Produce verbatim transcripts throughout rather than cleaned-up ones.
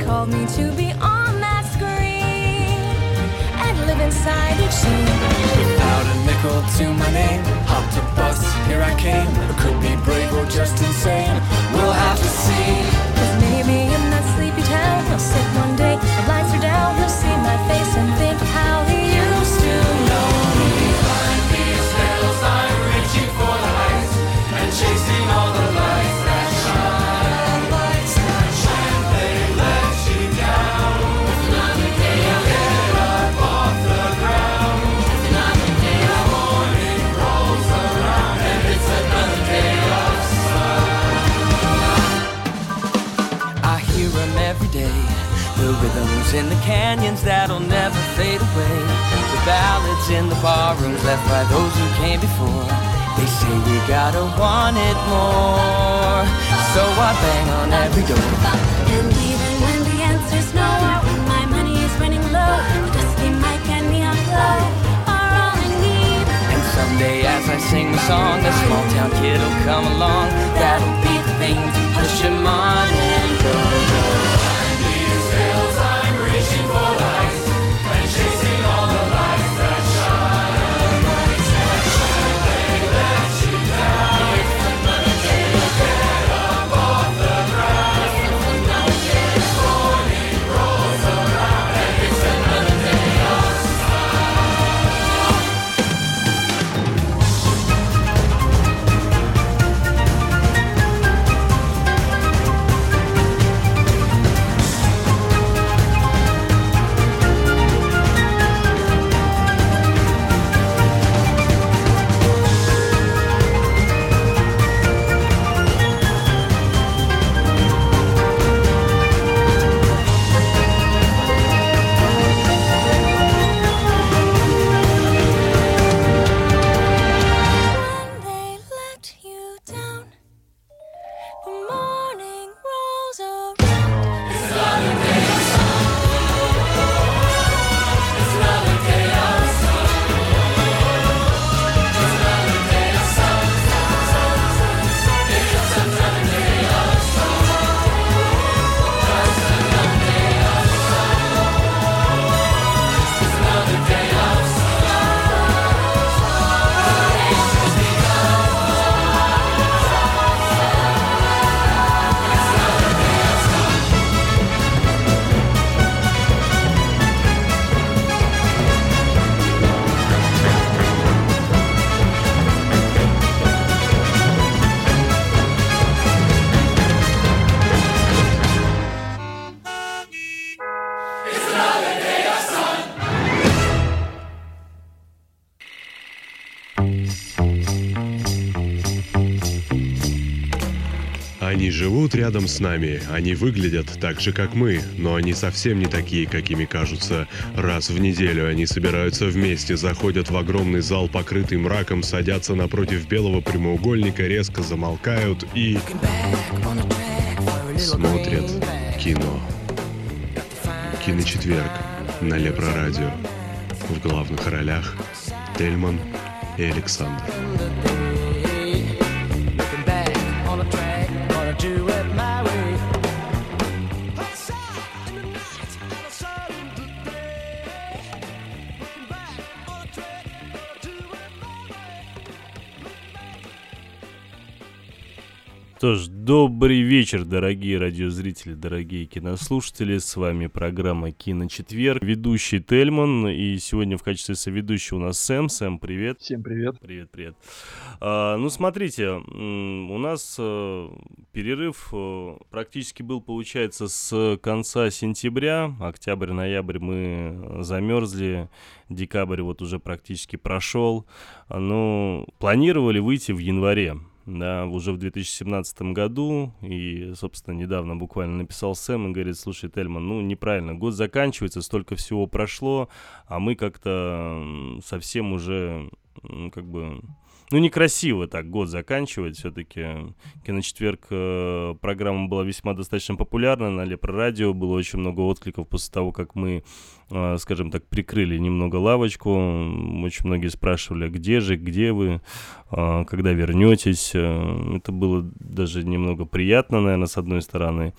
called me to be on that screen and live inside each scene. Without a nickel to my name, hopped a bus, here I came. I could be brave or just insane, we'll have to see. 'Cause maybe in that sleepy town I'll sit one day, the lights are down, he'll see my face and think of how he used to know me. Behind these hills I'm reaching for the heights and chasing all the lights that shine. Lights that shine, they let you down. It's another day I'll get up off the ground. It's another day the morning rolls around and it's another day of sun. I hear them every day, the rhythms in the canyons that'll never fade away, the ballads in the barrooms left by those who came before. They say we gotta want it more, so I bang on every door. And even when the answer's no, or when my money is running low, the dusty mic and neon glow are all I need. And someday as I sing the song, a small town kid'll come along. That'll be the thing to push him on and go. Behind these hills I'm reaching for the heights and chasing all the lights that shine. Lights that shine, they let you down. It's another day to get up off the ground. It's another day the morning rolls around and it's another day of When they let you down, the morning rolls around. Они живут рядом с нами, они выглядят так же, как мы, но они совсем не такие, какими кажутся. Раз в неделю они собираются вместе, заходят в огромный зал, покрытый мраком, садятся напротив белого прямоугольника, резко замолкают и смотрят кино. Киночетверг на Лепро-радио. В главных ролях Тельман и Александр. Что ж, добрый вечер, дорогие радиозрители, дорогие кинослушатели. С вами программа «Киночетверг». Ведущий Тельман. И сегодня в качестве соведущего у нас Сэм. Сэм, привет. Всем привет. Привет, привет. А, ну, смотрите, у нас а, перерыв а, практически был, получается, с конца сентября. Октябрь, ноябрь мы замерзли. Декабрь вот уже практически прошел. Ну, планировали выйти в январе. Да, уже в две тысячи семнадцатом году, и, собственно, недавно буквально написал Сэм и говорит: слушай, Тельман, ну, неправильно, год заканчивается, столько всего прошло, а мы как-то совсем уже, как бы, ну, некрасиво так год заканчивать, все-таки «Киночетверг» э, программа была весьма достаточно популярна, на Лепро-радио было очень много откликов после того, как мы, э, скажем так, прикрыли немного лавочку, очень многие спрашивали, где же, где вы, э, когда вернетесь, э, это было даже немного приятно, наверное, с одной стороны.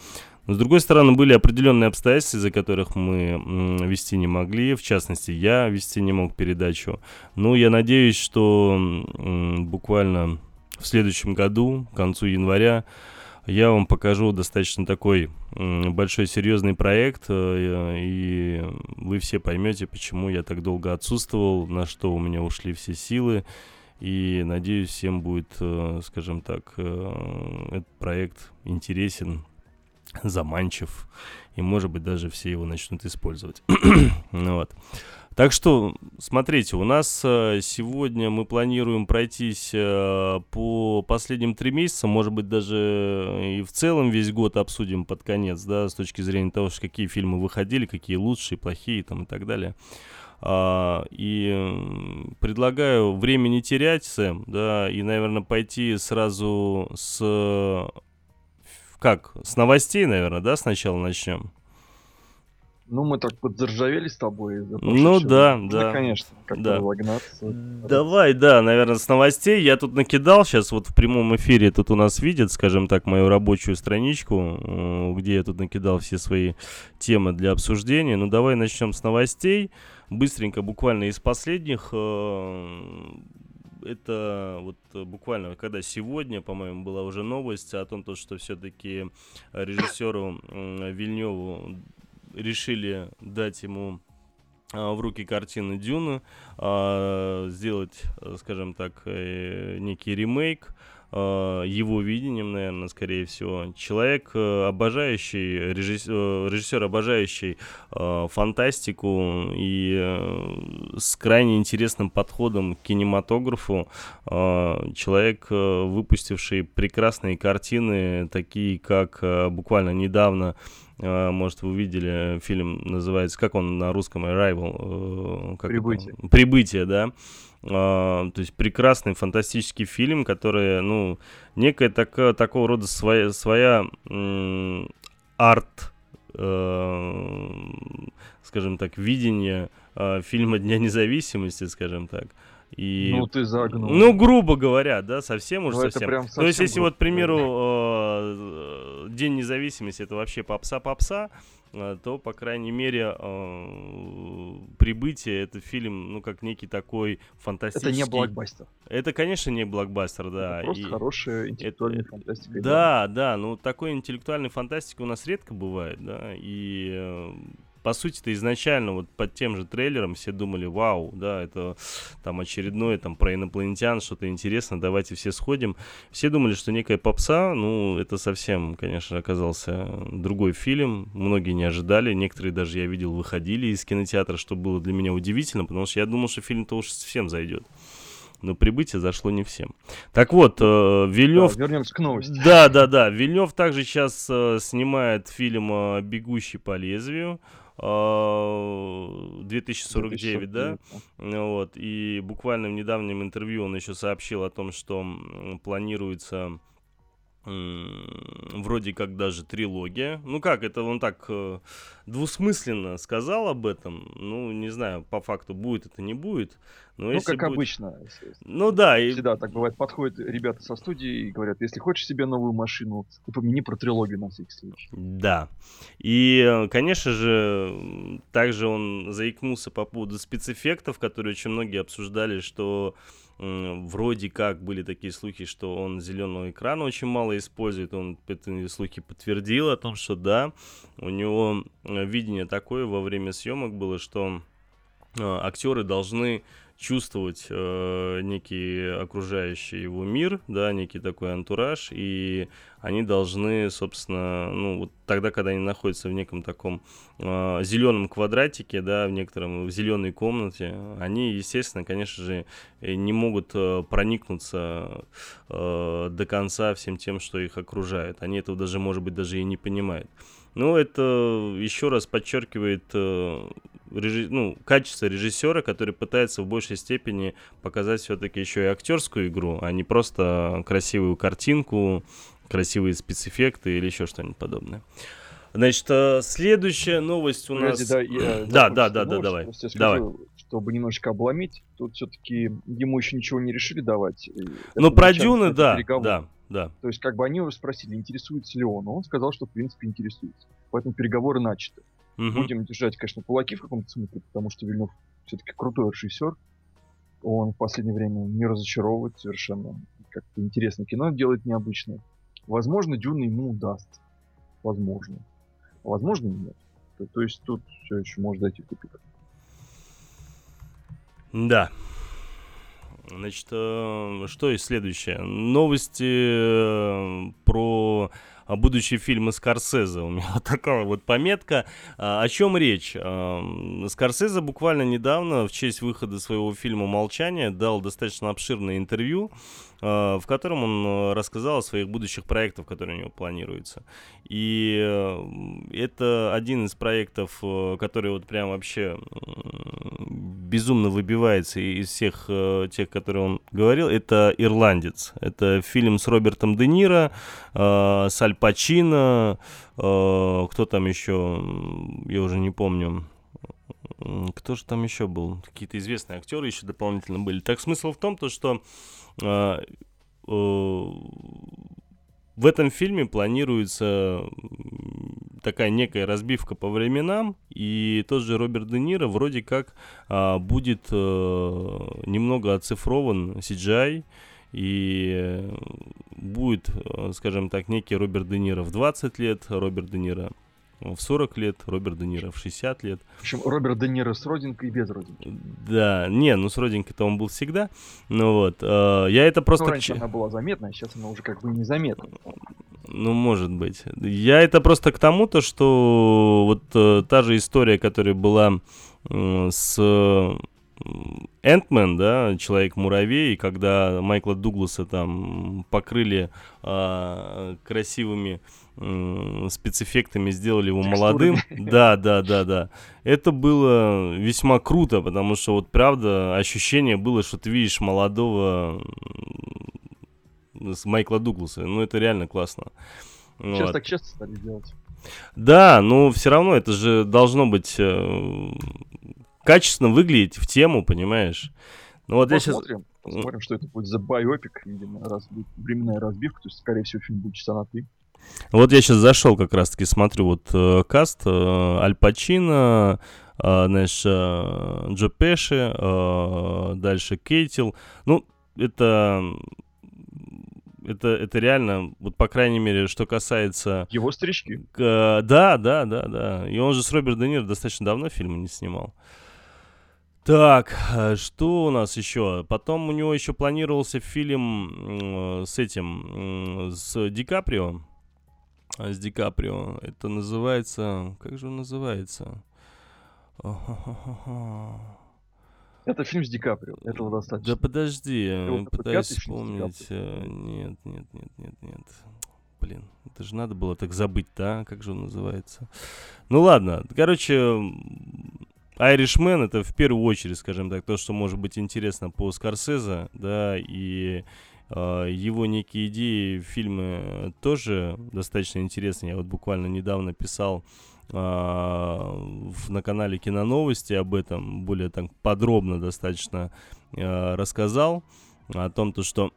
Но, с другой стороны, были определенные обстоятельства, из-за которых мы м, вести не могли. В частности, я вести не мог передачу. Ну, я надеюсь, что м, буквально в следующем году, к концу января, я вам покажу достаточно такой м, большой серьезный проект, э, и вы все поймете, почему я так долго отсутствовал, на что у меня ушли все силы. И надеюсь, всем будет, э, скажем так, э, этот проект интересен, заманчив, и, может быть, даже все его начнут использовать. Ну, вот. Так что, смотрите, у нас э, сегодня мы планируем пройтись э, по последним три месяца, может быть, даже и в целом весь год обсудим под конец, да, с точки зрения того, что какие фильмы выходили, какие лучшие, плохие там и так далее. А, и предлагаю время не терять, Сэм, да, и, наверное, пойти сразу с... Как? С новостей, наверное, да, сначала начнем? Ну, мы так подзаржавели с тобой. Ну, да, ну, да. Конечно, как-то да. разогнаться. Давай, да, наверное, с новостей. Я тут накидал сейчас вот в прямом эфире, тут у нас видят, скажем так, мою рабочую страничку, где я тут накидал все свои темы для обсуждения. Ну, давай начнем с новостей. Быстренько, буквально из последних. Это вот буквально, когда сегодня, по-моему, была уже новость о том, что все-таки режиссеру Вильнёву решили дать ему в руки картины «Дюна», сделать, скажем так, некий ремейк, его видением, наверное, скорее всего. Человек, обожающий, режиссер, режиссер обожающий э, фантастику и э, с крайне интересным подходом к кинематографу. Э, человек, э, выпустивший прекрасные картины, такие как э, буквально недавно, Uh, может, вы видели, фильм называется, как он на русском, Arrival? Uh, как Прибытие. Это? Прибытие, да. Uh, то есть прекрасный фантастический фильм, который, ну, некая така, такого рода своя, своя м- арт, э- скажем так, видение э- фильма «Дня независимости», скажем так. И, ну, ты загнул. Ну, грубо говоря, да, совсем уж ну, совсем. совсем. То есть, если вот, к примеру, э, День независимости — это вообще попса-попса, э, то, по крайней мере, э, «Прибытие» — это фильм, ну, как некий такой фантастический... Это не блокбастер. Это, конечно, не блокбастер, да. Это просто и... хорошая интеллектуальная это... фантастика. Да, да, ну, такой интеллектуальной фантастики у нас редко бывает, да, и... Э, по сути-то изначально вот под тем же трейлером все думали: вау, да, это там очередное там про инопланетян, что-то интересно, давайте все сходим. Все думали, что некая попса, ну, это совсем, конечно, оказался другой фильм. Многие не ожидали, некоторые даже, я видел, выходили из кинотеатра, что было для меня удивительно, потому что я думал, что фильм-то уж всем зайдет. Но «Прибытие» зашло не всем. Так вот, э, Вильнёв... Да, вернемся к новости. Да, да, да. Вильнёв также сейчас э, снимает фильм э, «Бегущий по лезвию». две тысячи сорок девять, да? Вот. И буквально в недавнем интервью он еще сообщил о том, что планируется вроде как даже трилогия. Ну как, это он так э, двусмысленно сказал об этом. Ну, не знаю, по факту будет это, не будет. Но ну, если как будет... обычно. Ну да. И... Всегда так бывает. Подходят ребята со студии и говорят: если хочешь себе новую машину, упомяни про трилогию на всякий случай. Да. И, конечно же, также он заикнулся по поводу спецэффектов, которые очень многие обсуждали, что вроде как были такие слухи, что он зеленого экрана очень мало использует. Он эти слухи подтвердил о том, что да, у него видение такое во время съемок было, что актеры должны чувствовать э, некий окружающий его мир, да, некий такой антураж, и они должны, собственно, ну, вот тогда, когда они находятся в неком таком э, зеленом квадратике, да, в некотором, в зеленой комнате, они, естественно, конечно же, не могут э, проникнуться э, до конца всем тем, что их окружает. Они этого даже, может быть, даже и не понимают. Но это еще раз подчеркивает э, режи... ну, качество режиссера, который пытается в большей степени показать все-таки еще и актерскую игру, а не просто красивую картинку, красивые спецэффекты или еще что-нибудь подобное. Значит, следующая новость у Погоди, нас... Да, я, да, да, да, да, давай. Я скажу, давай. Чтобы немножечко обломить, тут все-таки ему еще ничего не решили давать. Ну, про Дюны, да, да. да. То есть, как бы они его спросили, интересуется ли он. Он сказал, что в принципе интересуется. Поэтому переговоры начаты. Мгм. Будем держать, конечно, кулаки в каком-то смысле, потому что Вильнёв все-таки крутой режиссер. Он в последнее время не разочаровывает совершенно. Как-то интересное кино делает необычное. Возможно, Дюна ему удастся. Возможно. А возможно, нет. То, то есть тут все еще может дойти в тупик. Да. Значит, э, что и следующее? Новости э, про а, будущие фильмы Скорсезе. У меня вот такая вот пометка. А, о чем речь? А, Скорсезе буквально недавно в честь выхода своего фильма «Молчание» дал достаточно обширное интервью, а, в котором он рассказал о своих будущих проектах, которые у него планируются. И э, это один из проектов, э, который вот прям вообще э, безумно выбивается из всех э, тех, которые он говорил. Это «Ирландец». Это фильм с Робертом Де Ниро, э, с Аль Пачино, э, кто там еще, я уже не помню. Кто же там еще был? Какие-то известные актеры еще дополнительно были. Так смысл в том, то, что э, э, в этом фильме планируется такая некая разбивка по временам, и тот же Роберт Де Ниро вроде как а, будет а, немного оцифрован си джи ай, и будет, скажем так, некий Роберт Де Ниро в двадцать лет, Роберт Де Ниро в сорок лет, Роберт Де Ниро в шестьдесят лет. В общем, Роберт Де Ниро с родинкой и без родинки. Да, не, ну с родинкой-то он был всегда. Ну вот, э, я это просто... Ну, раньше она была заметна, а сейчас она уже как бы незаметна. Ну, может быть. Я это просто к тому, то, что вот э, та же история, которая была э, с Энтмен, да, Человек-муравей, когда Майкла Дугласа там покрыли э, красивыми э, спецэффектами, сделали его молодым. Да, да, да, да. Это было весьма круто, потому что вот правда ощущение было, что ты видишь молодого с Майкла Дугласа. Ну, это реально классно. Сейчас Вот. так часто стали делать. Да, но все равно это же должно быть э, качественно выглядеть в тему, понимаешь? Ну вот Посмотрим, я сейчас... посмотрим, что это будет за байопик, видимо, раз будет временная разбивка, то есть, скорее всего, фильм будет часа на три. Вот я сейчас зашел как раз-таки, смотрю, вот э, каст, э, Аль Пачино, э, знаешь, э, Джо Пеши, э, дальше Кейтил. Ну, это... Это, это реально, вот по крайней мере, что касается... Его старички. Э, да, да, да, да. И он же с Робертом Де Ниро достаточно давно фильмы не снимал. Так, что у нас еще? Потом у него еще планировался фильм э, с этим, э, с Ди Каприо. С Ди Каприо. Это называется... Как же он называется? Это фильм с Ди Каприо, этого достаточно. Да подожди, я пытаюсь пятый фильм с Ди вспомнить. Нет, нет, нет, нет, нет. Блин, это же надо было так забыть, да? Как же он называется? Ну ладно, короче, Irishman — это в первую очередь, скажем так, то, что может быть интересно по Скорсезе, да, и э, его некие идеи, фильмы тоже достаточно интересные. Я вот буквально недавно писал э, в, на канале Киноновости об этом, более так подробно достаточно э, рассказал о том, то, что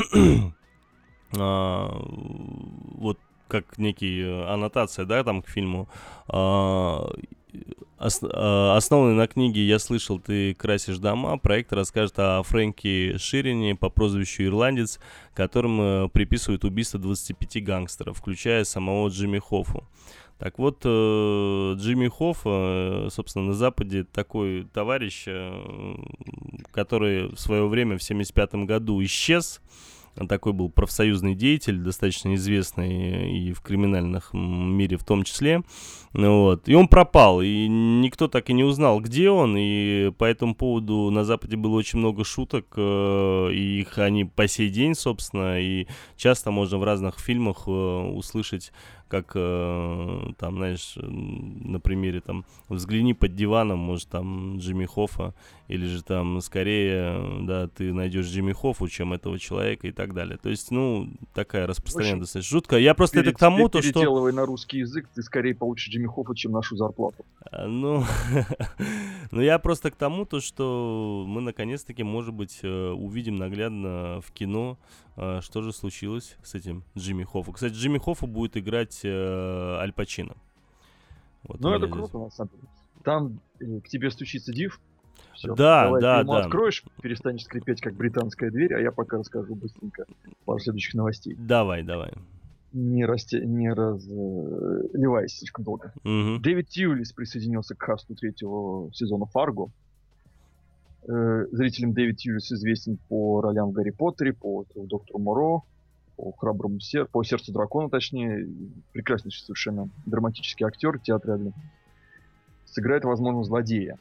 э, вот как некий аннотация, да, там к фильму, э, Ос- основанный на книге «Я слышал, ты красишь дома», проект расскажет о Фрэнки Ширине по прозвищу «Ирландец», которому приписывают убийство двадцати пяти гангстеров, включая самого Джимми Хоффу. Так вот, Джимми Хофф, собственно, на Западе такой товарищ, который в свое время в семьдесят пятом году исчез. Он такой был профсоюзный деятель, достаточно известный и в криминальном мире в том числе. Вот. И он пропал, и никто так и не узнал, где он, и по этому поводу на Западе было очень много шуток, и их они по сей день, собственно, и часто можно в разных фильмах услышать, как, там, знаешь, на примере, там, «Взгляни под диваном», может, там, Джимми Хоффа, или же, там, скорее, да, ты найдешь Джимми Хоффу, чем этого человека, и так далее. То есть, ну, такая распространенная достаточно жутко. Я просто Перед, это к тому, то, что... Переделывая на русский язык, ты скорее получишь Джимми Хоффа, чем нашу зарплату. Ну, Ну, я просто к тому, то, что мы наконец-таки, может быть, э, увидим наглядно в кино, э, что же случилось с этим Джимми Хоффу. Кстати, Джимми Хоффу будет играть э, Аль Пачино. Вот Ну, у это меня здесь. круто, на самом деле. Там э, к тебе стучится Див. Всё, Да, давай да, ты ему да. откроешь, перестанешь скрипеть, как британская дверь, а я пока расскажу быстренько пару следующих новостей. Давай, давай. Не, расте... не разливаясь слишком долго. Мгм. Дэвид Тьюлис присоединился к касту третьего сезона «Фарго». Э, Зрителям Дэвид Тьюлис известен по ролям в «Гарри Поттере», по «Доктору Моро», по «Храброму сер... по «Сердцу дракона», точнее. Прекраснейший совершенно драматический актер театральный. Сыграет, возможно, злодея.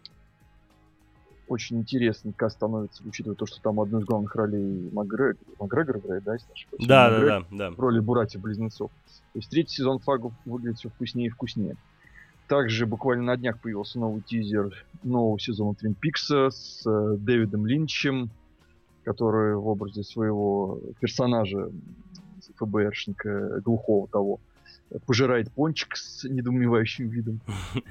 Очень интересный каст становится, учитывая то, что там одну из главных ролей Макгрегор, Макгрегор играет, да, если не ошибаюсь? Да, да, Макгрегор да, да. в роли братьев-близнецов. То есть третий сезон «Фарго» выглядит все вкуснее и вкуснее. Также буквально на днях появился новый тизер нового сезона Твин Пикса с э, Дэвидом Линчем, который в образе своего персонажа, ФБРшника, глухого того, пожирает пончик с недоумевающим видом.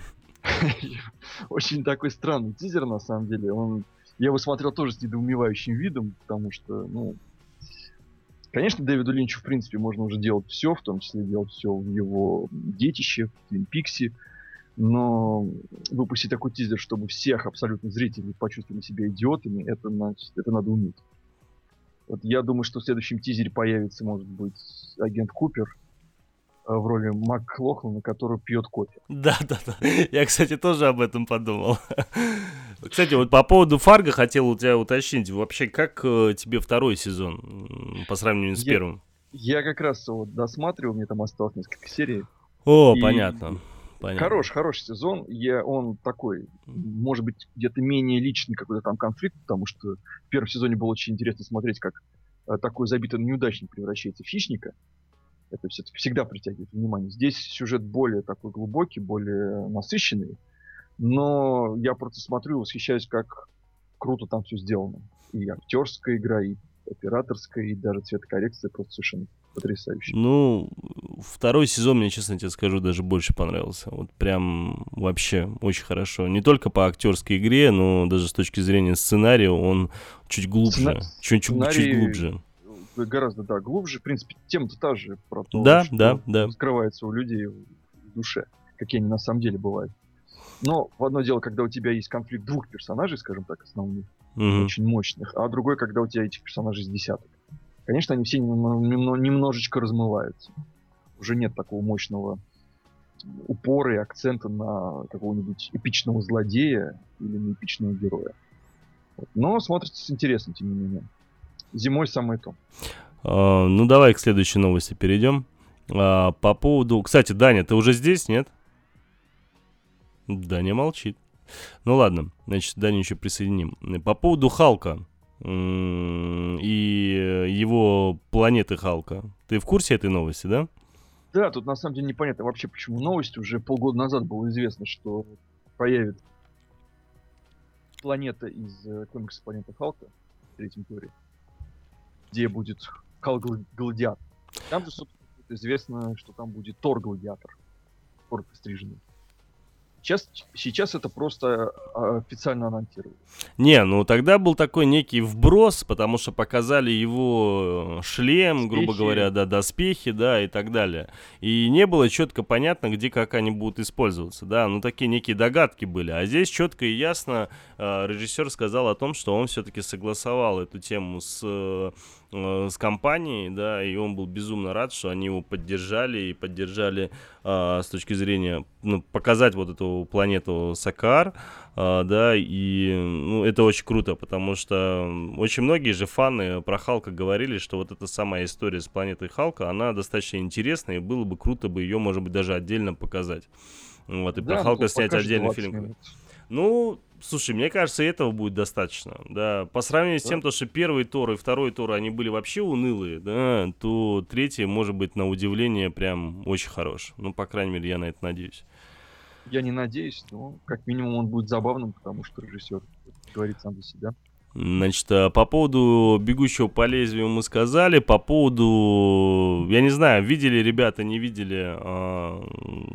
Очень такой странный тизер, на самом деле. Он... Я его смотрел тоже с недоумевающим видом, потому что, ну... Конечно, Дэвиду Линчу, в принципе, можно уже делать все, в том числе делать все в его детище, в Твин Пиксе. Но выпустить такой тизер, чтобы всех абсолютно зрителей почувствовали себя идиотами, это, значит, это надо уметь. Вот я думаю, что в следующем тизере появится, может быть, агент Купер э, в роли МакЛохлана, который пьет кофе. Да, да, да. Я, кстати, тоже об этом подумал. Кстати, вот по поводу Фарго хотел у тебя уточнить. Вообще, как э, тебе второй сезон м, по сравнению с Я- первым? Я как раз вот досматривал, мне там осталось несколько серий. О, И- понятно. Понятно. Хороший, хороший сезон. Я, он такой, может быть, где-то менее личный какой-то там конфликт, потому что в первом сезоне было очень интересно смотреть, как э, такой забитый неудачник превращается в хищника. Это все-таки всегда притягивает внимание. Здесь сюжет более такой глубокий, более насыщенный. Но я просто смотрю и восхищаюсь, как круто там все сделано. И актерская игра, и операторская, и даже цветокоррекция просто совершенно потрясающая. Ну, второй сезон мне, честно тебе скажу, даже больше понравился. Вот прям вообще очень хорошо. Не только по актерской игре, но даже с точки зрения сценария он чуть глубже. Сцена- Чуть, чуть, сценарий- чуть глубже. Гораздо, да, глубже. В принципе, тема-то та же про то, Да, что да, да. скрывается у людей в душе, какие они на самом деле бывают. Но в одно дело, когда у тебя есть конфликт двух персонажей, скажем так, основных, Мгм. очень мощных, а другой, когда у тебя этих персонажей с десяток. Конечно, они все немно- немно- немножечко размываются. Уже нет такого мощного упора и акцента на какого-нибудь эпичного злодея или на эпичного героя. Вот. Но смотрится с интересом, тем не менее. Зимой самое то. А, ну, давай к следующей новости перейдем. А, по поводу... Кстати, Даня, ты уже здесь, нет? Даня молчит. Ну ладно, значит, Даню еще присоединим. По поводу Халка м, и его планеты Халка. Ты в курсе этой новости, да? Да, тут на самом деле непонятно вообще, почему новость. Уже полгода назад было известно, что появится планета из э, комикса «Планета Халка» в третьем туре, где будет Халк-гладиатор. Там же, собственно, известно, что там будет Тор-гладиатор. Коротко стриженный. Сейчас, сейчас это просто а, официально анонсировали. Не, ну тогда был такой некий вброс, потому что показали его э, шлем, грубо Доспехи. говоря, да, доспехи, да, и так далее. И не было четко понятно, где как они будут использоваться, да, ну такие некие догадки были. А здесь четко и ясно э, режиссер сказал о том, что он все-таки согласовал эту тему с, э, э, с компанией, да, и он был безумно рад, что они его поддержали и поддержали э, с точки зрения, ну, показать вот эту планету Сакаар, а, да, и ну, это очень круто, потому что очень многие же фаны про Халка говорили, что вот эта самая история с планетой Халка, она достаточно интересная, и было бы круто бы ее, может быть, даже отдельно показать. Вот, и Да, про ну, Халка тут снять покажут отдельный двадцать фильм. минут. Ну, слушай, мне кажется, этого будет достаточно, да. По сравнению с Да. тем, то, что первый Тор и второй Тор, они были вообще унылые, да, то третий, может быть, на удивление, прям очень хорош. Ну, по крайней мере, я на это надеюсь. Я не надеюсь, но как минимум он будет забавным, потому что режиссер говорит сам за себя. Значит, а по поводу «Бегущего по лезвию» мы сказали. По поводу, я не знаю, видели ребята, не видели, а,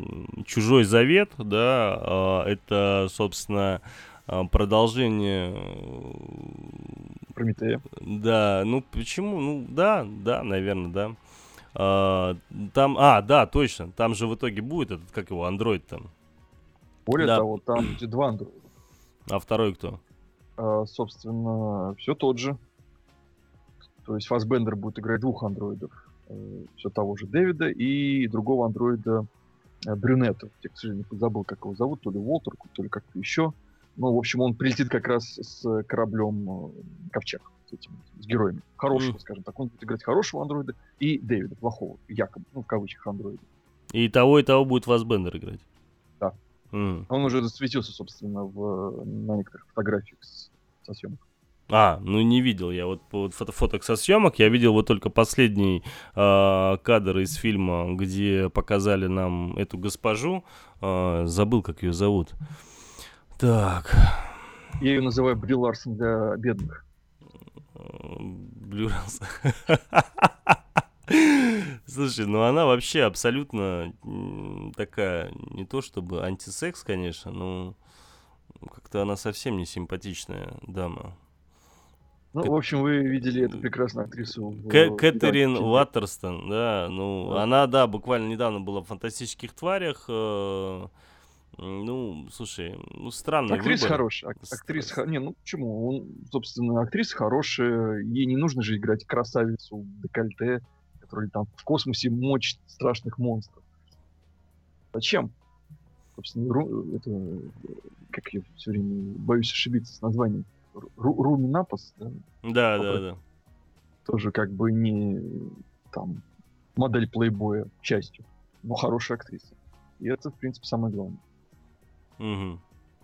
«Чужой завет», да, э, это, собственно, э, продолжение... э, Прометея. Да, ну почему? Ну да, да, наверное, да. А, там, а, да, точно, там же в итоге будет этот, как его, андроид там. Более Да. того, там будет два андроида. А второй кто? А, собственно, все тот же. То есть Фассбендер будет играть двух андроидов. Все того же Дэвида и другого андроида э, Брюнета. Я, к сожалению, забыл, как его зовут. То ли Уолтер, то ли как-то еще. Ну, в общем, он прилетит как раз с кораблем э, Ковчег. С, этим, с героями. Хорошего, Mm. скажем так. Он будет играть хорошего андроида и Дэвида, плохого, якобы, ну, в кавычках, андроида. И того, и того будет Фассбендер играть. Да. М. Он уже засветился, собственно, в, на некоторых фотографиях с, со съемок. А, ну не видел я вот, вот фото фоток со съемок, я видел вот только последний э, кадр из фильма, где показали нам эту госпожу, э, забыл, как ее зовут. Так. Я ее называю Бри Ларсон для бедных. Блюранс. Слушай, ну она вообще абсолютно м, такая, не то чтобы антисекс, конечно, но как-то она совсем не симпатичная дама. Ну, Кэт- в общем, вы видели эту прекрасную актрису. в, Кэ- э, Кэтрин «Гигантском Уаттерстон, да, ну, Да. она, да, буквально недавно была в «Фантастических тварях», э, ну, слушай, ну, странный Актриса выбор. хорошая. ак- Стра- Актриса... хо- Не, ну почему? Он, собственно, актриса хорошая. Ей не нужно же играть красавицу в декольте, которая там в космосе мочит страшных монстров. Зачем? Собственно, Ру- это... э, Как я все время боюсь ошибиться с названием. Ру- Руми Напас, да? Да, да, Попро- да. Тоже как бы не там модель плейбоя частью, но хорошая актриса. И это, в принципе, самое главное. Мгм.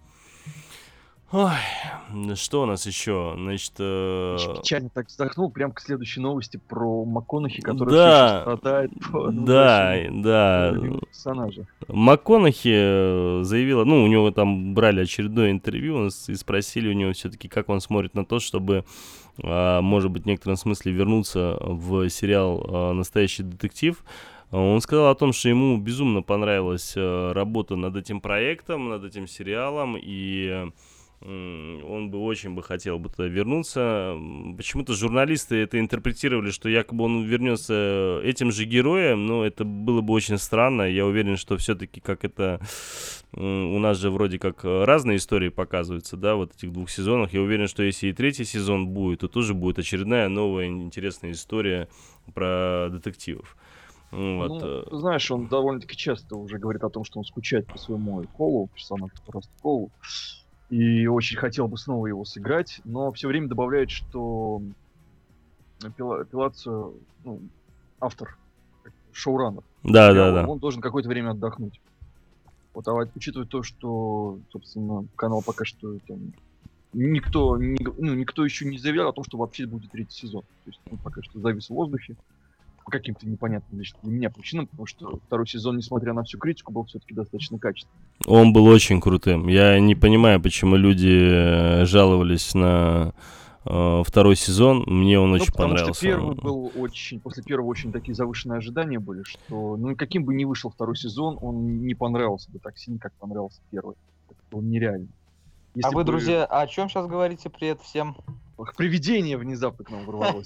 Ой, ну что у нас еще? Значит, э, Очень печально так вздохнул прям к следующей новости про МакКонахи, который Да. все еще страдает по да, возвращению да. любимого персонажа. МакКонахи э, заявила, ну, у него там брали очередное интервью и спросили у него все-таки, как он смотрит на то, чтобы, а, может быть, в некотором смысле вернуться в сериал а, «Настоящий детектив». Он сказал о том, что ему безумно понравилась э, работа над этим проектом, над этим сериалом, и м, он бы очень бы хотел бы туда вернуться. М, Почему-то журналисты это интерпретировали, что якобы он вернется этим же героем, но это было бы очень странно. Я уверен, что все-таки как это... м, У нас же вроде как э, разные истории показываются, да, вот этих двух сезонах. Я уверен, что если и третий сезон будет, то тоже будет очередная новая интересная история про детективов. Вот. Ну, э, ты знаешь, он довольно-таки часто уже говорит о том, что он скучает по своему Колу, персонажу просто Колу, и очень хотел бы снова его сыграть, но все время добавляет, что Пила- Пилацио, ну, автор, шоураннер, Да, да, сериала, да. он должен какое-то время отдохнуть. Вот, а учитывая то, что, собственно, канал пока что там, никто, не г- ну, никто еще не заявлял о том, что вообще будет третий сезон. То есть он пока что завис в воздухе по каким-то непонятным лично для меня причинам, потому что второй сезон, несмотря на всю критику, был все-таки достаточно качественный. Он был очень крутым. Я не понимаю, почему люди э, жаловались на э, второй сезон. Мне он Ну, очень потому понравился. что первый был очень, после первого очень такие завышенные ожидания были, что, ну, каким бы ни вышел второй сезон, он не понравился бы так сильно, как понравился первый. Это было нереально. А Если вы, бы друзья, о чем сейчас говорите при этом всем? привидение внезапно к нам ворвалось.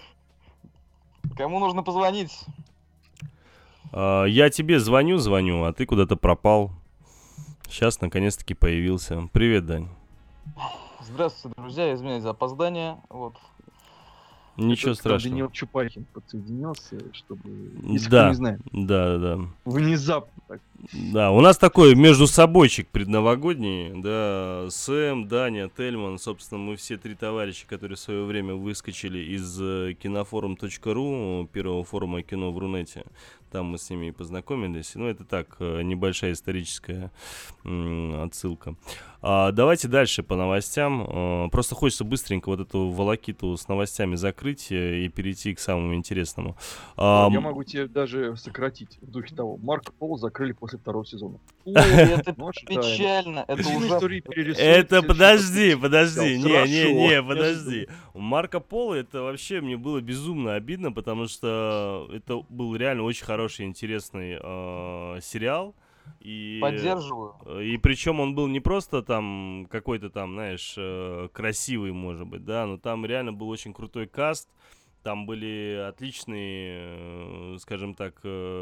Кому нужно позвонить? А, я тебе звоню, звоню, а ты куда-то пропал. Сейчас наконец-таки появился. Привет, Дань. Здравствуйте, друзья, извиняюсь за опоздание. Вот. Ничего Это, правда, страшного. Даниил Чупахин подсоединился, чтобы... Если Да. кто не знает. Да, да, да. Внезапно так. Да, у нас такой между собойчик предновогодний, да, Сэм, Даня, Тельман, собственно, мы все три товарища, которые в свое время выскочили из э, кинофорум точка ру, первого форума кино в Рунете, там мы с ними и познакомились, ну, это так, э, небольшая историческая м, отсылка. А, давайте дальше по новостям, Э, просто хочется быстренько вот эту волокиту с новостями закрыть э, и перейти к самому интересному. А, Я могу тебе даже сократить в духе того. Марко Поло закрыли после второго сезона. Ой, это Ну, ожидаемо. печально, это Длинная ужасно. история перерисуется, Это всё подожди, это подожди, всё. не, не, не, Хорошо. подожди. У Марко Поло это вообще мне было безумно обидно, потому что это был реально очень хороший, интересный э, сериал. И, Поддерживаю. И причем он был не просто там какой-то там, знаешь, э, красивый, может быть, да, но там реально был очень крутой каст. Там были отличные, скажем так,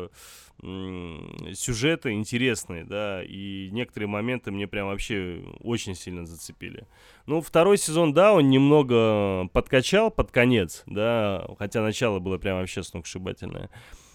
сюжеты интересные, да, и некоторые моменты мне прям вообще очень сильно зацепили. Ну, второй сезон, да, он немного подкачал под конец, да, хотя начало было прям вообще сногсшибательное.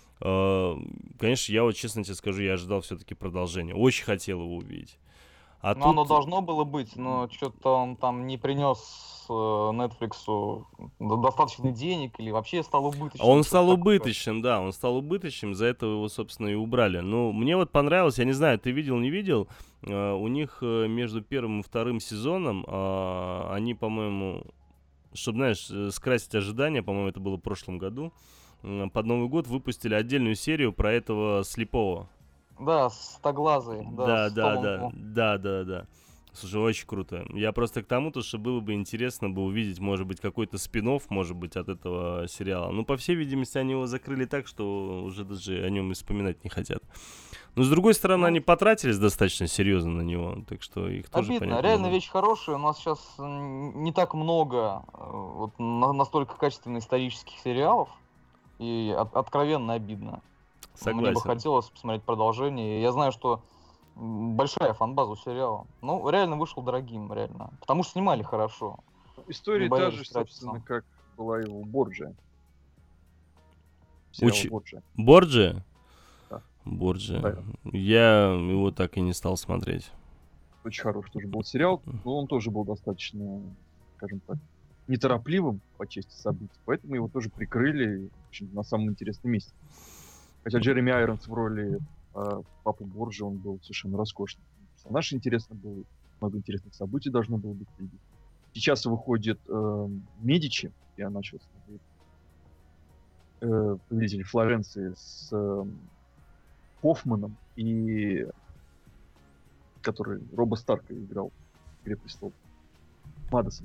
Конечно, я вот честно тебе скажу, я ожидал все-таки продолжения. Очень хотел его увидеть. А Ну, тут... оно должно было быть, но что-то он там не принес э, Netflix достаточно денег или вообще стал убыточным. Он что-то стал такое. убыточным, да, он стал убыточным, за это его, собственно, и убрали. Ну, мне вот понравилось, я не знаю, ты видел, не видел, э, у них э, между первым и вторым сезоном э, они, по-моему, чтобы, знаешь, э, скрасить ожидания, по-моему, это было в прошлом году, э, под Новый год выпустили отдельную серию про этого слепого. Да, стоглазый. Да, Да, с да, Томом да, Мо. да, да, да. Слушай, очень круто. Я просто к тому, то, что было бы интересно бы увидеть, может быть, какой-то спин-офф, может быть, от этого сериала. Ну, по всей видимости, они его закрыли так, что уже даже о нем и вспоминать не хотят. Но, с другой стороны, Ну, они потратились достаточно серьезно на него, так что их тоже обидно. понятно. Реально было. вещь хорошая. У нас сейчас м, не так много э, вот, на- настолько качественных исторических сериалов. И от- откровенно обидно. Мне бы Согласен. хотелось посмотреть продолжение. Я знаю, что м, большая фан-база у сериала. Ну, реально вышел дорогим, реально. Потому что снимали хорошо. История Не та боялись же, тратиться. собственно, как была его Борджия. Сериал Учи- Борджия. Борджи? Да. Борджи. Да. Я его так и не стал смотреть. Очень хороший тоже был сериал, но он тоже был достаточно, скажем так, неторопливым по части событий, поэтому его тоже прикрыли, в общем, на самом интересном месте. Хотя Джереми Айронс в роли э, папы Борджи, он был совершенно роскошный. Персонаж интересный был, много интересных событий должно было быть впереди. Сейчас выходит э, Медичи, я начал смотреть, э, «Повелитель Флоренции» с э, Хоффманом, и который Роба Старка играл в «Игре престолов». Мадесон.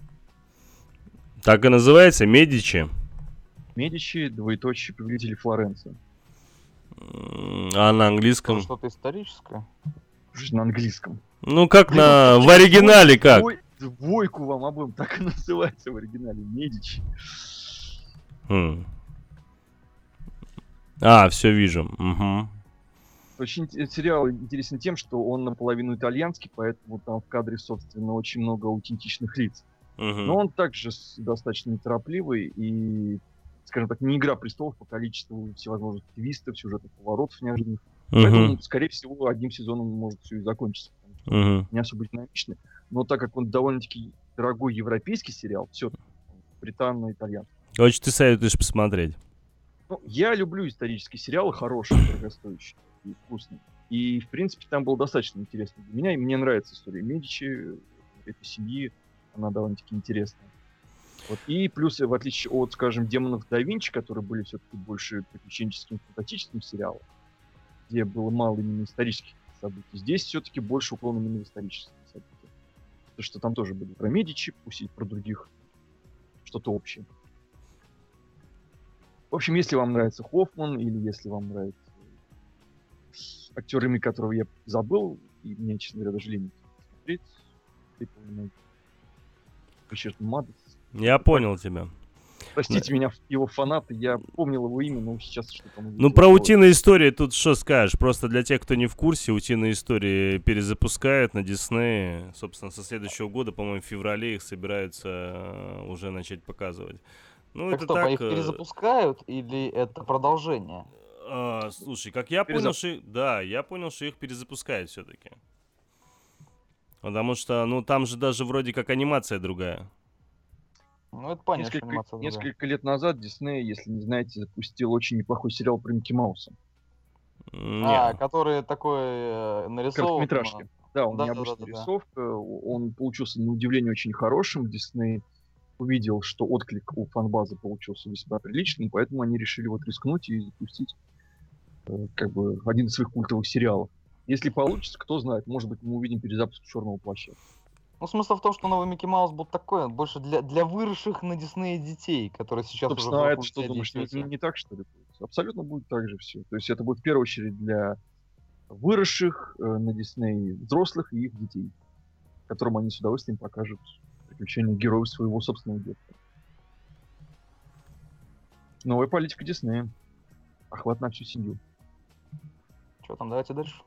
Так и называется «Медичи». Медичи, двоеточие, «Повелители Флоренции». М, А на английском? Что-то историческое. Уже на английском. Ну, как Блин, на... ну, В оригинале как? Двой- Двойку вам обоим так и называется в оригинале. Медичи. М. А, все вижу. Мгм. Очень ин- сериал интересен тем, что он наполовину итальянский, поэтому там в кадре, собственно, очень много аутентичных лиц. Мгм. Но он также с- достаточно неторопливый и, скажем так, не «Игра престолов» по количеству всевозможных твистов, сюжетных поворотов неожиданных. Поэтому, Мгм. скорее всего, одним сезоном может все и закончиться. Потому что Мгм. не особо динамичный. Но так как он довольно-таки дорогой европейский сериал, все британо-итальянский. Короче, ты советуешь посмотреть. Ну, я люблю исторические сериалы, хорошие, дорогостоящие и вкусные. И, в принципе, там было достаточно интересно для меня. И мне нравится история Медичи, этой семьи. Она довольно-таки интересная. Вот. И плюс, в отличие от, скажем, «Демонов да Винчи», которые были все-таки больше приключенческим, фантастическим сериалом, где было мало именно исторических событий, здесь все-таки больше уклон именно в исторические события. Потому что там тоже были про Медичи, пусть и про других, что-то общее. В общем, если вам нравится Хоффман, или если вам нравится актер, имя которого я забыл, и мне, честно говоря, даже лень смотреть, Ричард Маддес. Я понял тебя. Простите меня, его фанаты, я помнил его имя, но сейчас что-то... оно Ну, вылетело. про «Утиные истории» тут что скажешь? Просто для тех, кто не в курсе, «Утиные истории» перезапускают на Диснее. Собственно, со следующего года, по-моему, в феврале их собираются э, уже начать показывать. Ну, Так это стоп, а так... их э, перезапускают или это продолжение? а, слушай, как я понял, Перезап- что... и- Да, я понял, что их перезапускают все-таки. Потому что, ну, там же даже вроде как анимация другая. Ну, это понятно, что Несколько, анимация другая. несколько лет назад Дисней, если не знаете, запустил очень неплохой сериал про Микки Мауса. А, Не. который такой э, нарисован. Короткометражки. Да, он Да, да, необычная да, да, да. рисовка. Он получился, на удивление, очень хорошим. Дисней увидел, что отклик у фан-базы получился весьма приличным, поэтому они решили вот рискнуть и запустить э, как бы один из своих культовых сериалов. Если получится, кто знает, может быть, мы увидим перезапуск «Черного плаща». Ну, смысл в том, что новый Микки Маус будет такой, он больше для, для выросших на Диснее детей, которые сейчас Собственно, а уже это взрослые что, думаешь, не, дети. не- не так, что ли? будет? Абсолютно будет так же все. То есть это будет в первую очередь для выросших э, на Дисней взрослых и их детей, которым они с удовольствием покажут приключения героев своего собственного детства. Новая политика Диснея. Охват на всю семью. Что там, давайте дальше.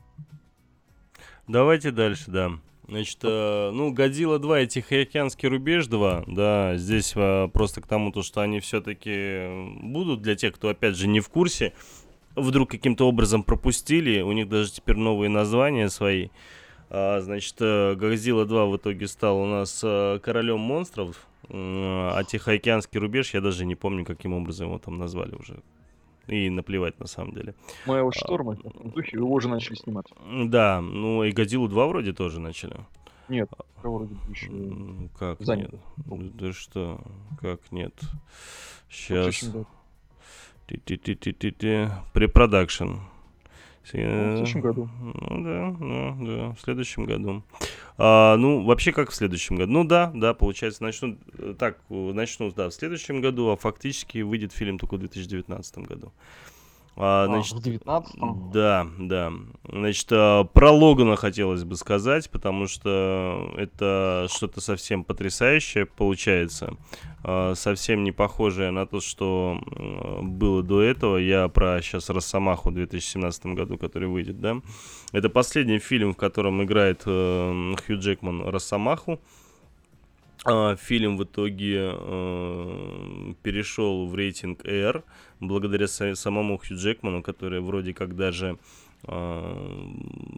Давайте дальше, да. Значит, э, ну, Годзилла два и Тихоокеанский рубеж два, да, здесь э, просто к тому, то, что они все-таки будут, для тех, кто, опять же, не в курсе, вдруг каким-то образом пропустили, у них даже теперь новые названия свои. А, значит, э, Годзилла два в итоге стал у нас э, королем монстров, э, а Тихоокеанский рубеж, я даже не помню, каким образом его там назвали уже. И наплевать, на самом деле. Моя вот шторма, в духе, его уже начали снимать. Да, ну и Годзиллу два вроде тоже начали. Нет, вроде бы еще М, Как занят. нет? Ну, Да что? Как нет? в Сейчас. следующем году. Ти-ти-ти-ти-ти. Препродакшн. В следующем году. Ну да, да, да, в следующем году. А, ну, вообще как в следующем году? Ну да, да, получается, начнут, э, так, э, начнут, да, в следующем году, а фактически выйдет фильм только в две тысячи девятнадцатом году. А, А, значит, в девятнадцатом? да, да. Значит, а, про Логана хотелось бы сказать, потому что это что-то совсем потрясающее получается. А, Совсем не похожее на то, что м, было до этого. Я про сейчас Росомаху в две тысячи семнадцатом году, который выйдет, да. Это последний фильм, в котором играет э, Хью Джекман Росомаху. А, Фильм в итоге э, перешел в рейтинг R благодаря са- самому Хью Джекману, который вроде как даже э,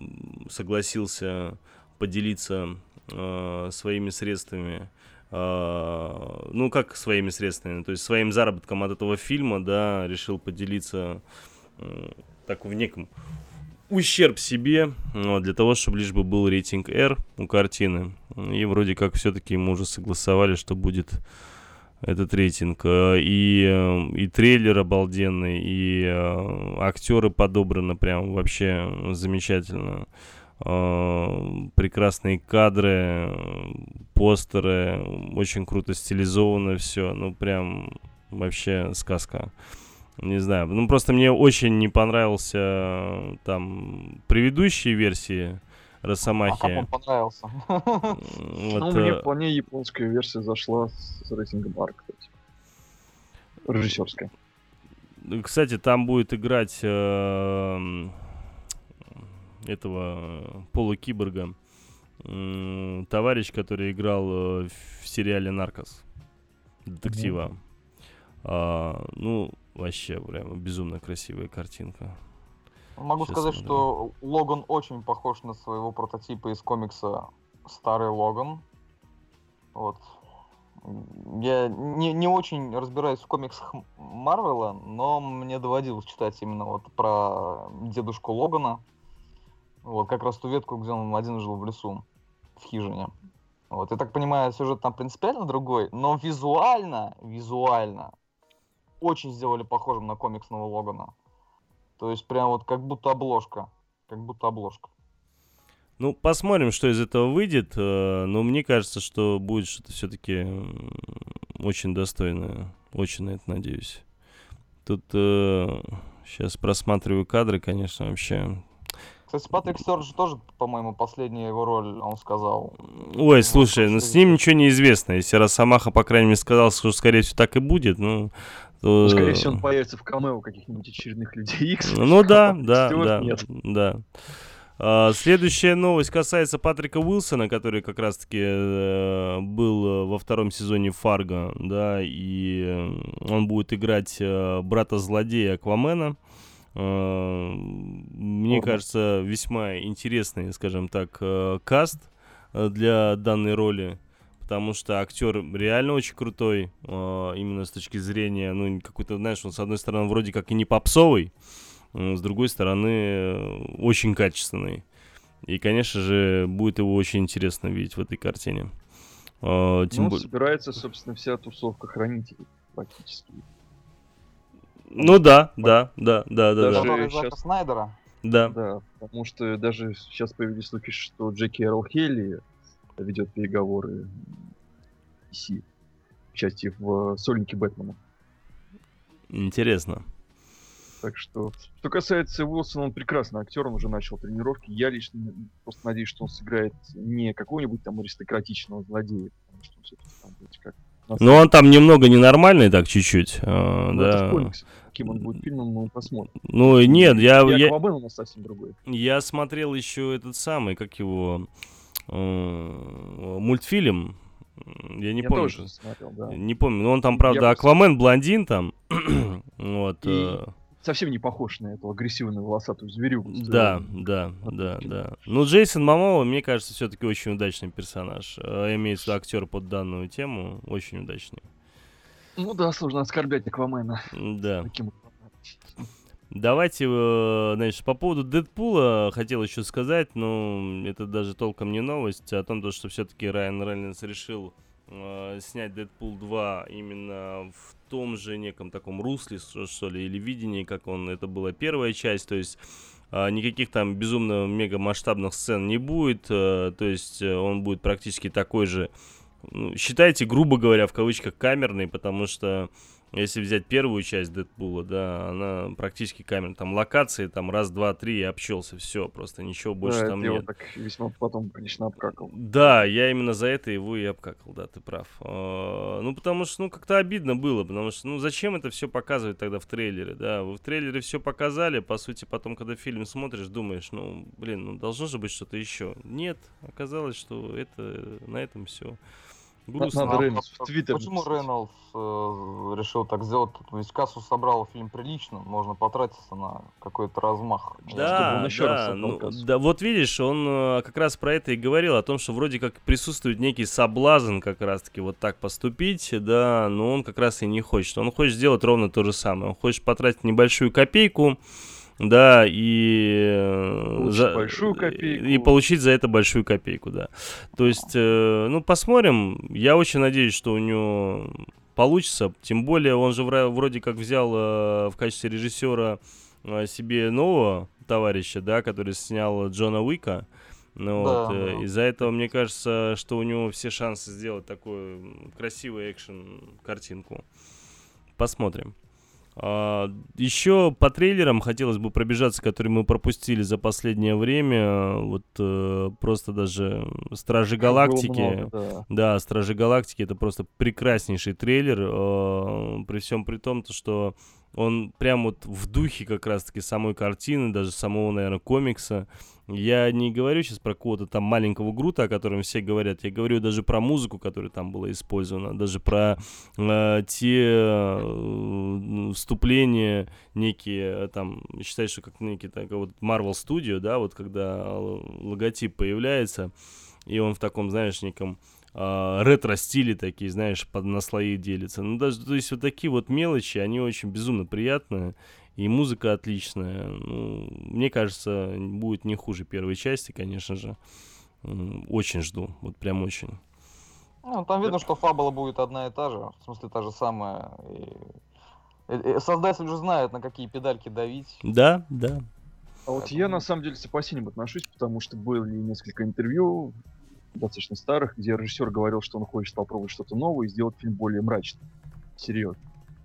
согласился поделиться э, своими средствами. э, ну, как своими средствами? То есть своим заработком от этого фильма, да, решил поделиться э, так в неком ущерб себе, ну, для того, чтобы лишь бы был рейтинг R у картины. И вроде как все-таки ему уже согласовали, что будет этот рейтинг. Э, И, э, и трейлер обалденный, и э, актеры подобраны прям вообще замечательно. Э, Прекрасные кадры, э, постеры, очень круто стилизовано все. Ну, прям вообще сказка. Не знаю, ну просто мне очень не понравился э, там предыдущие версии А как Росомахи. он понравился? М, Ну, Вот, мне э, вполне японская версия зашла с, с рейтингом R, кстати. Режиссерская. кстати, там будет играть э, м, этого Пола Киборга, м, товарищ, который играл э, в сериале «Наркос», детектива. А, ну, вообще, прям безумно красивая картинка. Могу Щас сказать, смотрю. что Логан очень похож на своего прототипа из комикса «Старый Логан». Вот. М, Я не, не очень разбираюсь в комиксах М- Марвела, но мне доводилось читать именно вот про дедушку Логана. Вот, как раз ту ветку, где он один жил в лесу, в хижине. Вот, я так понимаю, сюжет там принципиально другой, но визуально, визуально очень сделали похожим на комиксного Логана. То есть прям вот как будто обложка. Как будто обложка. Ну, посмотрим, что из этого выйдет. э, Но мне кажется, что будет что-то все-таки очень достойное. Очень на это надеюсь. Тут сейчас просматриваю кадры, конечно, вообще. Кстати, Патрик Стюарт тоже, по-моему, последняя его роль, он сказал. Ой, Вот, слушай, ну что с ним здесь- ничего не известно. Если Росомаха, по крайней мере, сказал, что, скорее всего, так и будет, ну... то- Ну, скорее всего, он появится в камео каких-нибудь очередных людей Икс. Ну да, а да, Стюарт да, нет. да. А, следующая новость касается Патрика Уилсона, который как раз-таки э, был э, во втором сезоне Фарго, да, и э, он будет играть э, брата-злодея Аквамена. Э, мне Ладно. кажется, весьма интересный, скажем так, э, каст э, для данной роли, потому что актер реально очень крутой, э, именно с точки зрения, ну, какой-то, знаешь, он с одной стороны вроде как и не попсовый, э, с другой стороны э, очень качественный. И, конечно же, будет его очень интересно видеть в этой картине. Э, тем Ну, более... собирается, собственно, вся тусовка хранителей практически. Ну да, да, да, да, да, Даже- да, Который Зака щас- Снайдера. да. Да, потому что даже сейчас появились слухи, что Джеки Эрл Хейли ведет переговоры ди си в части в сольнике Бэтмена. Интересно. Так что, что касается Уилсона, он прекрасный актер, он уже начал тренировки. Я лично просто надеюсь, что он сыграет не какого-нибудь там аристократичного злодея, потому что он все-таки там будет как... Ну, он там немного ненормальный, так чуть-чуть. А, ну, да. это в комиксах. Каким он будет фильмом, мы посмотрим. Ну, нет, я... И я... Аквамен у нас совсем другой. Я смотрел еще этот самый, как его... Э, мультфильм. Я не я помню. Тоже смотрел, да. Не помню. Но он там, правда, я Аквамен, блондин там. Вот. И... э... совсем не похож на эту агрессивную волосатую зверюгу. Да, да, да, да. Ну, Джейсон Момоа, мне кажется, все-таки очень удачный персонаж. Имеется в виду актер под данную тему, очень удачный. Ну да, сложно оскорблять Аквамена. Да. Таким... Давайте, значит, по поводу Дэдпула хотел еще сказать, но это даже толком не новость, о том, что все-таки Райан Рейнольдс решил э, снять Дэдпул два именно в том же неком таком русле, что ли, или видении, как он, это была первая часть, то есть э, никаких там безумно мега масштабных сцен не будет, э, то есть э, он будет практически такой же, ну, считайте, грубо говоря, в кавычках, камерный, потому что если взять первую часть Дэдпула, да, она практически камерная. Там локации, там раз, два, три и обчелся, все, просто ничего больше да, там нет. нет. Так весьма потом, конечно, обкакал. Да, я именно за это его и обкакал, да, ты прав. А, ну, потому что, ну, как-то обидно было, потому что, ну, зачем это все показывать тогда в трейлере, да? Вы в трейлере все показали, по сути, потом, когда фильм смотришь, думаешь, ну, блин, ну, должно же быть что-то еще. Нет, оказалось, что это, на этом все. Грустно. Надо А Рейнольдс в по- Твиттер Почему написать. Рейнольдс э, решил так сделать? Ведь кассу собрал фильм прилично, можно потратиться на какой-то размах. чтобы Да, он еще раз да, собрал ну, кассу. да, вот видишь, он э, как раз про это и говорил, о том, что вроде как присутствует некий соблазн как раз-таки вот так поступить, да, но он как раз и не хочет. Он хочет сделать ровно то же самое. Он хочет потратить небольшую копейку, да, и, Получить за- большую копейку. и получить за это большую копейку, да. То есть, э, ну, посмотрим. Я очень надеюсь, что у него получится. Тем более, он же вра- вроде как взял э, в качестве режиссера э, себе нового товарища, да, который снял Джона Уика. Ну, Да, вот, э, да. из-за этого, мне кажется, что у него все шансы сделать такую красивую экшен-картинку. Посмотрим. А, еще по трейлерам хотелось бы пробежаться, которые мы пропустили за последнее время. Вот э, просто даже Стражи Галактики. Было много, да. Да, Стражи Галактики — это просто прекраснейший трейлер. э, при всем при том, то, что он прям вот в духе как раз-таки самой картины, даже самого, наверное, комикса. Я не говорю сейчас про какого-то там маленького Грута, о котором все говорят. Я говорю даже про музыку, которая там была использована. Даже про э, те э, вступления некие, э, там, считай, что как некий так, вот Marvel Studio, да, вот когда логотип появляется, и он в таком, знаешь, неком э, ретро-стиле такие, знаешь, под, на слои делится. Ну, даже, то есть вот такие вот мелочи, они очень безумно приятные. И музыка отличная. Ну, мне кажется, будет не хуже первой части, конечно же. М, Очень жду. Вот прям очень. Ну, там видно, что фабула будет одна и та же, в смысле та же самая. И- и- и Создатель уже знает, на какие педальки давить. Да, да. А вот я на самом деле с опасением отношусь, потому что были несколько интервью, достаточно старых, где режиссер говорил, что он хочет попробовать что-то новое и сделать фильм более мрачным. Серьезно.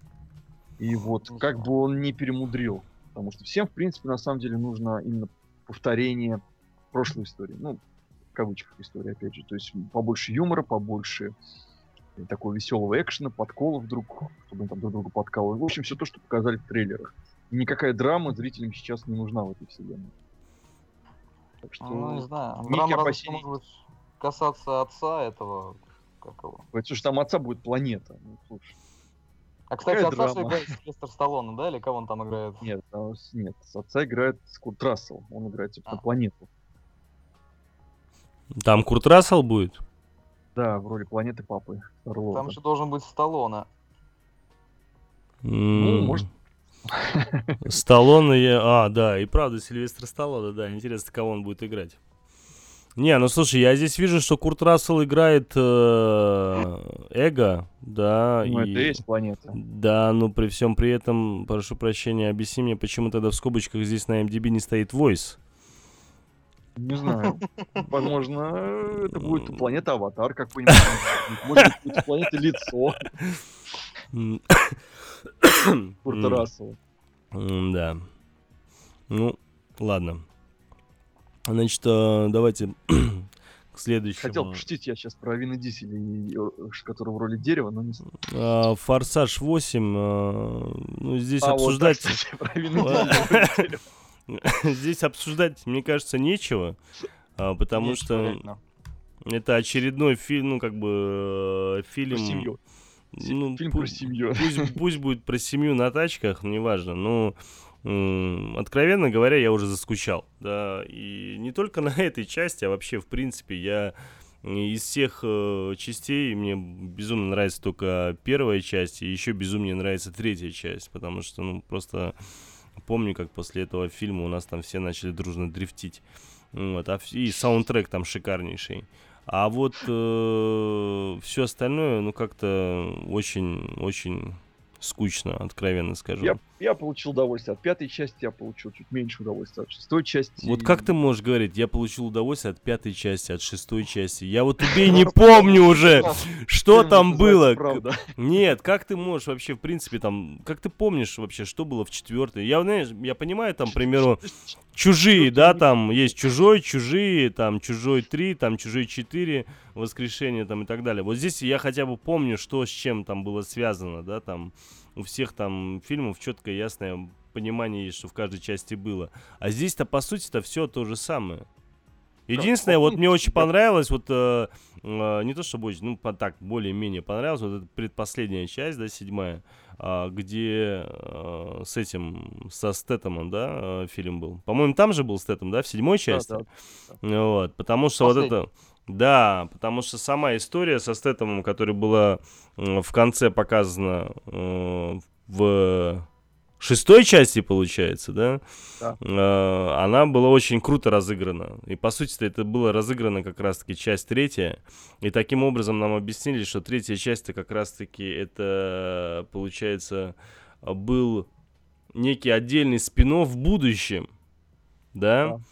И вот Не как знаю. бы он не перемудрил. Потому что всем, в принципе, на самом деле нужно именно повторение прошлой истории. Ну, в кавычках истории, опять же. То есть побольше юмора, побольше э, такого веселого экшена, подколов друг, чтобы они там друг друга подкалывали. В общем, все то, что показали в трейлерах. И никакая драма зрителям сейчас не нужна в этой вселенной. Так что Ну, не знаю. некие Драма разве что опасения может быть касаться отца этого, как его. Потому что там отца будет планета. Ну, слушай. А, кстати, Какая отца же драма? играет Сильвестр Сталлоне, да, или кого он там играет? Нет, там с- нет, с отца играет Курт Рассел. Он играет типа на А. планету. Там Курт Рассел будет? Да, в роли планеты папы Там Старлорда. еще должен быть Сталлоне. Ну, может. Сталлоне я... А, да, и правда, Сильвестр Сталлоне, да. Интересно, кого он будет играть. Не, ну слушай, я здесь вижу, что Курт Рассел играет э, Эго, да, Ну, и... это и есть планета. Да, но при всем при этом, прошу прощения, объясни мне, почему тогда в скобочках здесь на эм ди би не стоит Voice? Не знаю. Возможно, это будет планета Аватар какой-нибудь. Может быть, будет планета Лицо М, Курта м. Рассела. Да. Ну, ладно. Значит, э, давайте к следующему. Хотел пошутить я сейчас про Вина Дизеля, и- и- который в роли дерева, но не... А, Форсаж восемь, э, ну, здесь А, вот, да, обсуждать... кстати, про Вина Дизеля в роли дерева. Здесь обсуждать, мне кажется, нечего, а, потому Нечего, что реально. это очередной фильм, ну, как бы, э, фильм... Про семью. Ну, Фильм пу- про семью. Пусть, пусть будет про семью на тачках, неважно, но, м, откровенно говоря, я уже заскучал, да, и не только на этой части, а вообще, в принципе, я из всех э, частей, мне безумно нравится только первая часть, и еще безумнее нравится третья часть, потому что, ну, просто помню, как после этого фильма у нас там все начали дружно дрифтить, вот, а, в- и саундтрек там шикарнейший. А вот э, все остальное, ну, как-то очень-очень скучно, откровенно скажу. Я, я получил удовольствие от пятой части, я получил чуть меньше удовольствия от шестой части. Вот как ты можешь говорить, я получил удовольствие от пятой части, от шестой части? Я вот тебе не помню уже, что Фильм там называется было. «Правда». Нет, как ты можешь вообще, в принципе, там, как ты помнишь вообще, что было в четвертой? Я, знаешь, я понимаю, там, к примеру, Чужие, да, там есть Чужой, Чужие, там Чужой три, там Чужой четыре, Воскрешение там и так далее. Вот здесь я хотя бы помню, что с чем там было связано, да, там у всех там фильмов четкое, ясное понимание есть, что в каждой части было. А здесь-то, по сути-то, все то же самое. Единственное, вот мне очень понравилось, вот, э, э, не то чтобы очень, ну, по- так, более-менее понравилась, вот эта предпоследняя часть, да, седьмая, а, где э, с этим, со Стэтомом, да, э, фильм был. По-моему, там же был Стэтом, да, в седьмой части? да. Вот, потому что вот это... Да, потому что сама история со Стэтомом, которая была э, в конце показана э, в шестой части, получается, да, Да. э, она была очень круто разыграна. И, по сути-то, это было разыграно как раз-таки часть третья. И таким образом нам объяснили, что третья часть-то как раз-таки это, получается, был некий отдельный спин-офф в будущем, да? Да.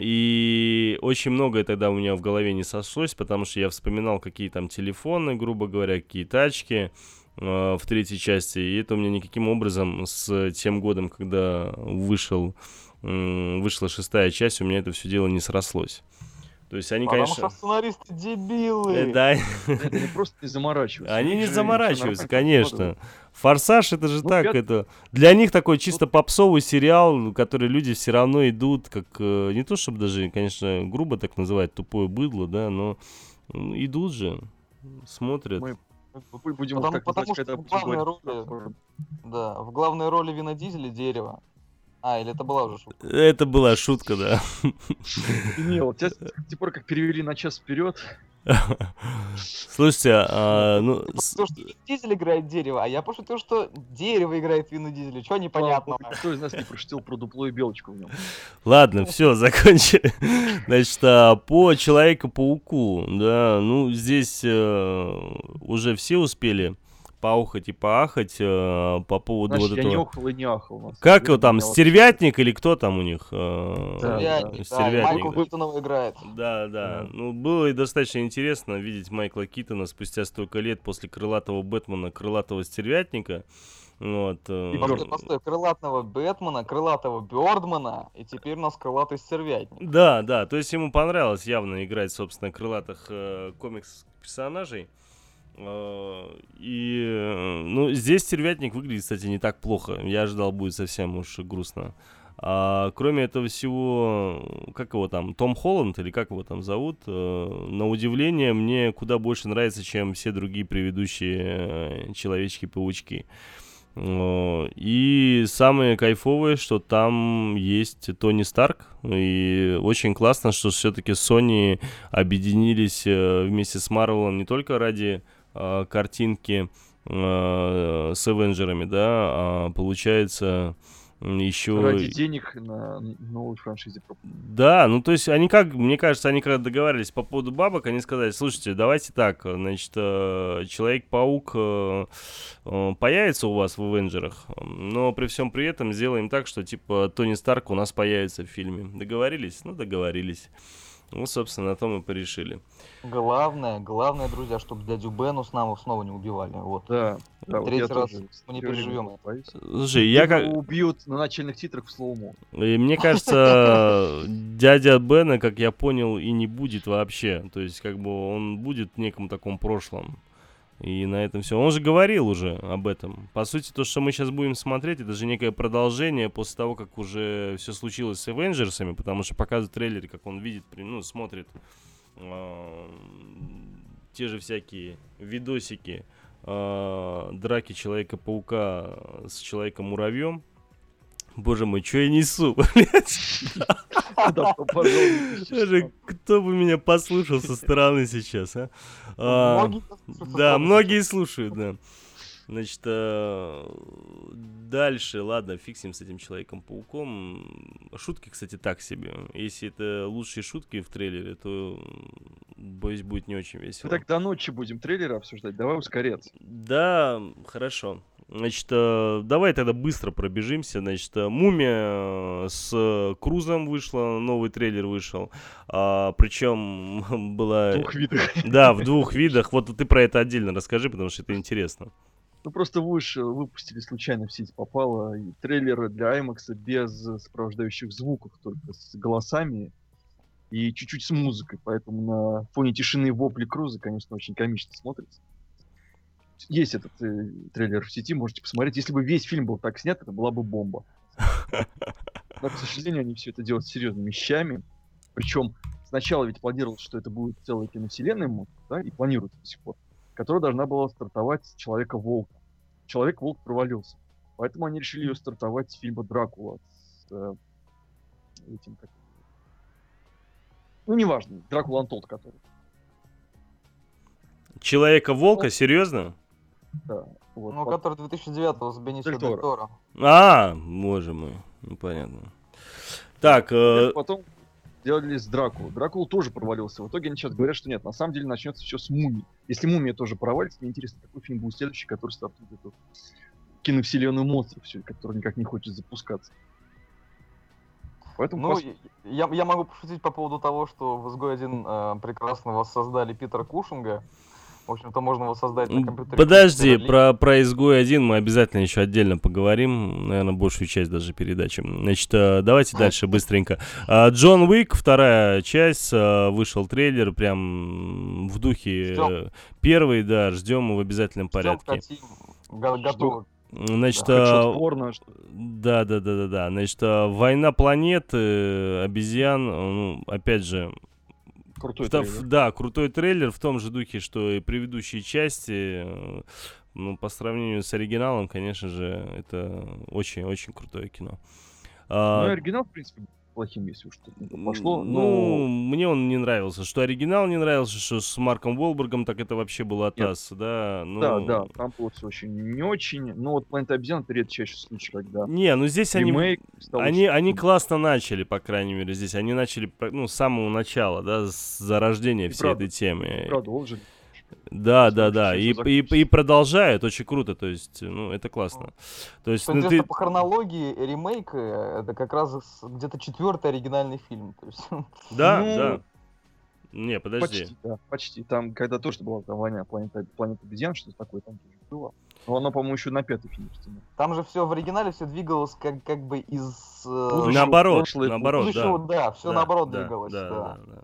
И очень многое тогда у меня в голове не сошлось, потому что я вспоминал, какие там телефоны, грубо говоря, какие тачки э, в третьей части, и это у меня никаким образом с тем годом, когда вышел, м, вышла шестая часть, у меня это все дело не срослось. То есть они, Потому конечно... что сценаристы дебилы. Э, да, Это не просто не заморачиваются. они у них не же заморачиваются, всё нормально конечно. складывается. Форсаж это же Ну, так, пят- это для них такой чисто попсовый сериал, который люди все равно идут, как э, не то чтобы даже, конечно, грубо так называть, тупое быдло, да, но м, идут же, смотрят. Мы мы будем Потому, так потому называть, что когда в будем главной говорить. роли, да, в главной роли Вина Дизеля дерево. А, или это была уже шутка? Это была шутка, да. Не, вот тебя теперь как перевели на час вперед. Слушайте, а, ну, Ты с- пошутил, что Вин Дизель играет дерево, а я пошутил, что дерево играет Вина Дизеля. Чего непонятного? Кто из нас не прошутил про дупло и белочку в нем? ладно, все, закончили. Значит, а, по Человеку-пауку, да, ну, здесь э, уже все успели поухать и поахать э, по поводу Значит, вот я не этого... охал и не ахал. на самом Как деле, его там, меня вот- Стервятник или кто там у них? э, Да, Стервятник, да, и Стервятник. Майкл Китонов играет. Да, да. Ну, было и достаточно интересно видеть Майкла Китона спустя столько лет после крылатого Бэтмена, крылатого Стервятника. Вот. э, И Постой, Бёрдмана. постой, крылатного Бэтмена, крылатого Бёрдмана, и теперь у нас крылатый стервятник. Да, да, то есть ему понравилось явно играть, собственно, крылатых э, комикс-персонажей. Э, и, э, ну, здесь Стервятник выглядит, кстати, не так плохо. Я ожидал, будет совсем уж грустно. А, кроме этого всего, как его там, Том Холланд, или как его там зовут, э, на удивление, мне куда больше нравится, чем все другие предыдущие э, Человечки-паучки. Э, И самое кайфовое, что там есть Тони Старк, и очень классно, что все-таки Sony объединились э, вместе с Марвелом не только ради э, картинки э, с Авенджерами, да, а получается еще... Ради денег на новой франшизе. Да, ну то есть они как, мне кажется, они когда договаривались по поводу бабок, они сказали, слушайте, давайте так, значит, э, Человек-паук э, э, появится у вас в Авенджерах, но при всем при этом сделаем так, что типа Тони Старк у нас появится в фильме. Договорились? Ну, договорились. Ну, собственно, на то мы порешили. Главное, главное, друзья, чтобы дядю Бену снова, снова не убивали. Вот. Да, да, вот я Третий раз тоже мы не всё время переживем. этого боюсь. Слушай, я Либо как... его убьют на начальных титрах в слоумо. И мне кажется, дядя Бена, как я понял, и не будет вообще. То есть, как бы он будет в неком таком прошлом. И на этом все. Он же говорил уже об этом. По сути, то, что мы сейчас будем смотреть, это же некое продолжение после того, как уже все случилось с Авенджерсами, потому что показывают в трейлере, как он видит, ну, смотрит э, те же всякие видосики э, драки Человека-паука с Человеком-муравьем. Боже мой, что я несу, блядь? Да, пожалуй, Даже кто бы меня послушал со стороны сейчас, а? А, Многие слушают со Да, стороны многие слушают, да. Значит, а, дальше, ладно, фиг с ним, с этим Человеком-пауком. Шутки, кстати, так себе. Если это лучшие шутки в трейлере, то, боюсь, будет не очень Мы весело. так до ночи будем трейлеры обсуждать, давай ускоряться. Да, хорошо. Значит, э, давай тогда быстро пробежимся. Значит, э, «Мумия» с Крузом вышла, новый трейлер вышел. А, причем была... В двух видах. Да, в двух видах. Вот ты про это отдельно расскажи, потому что это интересно. Ну просто вышел, выпустили случайно в сеть попало и трейлеры для аймакса без сопровождающих звуков, только с голосами и чуть-чуть с музыкой. Поэтому на фоне тишины и вопли Круза, конечно, очень комично смотрится. Есть этот э, трейлер в сети, можете посмотреть. Если бы весь фильм был так снят, это была бы бомба. Но, к сожалению, они все это делают с серьезными вещами. Причем сначала ведь планировалось, что это будет целая киновселенная, да, и планируется до сих пор, которая должна была стартовать с Человека-волка. Человек-волк провалился. Поэтому они решили ее стартовать с фильма «Дракула». С э, этим как... Ну, неважно, «Дракула Untold», который. Человека-волка, серьезно? Да, вот. Ну, Пот- который две тысячи девятого с Бенисио Дель Дель Торо. Торо. А, боже мой, ну понятно. Так, э, Потом делали с Дракулу. Дракула тоже провалился. В итоге они сейчас говорят, что нет, на самом деле начнется все с Мумии. Если Мумия тоже провалится, мне интересно, какой фильм будет следующий, который стартует эту киновселенную монстров, все, который никак не хочет запускаться. Поэтому Ну, пос- я, я могу пошутить по поводу того, что в изгой один э, прекрасно воссоздали Питера Кушинга. В общем-то, можно воссоздать на компьютере. подожди, Компьютер Ли. про, про «Изгой один» мы обязательно еще отдельно поговорим, наверное, большую часть даже передачи. Значит, э, давайте дальше быстренько. А, Джон Уик, вторая часть, э, вышел трейлер, прям в духе Ждем. э, первый, да, ждем его в обязательном Ждем, порядке. хотим, го- готовы. Значит, Да, а, Хэдшот Ворна, что- да, да, да, да, да. Значит, а, «Война планет», э, обезьян, ну, опять же, крутой в та- трейлер. в- да, крутой трейлер в том же духе, что и предыдущие части. э, Ну, по сравнению с оригиналом, конечно же, это очень-очень крутое кино. Ну, А, и оригинал, в принципе, плохим, если уж что-то пошло. Ну, Но мне он не нравился. Что оригинал не нравился, что с Марком Уолбергом, так это вообще был атас, да. Ну, да, да, там было все очень не очень. Но вот «Планета обезьян» — это редчайший случай, когда Не, ну здесь они... ремейк стал Они, очень они крутым. классно начали, по крайней мере, здесь. Они начали, ну, с самого начала, да, с зарождения И всей правда, этой темы. Продолжили. Да, да, Слушай, да. И, всё и, и закончится. продолжают, очень круто, то есть, ну, это классно. То есть, Что ну, интересно, ты... по хронологии ремейк э, это как раз с- где-то четвертый оригинальный фильм. То есть, Да, Ну, да. Не, подожди. Почти, да, почти. Там, когда тоже была там война планета, планета обезьян, что-то такое там тоже было. Но оно, по-моему, еще на пятый фильм растянуло. там же все в оригинале все двигалось как, как бы из э, Будущего, Наоборот, прошлое, наоборот, да. будущего, да, все Да, наоборот да, двигалось. да, Да. да, да.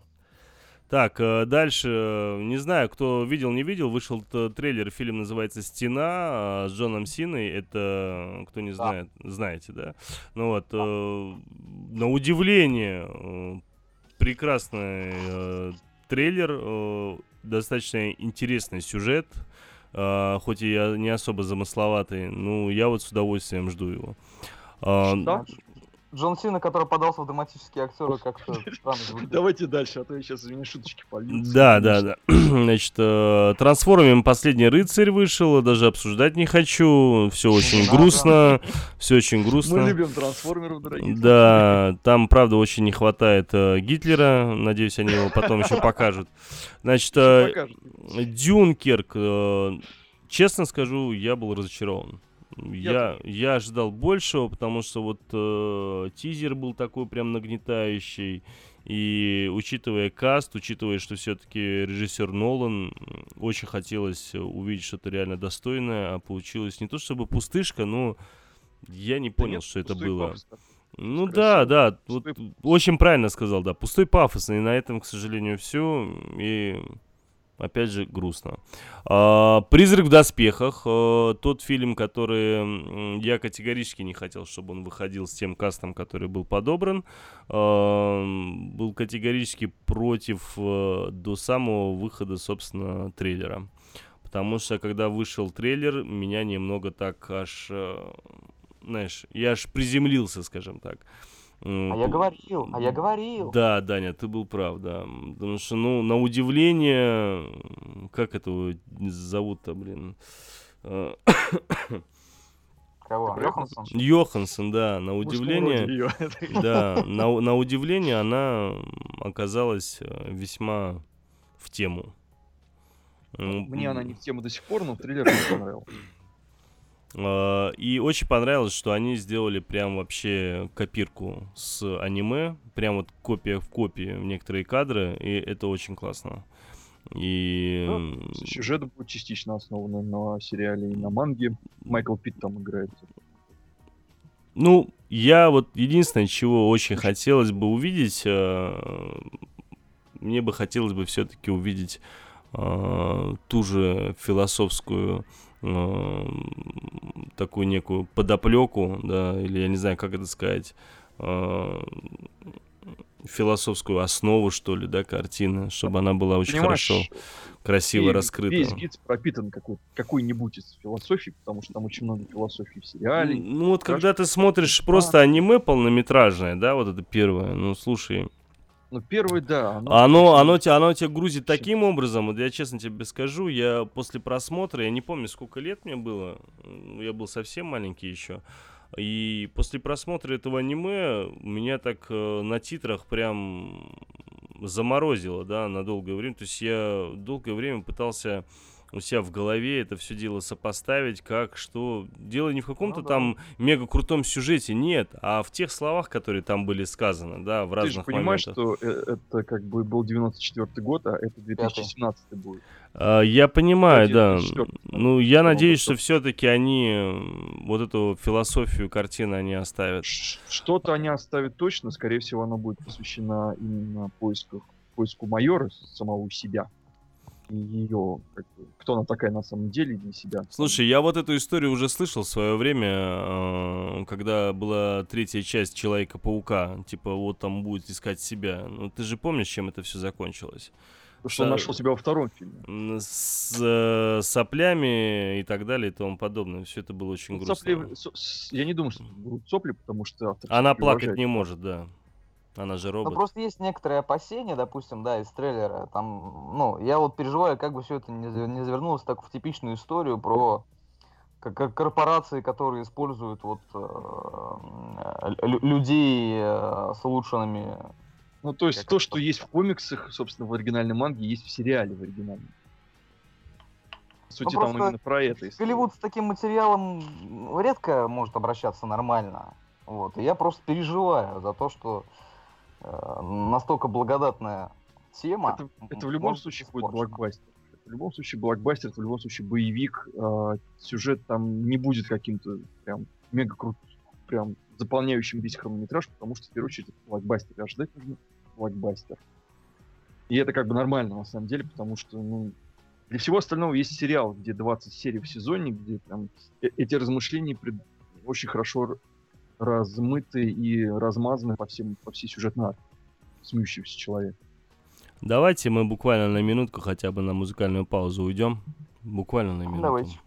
Так, э, дальше, э, не знаю, кто видел, не видел, вышел т- трейлер, фильм называется «Стена» э, с Джоном Синой, это, кто не Да. знает, знаете, да? Ну вот, э, на удивление, э, прекрасный э, трейлер, э, достаточно интересный сюжет, э, хоть и я не особо замысловатый, ну, я вот с удовольствием жду его. А, Да? Джон Сина, который подался в драматические актеры, как-то странно звучит. Давайте дальше, а то я сейчас из меня шуточки польются. Да, да, да. Значит, э, «Трансформеры. Последний рыцарь» вышел, даже обсуждать не хочу. Все очень надо. грустно. Все очень Мы грустно. любим трансформеров, дорогие. Да, там, правда, очень не хватает э, Гитлера. Надеюсь, они его потом еще покажут. Значит, слушатели. э, Покажут. Дюнкерк. э, Честно скажу, я был разочарован. Я, я ожидал большего, потому что вот э, тизер был такой прям нагнетающий. И учитывая каст, учитывая, что все-таки режиссер Нолан, очень хотелось увидеть что-то реально достойное, а получилось не то чтобы пустышка, но я не понял, нет, что это пустой было. пафос такой. Ну Красиво. да, да, вот Пустой- очень правильно сказал, да, пустой пафос, и на этом, к сожалению, все, и опять же грустно. А, «Призрак в доспехах», а, тот фильм, который м, я категорически не хотел, чтобы он выходил с тем кастом, который был подобран, а, был категорически против а, до самого выхода, собственно, трейлера. Потому что, когда вышел трейлер, меня немного так аж, а, знаешь, я аж приземлился, скажем так. М, А я говорил, а я говорил. Да, Даня, ты был прав, да. М, Потому что, ну, на удивление, м, как этого зовут-то, блин? Э, Кого? Ты Йоханссон? Йоханссон, да, на В мужском удивление, роде её. да, на, у- на удивление она м, оказалась э, весьма в тему. М, Мне она не в тему до сих пор, но трейлер мне понравился. А, И очень понравилось, что они сделали прям вообще копирку с аниме, прям вот копия в копии в некоторые кадры, и это очень классно. И Ну, м, Сюжет будет частично основан на сериале и на манге. Майкл Питт там играет. ну, я вот единственное, чего очень хотелось бы увидеть, э, мне бы хотелось бы все-таки увидеть э, ту же философскую э, такую некую подоплеку, да, или я не знаю, как это сказать, э, философскую основу, что ли, да, картины, чтобы она была очень Понимаешь, хорошо, красиво весь- раскрыта. Весь гид пропитан какой- какой-нибудь из философии, потому что там очень много философии в сериале. Ну вот Хорошо. когда ты смотришь А. просто аниме полнометражное, да, вот это первое, ну слушай, Ну, первый, да. оно, оно, оно тебя, оно тебя грузит таким образом, вот я честно тебе скажу, я после просмотра, я не помню, сколько лет мне было, м, я был совсем маленький еще, и после просмотра этого аниме меня так э, на титрах прям заморозило, да, на долгое время, то есть я долгое время пытался у себя в голове это все дело сопоставить, как, что. Дело не в каком-то Ну да. там мега крутом сюжете, нет, а в тех словах, которые там были сказаны, да, в Ты же разных понимаешь, моментах. что э, это как бы был девяносто четвёртый год, а это две тысячи семнадцатый будет. А, я понимаю, Кстати, да. это четвёртый, Ну, я по-моему, надеюсь, что что- все-таки они м, вот эту философию картины они оставят. Ш- Что-то они оставят точно, скорее всего, оно будет посвящено именно поиску, поиску майора, самого себя. И ее, как бы, кто она такая на самом деле для себя. Слушай, я вот эту историю уже слышал в свое время, э, когда была третья часть Человека-паука. Типа, вот там будет искать себя. Ну, ты же помнишь, чем это все закончилось? Потому что он да. нашел себя во втором фильме. М, С э, соплями и так далее и тому подобное. Все это было очень Ну, грустно. сопли- со- с- я не думаю, что это будут сопли, потому что автор Она всё-таки плакать уважает. не может, да. Она же Ну, робот. просто есть некоторые опасения, допустим, да, из трейлера. Там, ну, я вот переживаю, как бы все это не, за- не завернулось так в типичную историю про как, как корпорации, которые используют вот э, лю- людей э, с улучшенными. Ну, то есть Как то, это что есть в комиксах, собственно, в оригинальной манге, есть в сериале в оригинальном. По сути, там просто именно про это история. Голливуд с таким материалом редко может обращаться нормально. Вот. И я просто переживаю за то, что э, настолько благодатная тема. Это, это в любом может быть случае будет испорчена. блокбастер. Это в любом случае блокбастер, это в любом случае боевик. э, сюжет там не будет каким-то прям мега крут, прям заполняющим весь хронометраж, потому что в первую очередь это блокбастер. И ожидать нужно блокбастер. И это как бы нормально на самом деле, потому что ну, для всего остального есть сериал, где двадцать серий в сезоне, где там э- эти размышления пред- очень хорошо р- размыты и размазаны по всем по всей сюжетной арке. Смеющийся человек. Давайте мы буквально на минутку хотя бы на музыкальную паузу уйдем. Буквально на минуту. Давайте.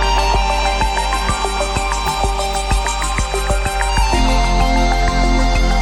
Thank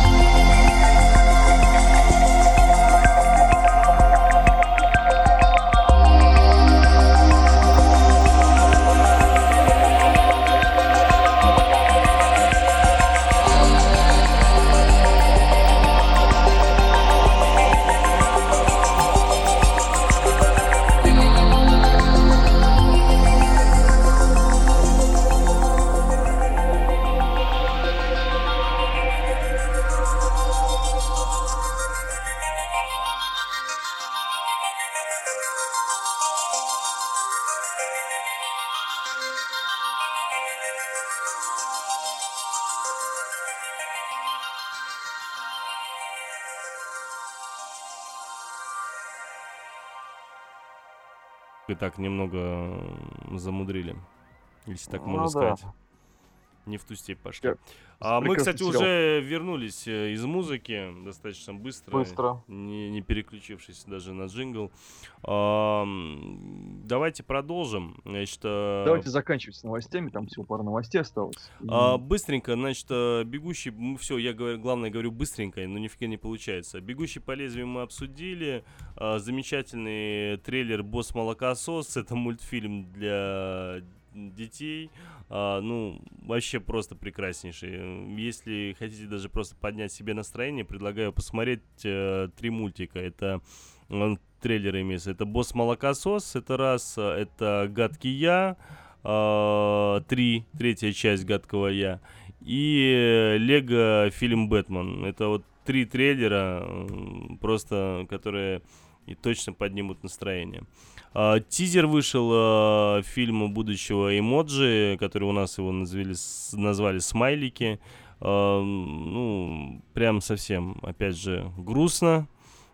и так немного замудрили, если так Ну можно да. сказать. Не в ту степь пошли. Я А мы, прекрасно кстати, потерял. уже вернулись э, из музыки достаточно быстро, Быстро. Не, не переключившись даже на джингл. А, м, давайте продолжим. Значит, э, Давайте заканчивать с новостями, там всего пара новостей осталось. И а, быстренько, значит, э, бегущий, все, я говорю, главное говорю быстренько, но нифига не получается. Бегущий по лезвию мы обсудили. А, замечательный трейлер «Босс Молокосос». Это мультфильм для детей. А, ну, вообще просто прекраснейший. Если хотите даже просто поднять себе настроение, предлагаю посмотреть э, три мультика. Это э, трейлеры имеются. Это «Босс Молокосос», это раз, э, это «Гадкий я», э, три, третья часть «Гадкого я», и «Лего фильм Бэтмен». Это вот три трейлера, э, просто, которые и точно поднимут настроение. А, тизер вышел а, фильма будущего «Эмоджи», который у нас его назвали, с- назвали «Смайлики». А, ну, прям совсем, опять же, грустно.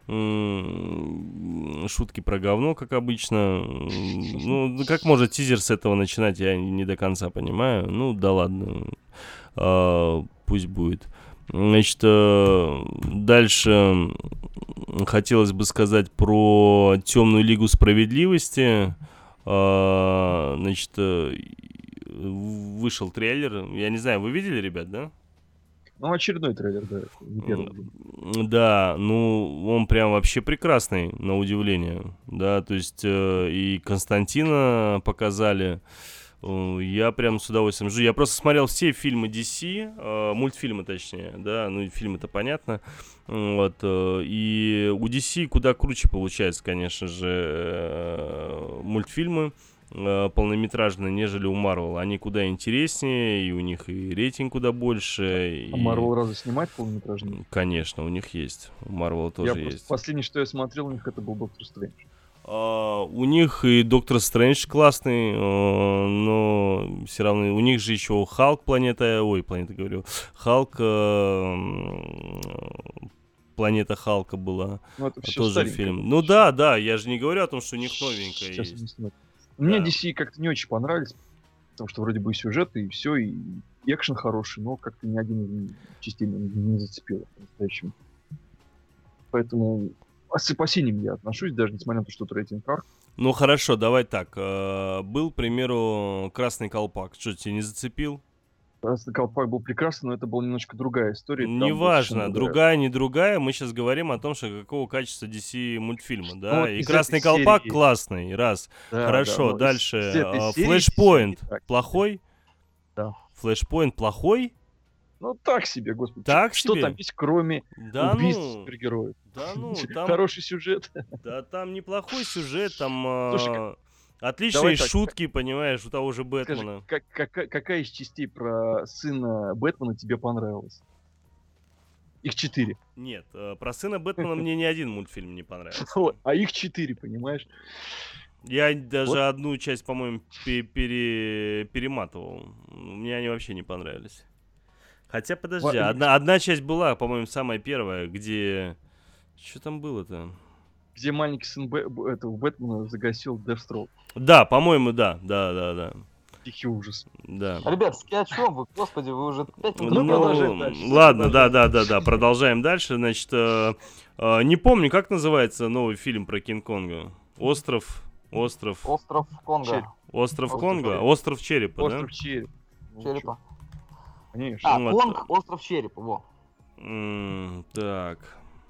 М, Шутки про говно, как обычно. М, Ну, ну, как может тизер с этого начинать, я не до конца понимаю. Ну, да ладно. А, пусть будет. Значит, э, дальше м, хотелось бы сказать про «Темную лигу справедливости». А, Значит, э, вышел трейлер. Я не знаю, вы видели, ребят, да? Ну, очередной трейлер, да. это не первый был. М, Да, ну, он прям вообще прекрасный, на удивление. Да, то есть э, и Константина показали. Э, Я прям с удовольствием жду. Я просто смотрел все фильмы ди си, э, мультфильмы точнее, да, ну и фильмы-то понятно. М, Вот, э, и у ди си куда круче получается, конечно же, э, мультфильмы э, полнометражные, нежели у Marvel. Они куда интереснее, и у них и рейтинг куда больше. А и- Marvel разве снимает полнометражный? Конечно, у них есть. У Marvel Я тоже просто- есть. Последнее, что я смотрел у них, это был Доктор Стрэндж. А, у них и Доктор Стрэндж классный, э, но все равно у них же еще Халк планета, ой, планета говорю, Халк, э, м, планета Халка была, Ну, это все тоже фильм. Ну да, да, я же не говорю о том, что у них новенькая Сейчас есть. не снимают. Мне Да. ди си как-то не очень понравились, потому что вроде бы и сюжет, и все, и экшен хороший, но как-то ни один из частей не, не зацепил по-настоящему. Поэтому с опасением я отношусь, даже несмотря на то, что это рейтинг арк. Ну хорошо, давай так. э, Был, к примеру, Красный Колпак. Что, тебя не зацепил? Красный Колпак был прекрасный, но это была немножко другая история. там была Неважно, совершенно другая, не другая, мы сейчас говорим о том, что какого качества ди си мультфильма, да, Ну, вот и из Красный этой Колпак серии. классный, раз, Да, хорошо, да, но из- дальше, из этой а, серии Флэшпоинт, серии так. плохой? Да. Флэшпоинт плохой? Ну так себе, господи. Так что себе? там есть, кроме Да убийств ну, супергероев? да ну, там, Хороший сюжет. да там неплохой сюжет, там а, Слушай, отличные давай так, шутки, понимаешь, у того же Скажи, Бэтмена. как- какая, какая из частей про сына Бэтмена тебе понравилась? Их четыре. Нет, э, про сына Бэтмена мне ни один мультфильм не понравился. Вот, а их четыре, понимаешь? Я даже Вот. одну часть, по-моему, пе- пере- перематывал. Мне они вообще не понравились. Хотя, подожди, Ва- одна, одна часть была, по-моему, самая первая, где... Что там было-то? Где маленький сын Бэ- Б- этого Бэтмена загасил Deathstroke. Да, по-моему, да, да, да, да, Тихий ужас. да. Ребятки, о чем вы? Господи, вы уже пять минут Ну, Ну, продолжаем дальше. ладно, да, Продолжаем. да, да, да, продолжаем дальше. Значит, э, э, не помню, как называется новый фильм про Кинг-Конга. Остров, остров, Остров Конга. Череп. остров Остров Конга, Черепа. остров Черепа, Остров череп. Ну, чё, Черепа. Конечно. А, Ну, вот. Конг, Остров Черепа, во. да? М, Так.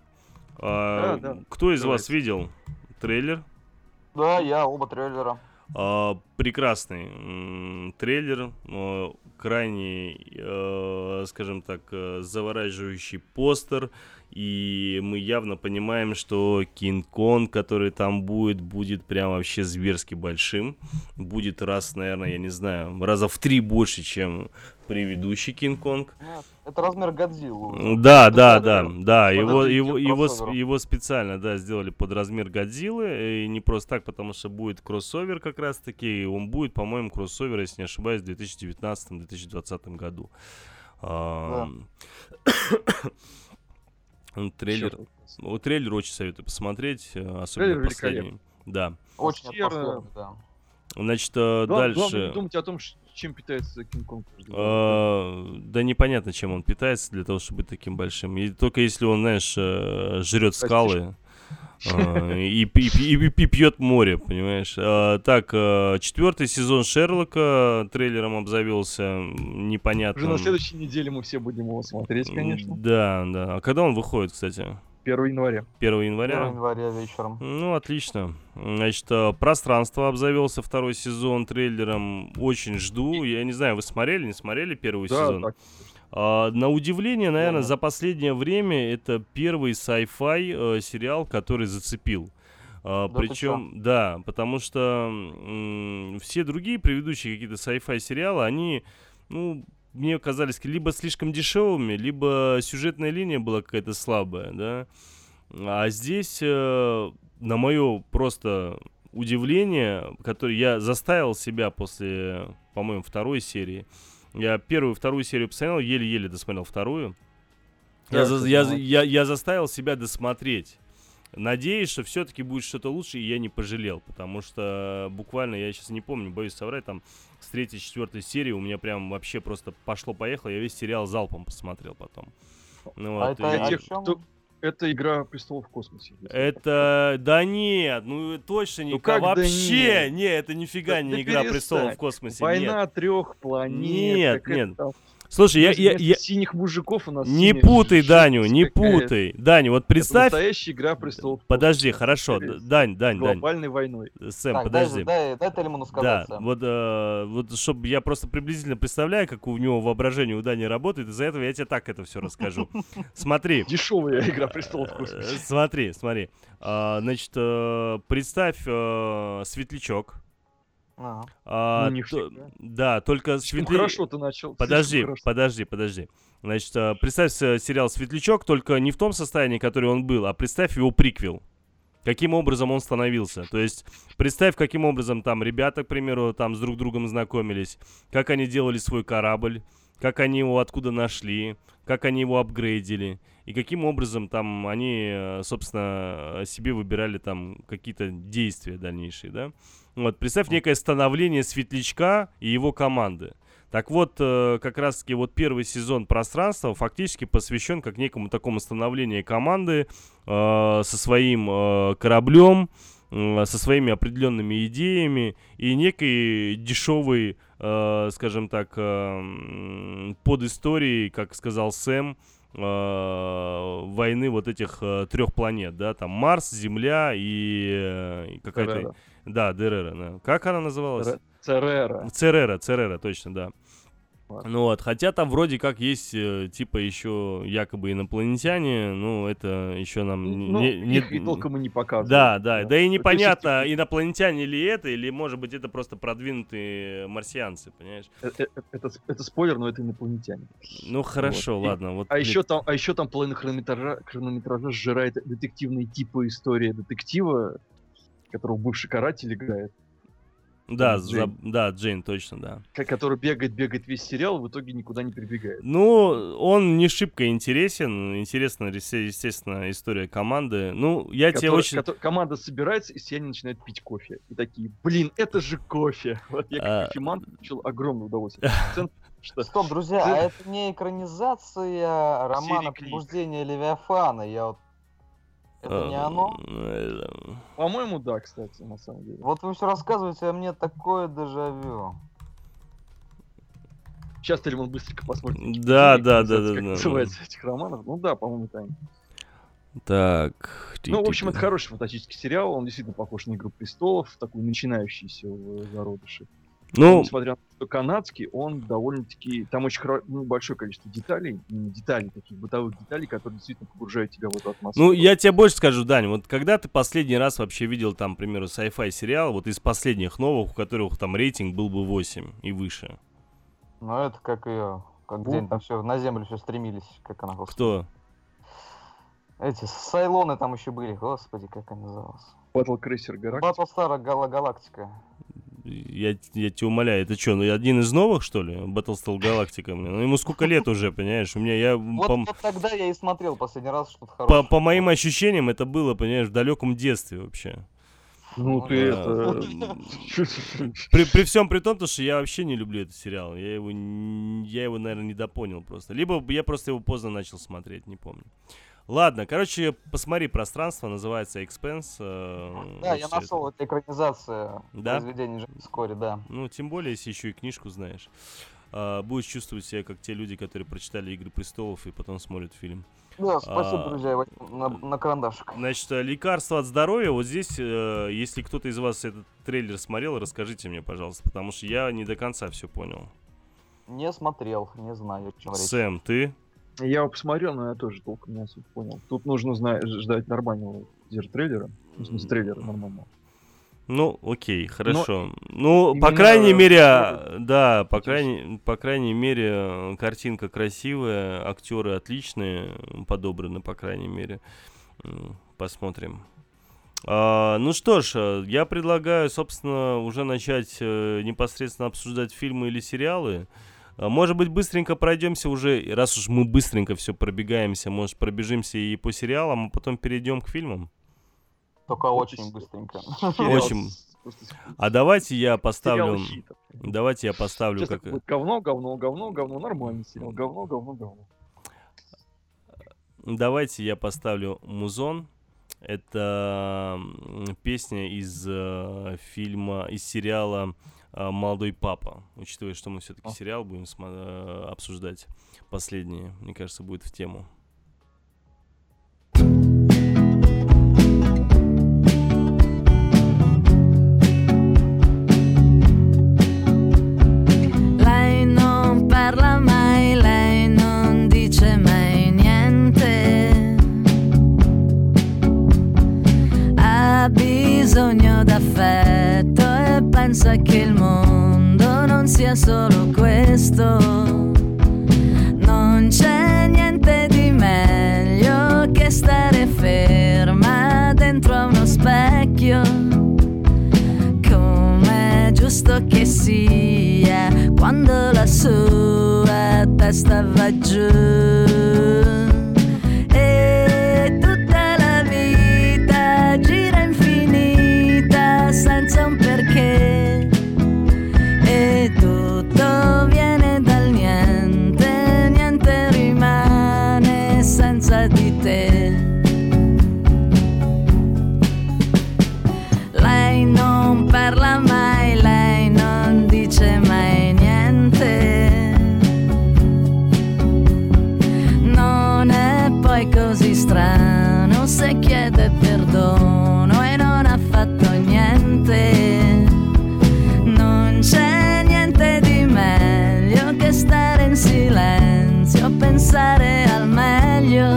А, Да, да, кто из вас давайте. видел трейлер? Да, я оба трейлера. А, прекрасный м, трейлер, а, крайне, э, скажем так, э, завораживающий постер, и мы явно понимаем, что Кинг-Конг, который там будет, будет прям вообще зверски большим, будет раз, наверное, я не знаю, раза в три больше, чем предыдущий Кинг-Конг. Ну, Это размер Годзиллы. Да, да, да, да, да, его, Подождите, его, его, с- кроссовер. его специально, да, сделали под размер Годзиллы, и не просто так, потому что будет кроссовер как раз-таки, и он будет, по-моему, кроссовер, если не ошибаюсь, в две тысячи девятнадцатом - две тысячи двадцатом году. А, ну, трейлер, Чёрт. ну, трейлер очень советую посмотреть, э, особенно Трейлер последний. великолепный. Да. Очень Атмосфера. атмосферный, да. Значит, э, Главное, дальше... главное не думать о том, ш- чем питается Кинг-Конг. Э, Да непонятно, чем он питается для того, чтобы быть таким большим. И только если он, знаешь, э, жрет скалы э, и, пи- и пи- и пьет море, понимаешь. Э, Так, э, четвертый сезон Шерлока трейлером обзавелся, Уже непонятно. на следующей неделе мы все будем его смотреть, конечно. Да, да. А когда он выходит, кстати? первого января. первого первого января? января вечером. Ну, отлично. Значит, э, «Пространство» обзавелся второй сезон трейлером. Очень жду. Я не знаю, вы смотрели, не смотрели первый Да, сезон? так. А, на удивление, наверное, Да. за последнее время это первый sci-fi э, сериал, который зацепил. А, Да ты причем, да, потому что м, все другие предыдущие какие-то sci-fi сериалы, они, ну, мне казались либо слишком дешевыми, либо сюжетная линия была какая-то слабая, да. А здесь, э, на мое просто удивление, которое я заставил себя после, по-моему, второй серии. Я первую, вторую серию посмотрел, еле-еле досмотрел вторую. Я, Да, за- кстати, я, молодец. я, я заставил себя досмотреть. Надеюсь, что все-таки будет что-то лучше, и я не пожалел. Потому что буквально, я сейчас не помню, боюсь соврать, там с третьей, четвертой серии у меня прям вообще просто пошло-поехало. Я весь сериал залпом посмотрел потом. Ну, А вот, это и- о Тех, чём? кто- Это «Игра престолов в космосе». если Это, да нет, ну точно не, Ну как да вообще, нет? не, это нифига Да- не да «Игра перестань. престолов в космосе», Война нет. трех планет. Нет, какая-то нет. там- Слушай, я, я, вместо я, синих мужиков у нас не синяя путай, жесть Даню, не какая-то. путай. Даню, вот Это представь, настоящая «Игра престолов». в подожди, космосе. хорошо, Серия Дань, с Дань, Дань, глобальной войной. Сэм, Так, подожди. дай, дай, дай Тельману Да, сказать, Сэм. вот, э, вот чтобы я просто приблизительно представляю, как у него воображение у Дани работает, из-за этого я тебе так это все расскажу. Смотри. Дешевая «Игра престолов» в Э, космосе. Смотри, смотри. А, Значит, э, представь э, светлячок. Ага. А, Ну, не то- всегда. Да, только Слишком светли- хорошо ты начал. Подожди, слишком хорошо. подожди, подожди. Значит, э, представь се- сериал «Светлячок», только не в том состоянии, который он был, а представь его приквел. Каким образом он становился. То есть представь, каким образом там ребята, к примеру, там с друг другом знакомились, как они делали свой корабль, как они его откуда нашли, как они его апгрейдили, и каким образом там они, э, собственно, себе выбирали там какие-то действия дальнейшие, да. Вот, представь некое становление Светлячка и его команды. Так вот, э, как раз-таки вот первый сезон «Пространства» фактически посвящен как некому такому становлению команды э, со своим э, кораблем, э, со своими определенными идеями и некой дешевой, э, скажем так, э, м, подисторией, как сказал Сэм, э, войны вот этих э, трех планет, да, там Марс, Земля и, э, и какая-то... Церера. Да, Дерера, да. Как она называлась? Цере- Церера. Церера, Церера, точно, да. Ладно. Ну вот, хотя там вроде как есть, э, типа, еще якобы инопланетяне, ну, это еще нам не... Ну, не- не- их и толком и не показывают. Да, да, да и То есть, непонятно, если- инопланетяне ли это, или, может быть, это просто продвинутые марсианцы, понимаешь? э- э- Это, это спойлер, но это инопланетяне. Ну, хорошо, Вот. И- ладно. Вот, А блин, еще там, а еще там половина хронометража, хронометража сжирает детективные типы истории детектива, которого бывший каратель играет, Да, Джейн. за- да, Джейн, точно, да. ко- который бегает, бегает весь сериал, в итоге никуда не прибегает. Ну, он не шибко интересен. Интересна, есе- естественно, история команды. Ну, я тебе Который- очень... кото- команда собирается, и все они начинают пить кофе. И такие, блин, это же кофе. Вот я А. как кофеман получил огромное удовольствие. Сцен- что- Стоп, друзья, Ты- а это не экранизация романа Крик. «Пробуждение Левиафана». Я вот... Это не оно? э, По-моему, да, кстати, на самом деле. Вот вы все рассказываете, а мне такое дежавю. Сейчас Тельман быстренько посмотрит. Википедию, Да, да, да, экранизация, да, Как да. называется этих романов. Ну да, по-моему, это они. Так. Ну, в общем, это ти-ти-ти. хороший фантастический сериал. Он действительно похож на «Игру престолов», такой начинающийся в зародыше. Но, Ну, несмотря на то, что канадский, он довольно-таки... Там очень хоро- ну, большое количество деталей, именно деталей, таких бытовых деталей, которые действительно погружают тебя в эту атмосферу. ну, я тебе больше скажу, Дань, вот когда ты последний раз вообще видел там, к примеру, sci-fi сериал, вот из последних новых, у которых там рейтинг был бы восемь и выше? Ну это как ее... Как Бу- где они там все на землю все стремились, как она, господи. Кто? Эти Сайлоны там еще были, господи, как она называлась. Battle Cruiser Galactica. Баттлстар Гала Галактика. Я, я тебя умоляю, это что, ну один из новых, что ли? Battlestar Galactica, блин. Ну ему сколько лет уже, понимаешь? У меня, я, Вот, по, вот тогда я и смотрел последний раз что-то по, хорошее. по моим ощущениям, это было, понимаешь, в далеком детстве вообще. Ну ты да. это... При, при всем при том, то, что я вообще не люблю этот сериал. Я его, н- я его, наверное, недопонял просто. Либо я просто его поздно начал смотреть, не помню. Ладно, короче, посмотри «Пространство», называется «Экспенс». э, Да, вот я всё нашел, это. это экранизация Да? произведения Джеймса Кори, да. Ну, тем более, если еще и книжку знаешь. А, будешь чувствовать себя как те люди, которые прочитали «Игры престолов» и потом смотрят фильм. Да, спасибо, А, друзья, я возьму на, на карандашик. Значит, э, лекарство от здоровья. Вот здесь, э, если кто-то из вас этот трейлер смотрел, расскажите мне, пожалуйста, потому что я не до конца все понял. Не смотрел, не знаю, о чем речь. Сэм, ты? Я его посмотрел, но я тоже толком не особо понял. Тут нужно зна- ждать нормального трейлера. В смысле, трейлера нормального. Ну, окей, хорошо. Ну, по именно крайней мере, трейлер а, да, по интересный. крайней, по крайней мере, э, картинка красивая, актеры отличные, подобраны, по крайней мере. М, Посмотрим. А, ну что ж, э, я предлагаю, собственно, уже начать э, непосредственно обсуждать фильмы или сериалы. А, Может быть, быстренько пройдемся уже, раз уж мы быстренько все пробегаемся, может, пробежимся и по сериалам, а потом перейдем к фильмам? Только очень быстренько. Сериал Очень. с- просто с- А давайте я сериал поставлю... хитов. Давайте я поставлю Сейчас как... так будет говно, говно, говно, говно, нормальный сериал. Говно, говно, говно. Давайте я поставлю «Музон». Это м, песня из э, фильма, из сериала э, «Молодой папа». Учитывая, что мы все-таки А. сериал будем смо- э, обсуждать последнее, мне кажется, будет в тему. Lei non parla mai, lei non dice mai niente. Ha bisogno d'affetto e pensa che il mondo non sia solo questo. Non c'è niente di meglio che stare ferma dentro a uno specchio. Com'è giusto che sia quando la sua testa va giù. E tutta la vita gira infinita senza un perché. E tutto viene dal niente, niente rimane senza di te. Lei non parla mai, lei non dice mai niente. Non è poi così strano se chiede perdono e non ha fatto niente. Non c'è niente di meglio che stare in silenzio, pensare al meglio.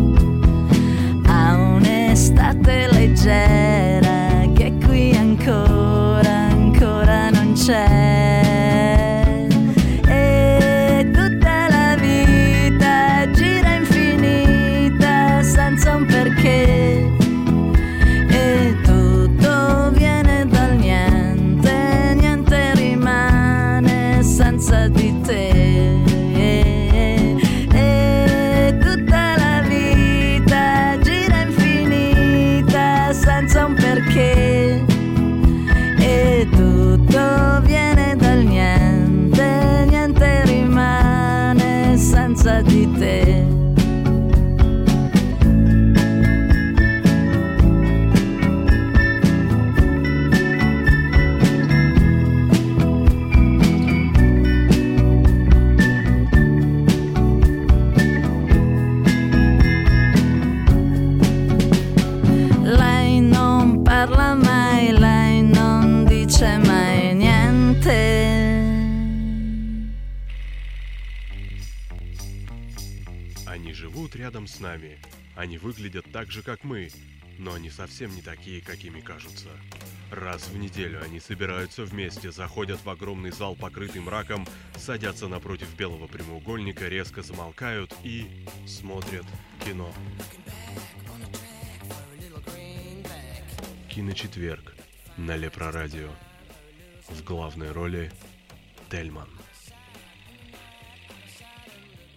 A un'estate leggera che qui ancora, ancora non c'è. E tutta la vita gira infinita senza un perché. E tutto viene dal niente, niente rimane senza di te. E tutta la vita gira infinita senza un perché. E tutto viene dal niente, niente rimane senza di te. Lei non parla mai, lei non dice mai niente. Они живут рядом с нами. Они выглядят так же, как мы, но они совсем не такие, какими кажутся. Раз в неделю они собираются вместе, заходят в огромный зал, покрытый мраком, садятся напротив белого прямоугольника, резко замолкают и смотрят кино. Киночетверг на Лепрорадио. В главной роли Тельман.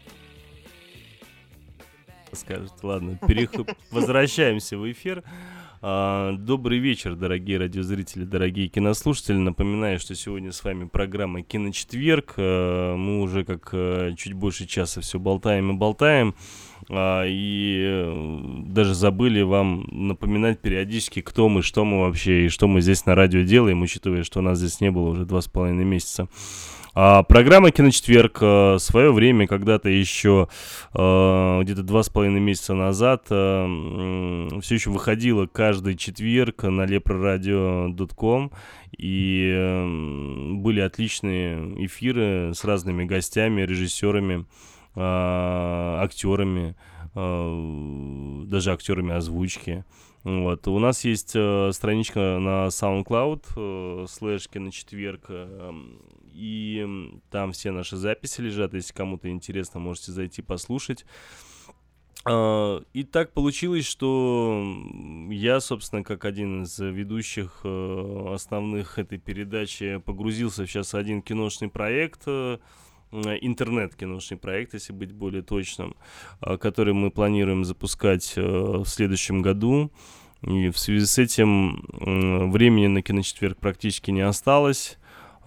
Скажет, ладно, перех... возвращаемся в эфир. А, добрый вечер, дорогие радиозрители, дорогие кинослушатели. Напоминаю, что сегодня с вами программа «Киночетверг». А, мы уже как а, чуть больше часа все болтаем и болтаем. А, и а, даже забыли вам напоминать периодически, кто мы, что мы вообще и что мы здесь на радио делаем, учитывая, что у нас здесь не было уже два с половиной месяца. А, программа «Киночетверг» а, в свое время, когда-то еще а, где-то два с половиной месяца назад, а, все еще выходила каждый четверг на лепрорадио точка ком, и а, были отличные эфиры с разными гостями, режиссерами, а, актерами, а, даже актерами озвучки. Вот. У нас есть э, страничка на SoundCloud, э, слэш киночетверг, э, и там все наши записи лежат. Если кому-то интересно, можете зайти послушать. Э, и так получилось, что я, собственно, как один из ведущих э, основных этой передачи, погрузился сейчас в один киношный проект, э, интернет-киношный проект, если быть более точным, который мы планируем запускать в следующем году. И в связи с этим времени на «Киночетверг» практически не осталось.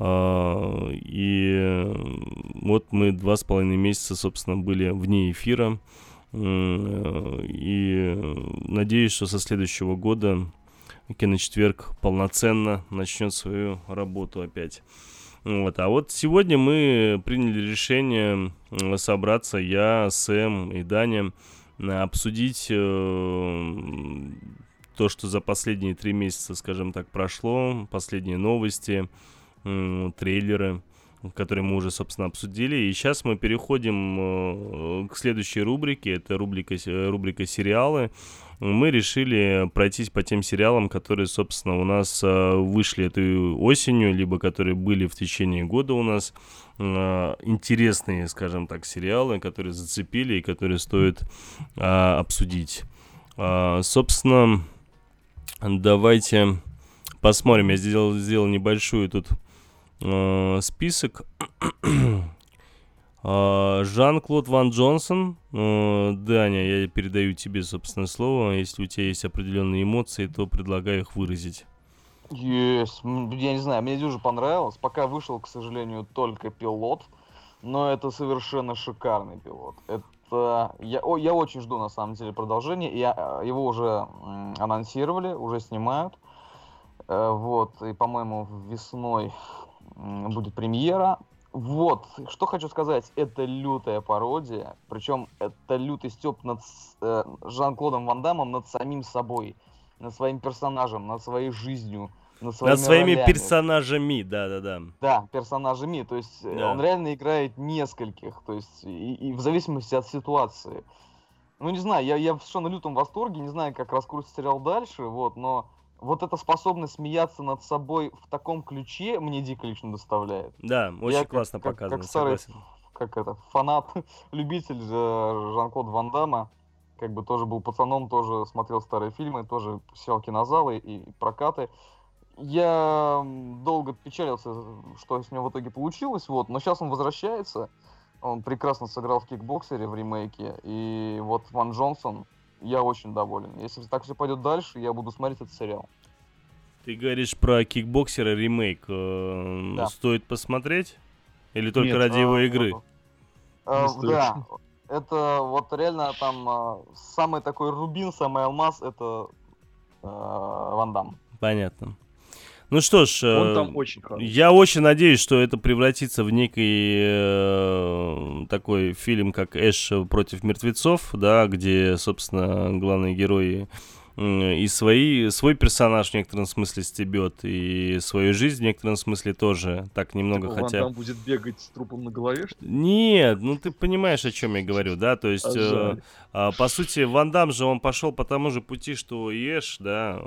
И вот мы два с половиной месяца, собственно, были вне эфира. И надеюсь, что со следующего года «Киночетверг» полноценно начнет свою работу опять. Вот. А вот сегодня мы приняли решение собраться, я, Сэм и Даня, обсудить э, то, что за последние три месяца, скажем так, прошло, последние новости, э, трейлеры, которые мы уже, собственно, обсудили. И сейчас мы переходим э, к следующей рубрике, это рубрика, рубрика «Сериалы». Мы решили пройтись по тем сериалам, которые, собственно, у нас э, вышли этой осенью, либо которые были в течение года у нас. Э, интересные, скажем так, сериалы, которые зацепили и которые стоит э, обсудить. Э, собственно, давайте посмотрим. Я сделал, сделал небольшую тут э, список. Жан-Клод Ван Джонсон. Даня, я передаю тебе, собственно, слово. Если у тебя есть определенные эмоции, то предлагаю их выразить. Есть. Yes. Я не знаю, мне дуже понравилось. Пока вышел, к сожалению, только пилот, но это совершенно шикарный пилот. Это я, о, я очень жду, на самом деле, продолжения. Я, его уже м, анонсировали, уже снимают. Э, вот, и, по-моему, весной м, будет премьера. Вот, что хочу сказать, это лютая пародия, причем это лютый стёб над э, Жан-Клодом Ван Даммом, над самим собой, над своим персонажем, над своей жизнью, над своими, над своими ролями. персонажами, да-да-да. Да, персонажами, то есть Да. Он реально играет нескольких, то есть и, и в зависимости от ситуации. Ну не знаю, я, я в совершенно лютом восторге, не знаю, как раскрутится сериал дальше, вот, но... Вот эта способность смеяться над собой в таком ключе мне дико лично доставляет. Да, очень Я классно как, показано, как старый, согласен. как это, фанат, любитель же Жан-Клода Ван Дамма, как бы тоже был пацаном, тоже смотрел старые фильмы, тоже посещал кинозалы и прокаты. Я долго печалился, что с него в итоге получилось, вот, но сейчас он возвращается, он прекрасно сыграл в «Кикбоксере» в ремейке, и вот Ван Джонсон... Я очень доволен. Если так все пойдет дальше, я буду смотреть этот сериал. Ты говоришь про «Кикбоксера» ремейк. Да. Стоит посмотреть? Или только Нет, ради а, его игры? А, да. Это вот реально там а, самый такой рубин, самый алмаз, это а, Ван Дамм. Понятно. Ну что ж, Он там очень хороший. Я очень надеюсь, что это превратится в некий э, такой фильм, как «Эш против мертвецов», да, где, собственно, главные герои э, и свои, свой персонаж в некотором смысле стебет, и свою жизнь в некотором смысле тоже так немного, типа, хотя... Ван Дамм будет бегать с трупом на голове, что ли? Нет, ну ты понимаешь, о чем я говорю, да, то есть, э, э, по сути, Ван Дамм же, он пошел по тому же пути, что и Эш, да,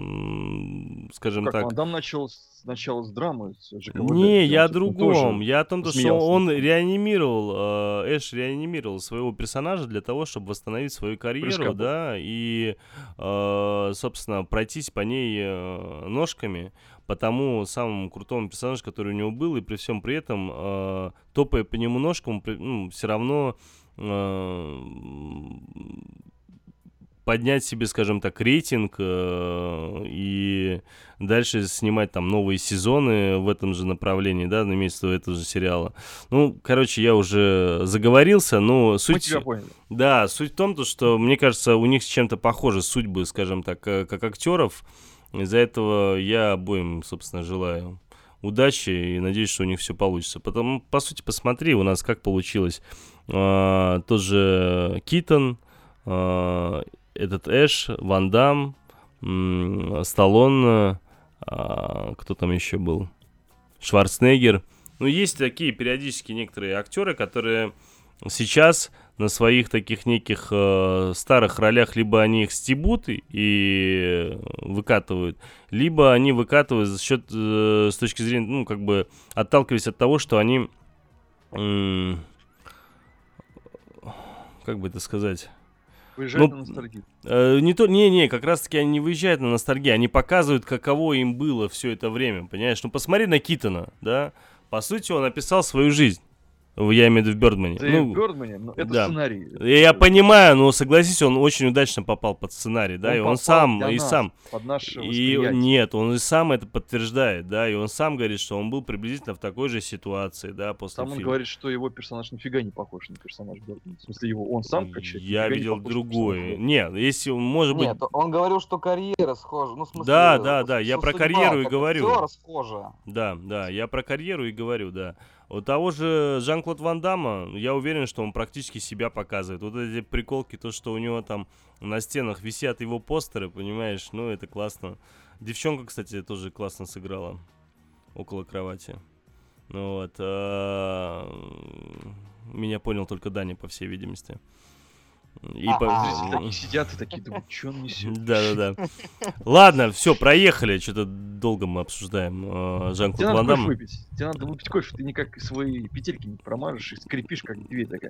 э, скажем как, так... Ван Дамм начал сначала с драмы, с ЖКВД. Не, я о другом, я о том, что он реанимировал, э, Эш реанимировал своего персонажа для того, чтобы восстановить свою карьеру, Прыжка да, и, э, собственно, пройтись по ней э, ножками, по тому самому крутому персонажу, который у него был, и при всем при этом, э, топая по нему ножкам, ну, все равно э, поднять себе, скажем так, рейтинг э, и дальше снимать там новые сезоны в этом же направлении, да, имеется в виду этого же сериала. Ну, короче, я уже заговорился, но суть... Мы тебя поняли. Да, суть в том, то, что, мне кажется, у них с чем-то похожи судьбы, скажем так, э, как актеров. Из-за этого я обоим, собственно, желаю удачи и надеюсь, что у них все получится. Потому, по сути, посмотри, у нас как получилось. А, тот же Китон, а, этот Эш, Ван Дамм, м, Сталлоне, а, кто там еще был? Шварценеггер. Ну, есть такие периодически некоторые актеры, которые сейчас на своих таких неких э, старых ролях либо они их стебут и выкатывают, либо они выкатывают за счет, э, с точки зрения, ну, как бы, отталкиваясь от того, что они, э, как бы это сказать... Выезжают Ну, на ностальгию. Э, не то, не, не, как раз таки они не выезжают на ностальгию, они показывают, каково им было все это время, понимаешь? Ну, посмотри на Китона, да, по сути, он описал свою жизнь. Я имею в виду в Бёрдмане. Да Ну, и в Бёрдмане, но это да. сценарий. Я, я понимаю, но согласись, он очень удачно попал под сценарий, да, Он и он попал сам, для и нас, сам. под наше И восприятие. нет, он и сам это подтверждает, да, и он сам говорит, что он был приблизительно в такой же ситуации, да, после Там он фильма. говорит, что его персонаж нифига не похож на персонаж Бёрдмана. В смысле, его он сам как человек. Я нифига не видел похож на другое. персонажа Нет, если он, может быть... Нет, он говорил, что карьера схожа. Ну, в смысле, Да, да, да, с- я про судьба карьеру и как говорю. актера схожа. Да, да, я про карьеру и говорю, да. У того же Жан-Клод Ван Дамма, я уверен, что он практически себя показывает. Вот эти приколки, то, что у него там на стенах висят его постеры, понимаешь, ну, это классно. Девчонка, кстати, тоже классно сыграла около кровати. Ну вот. а, Меня понял только Даня, по всей видимости. И по- Зрители такие сидят и такие думают, что он несет. Да-да-да. Ладно, все, проехали. Что-то долго мы обсуждаем э, Тебе Жан-Клод надо Ван кофе Дамма. выпить. Тебе надо выпить кофе, ты никак свои петельки не промажешь и скрипишь, как дверь такая.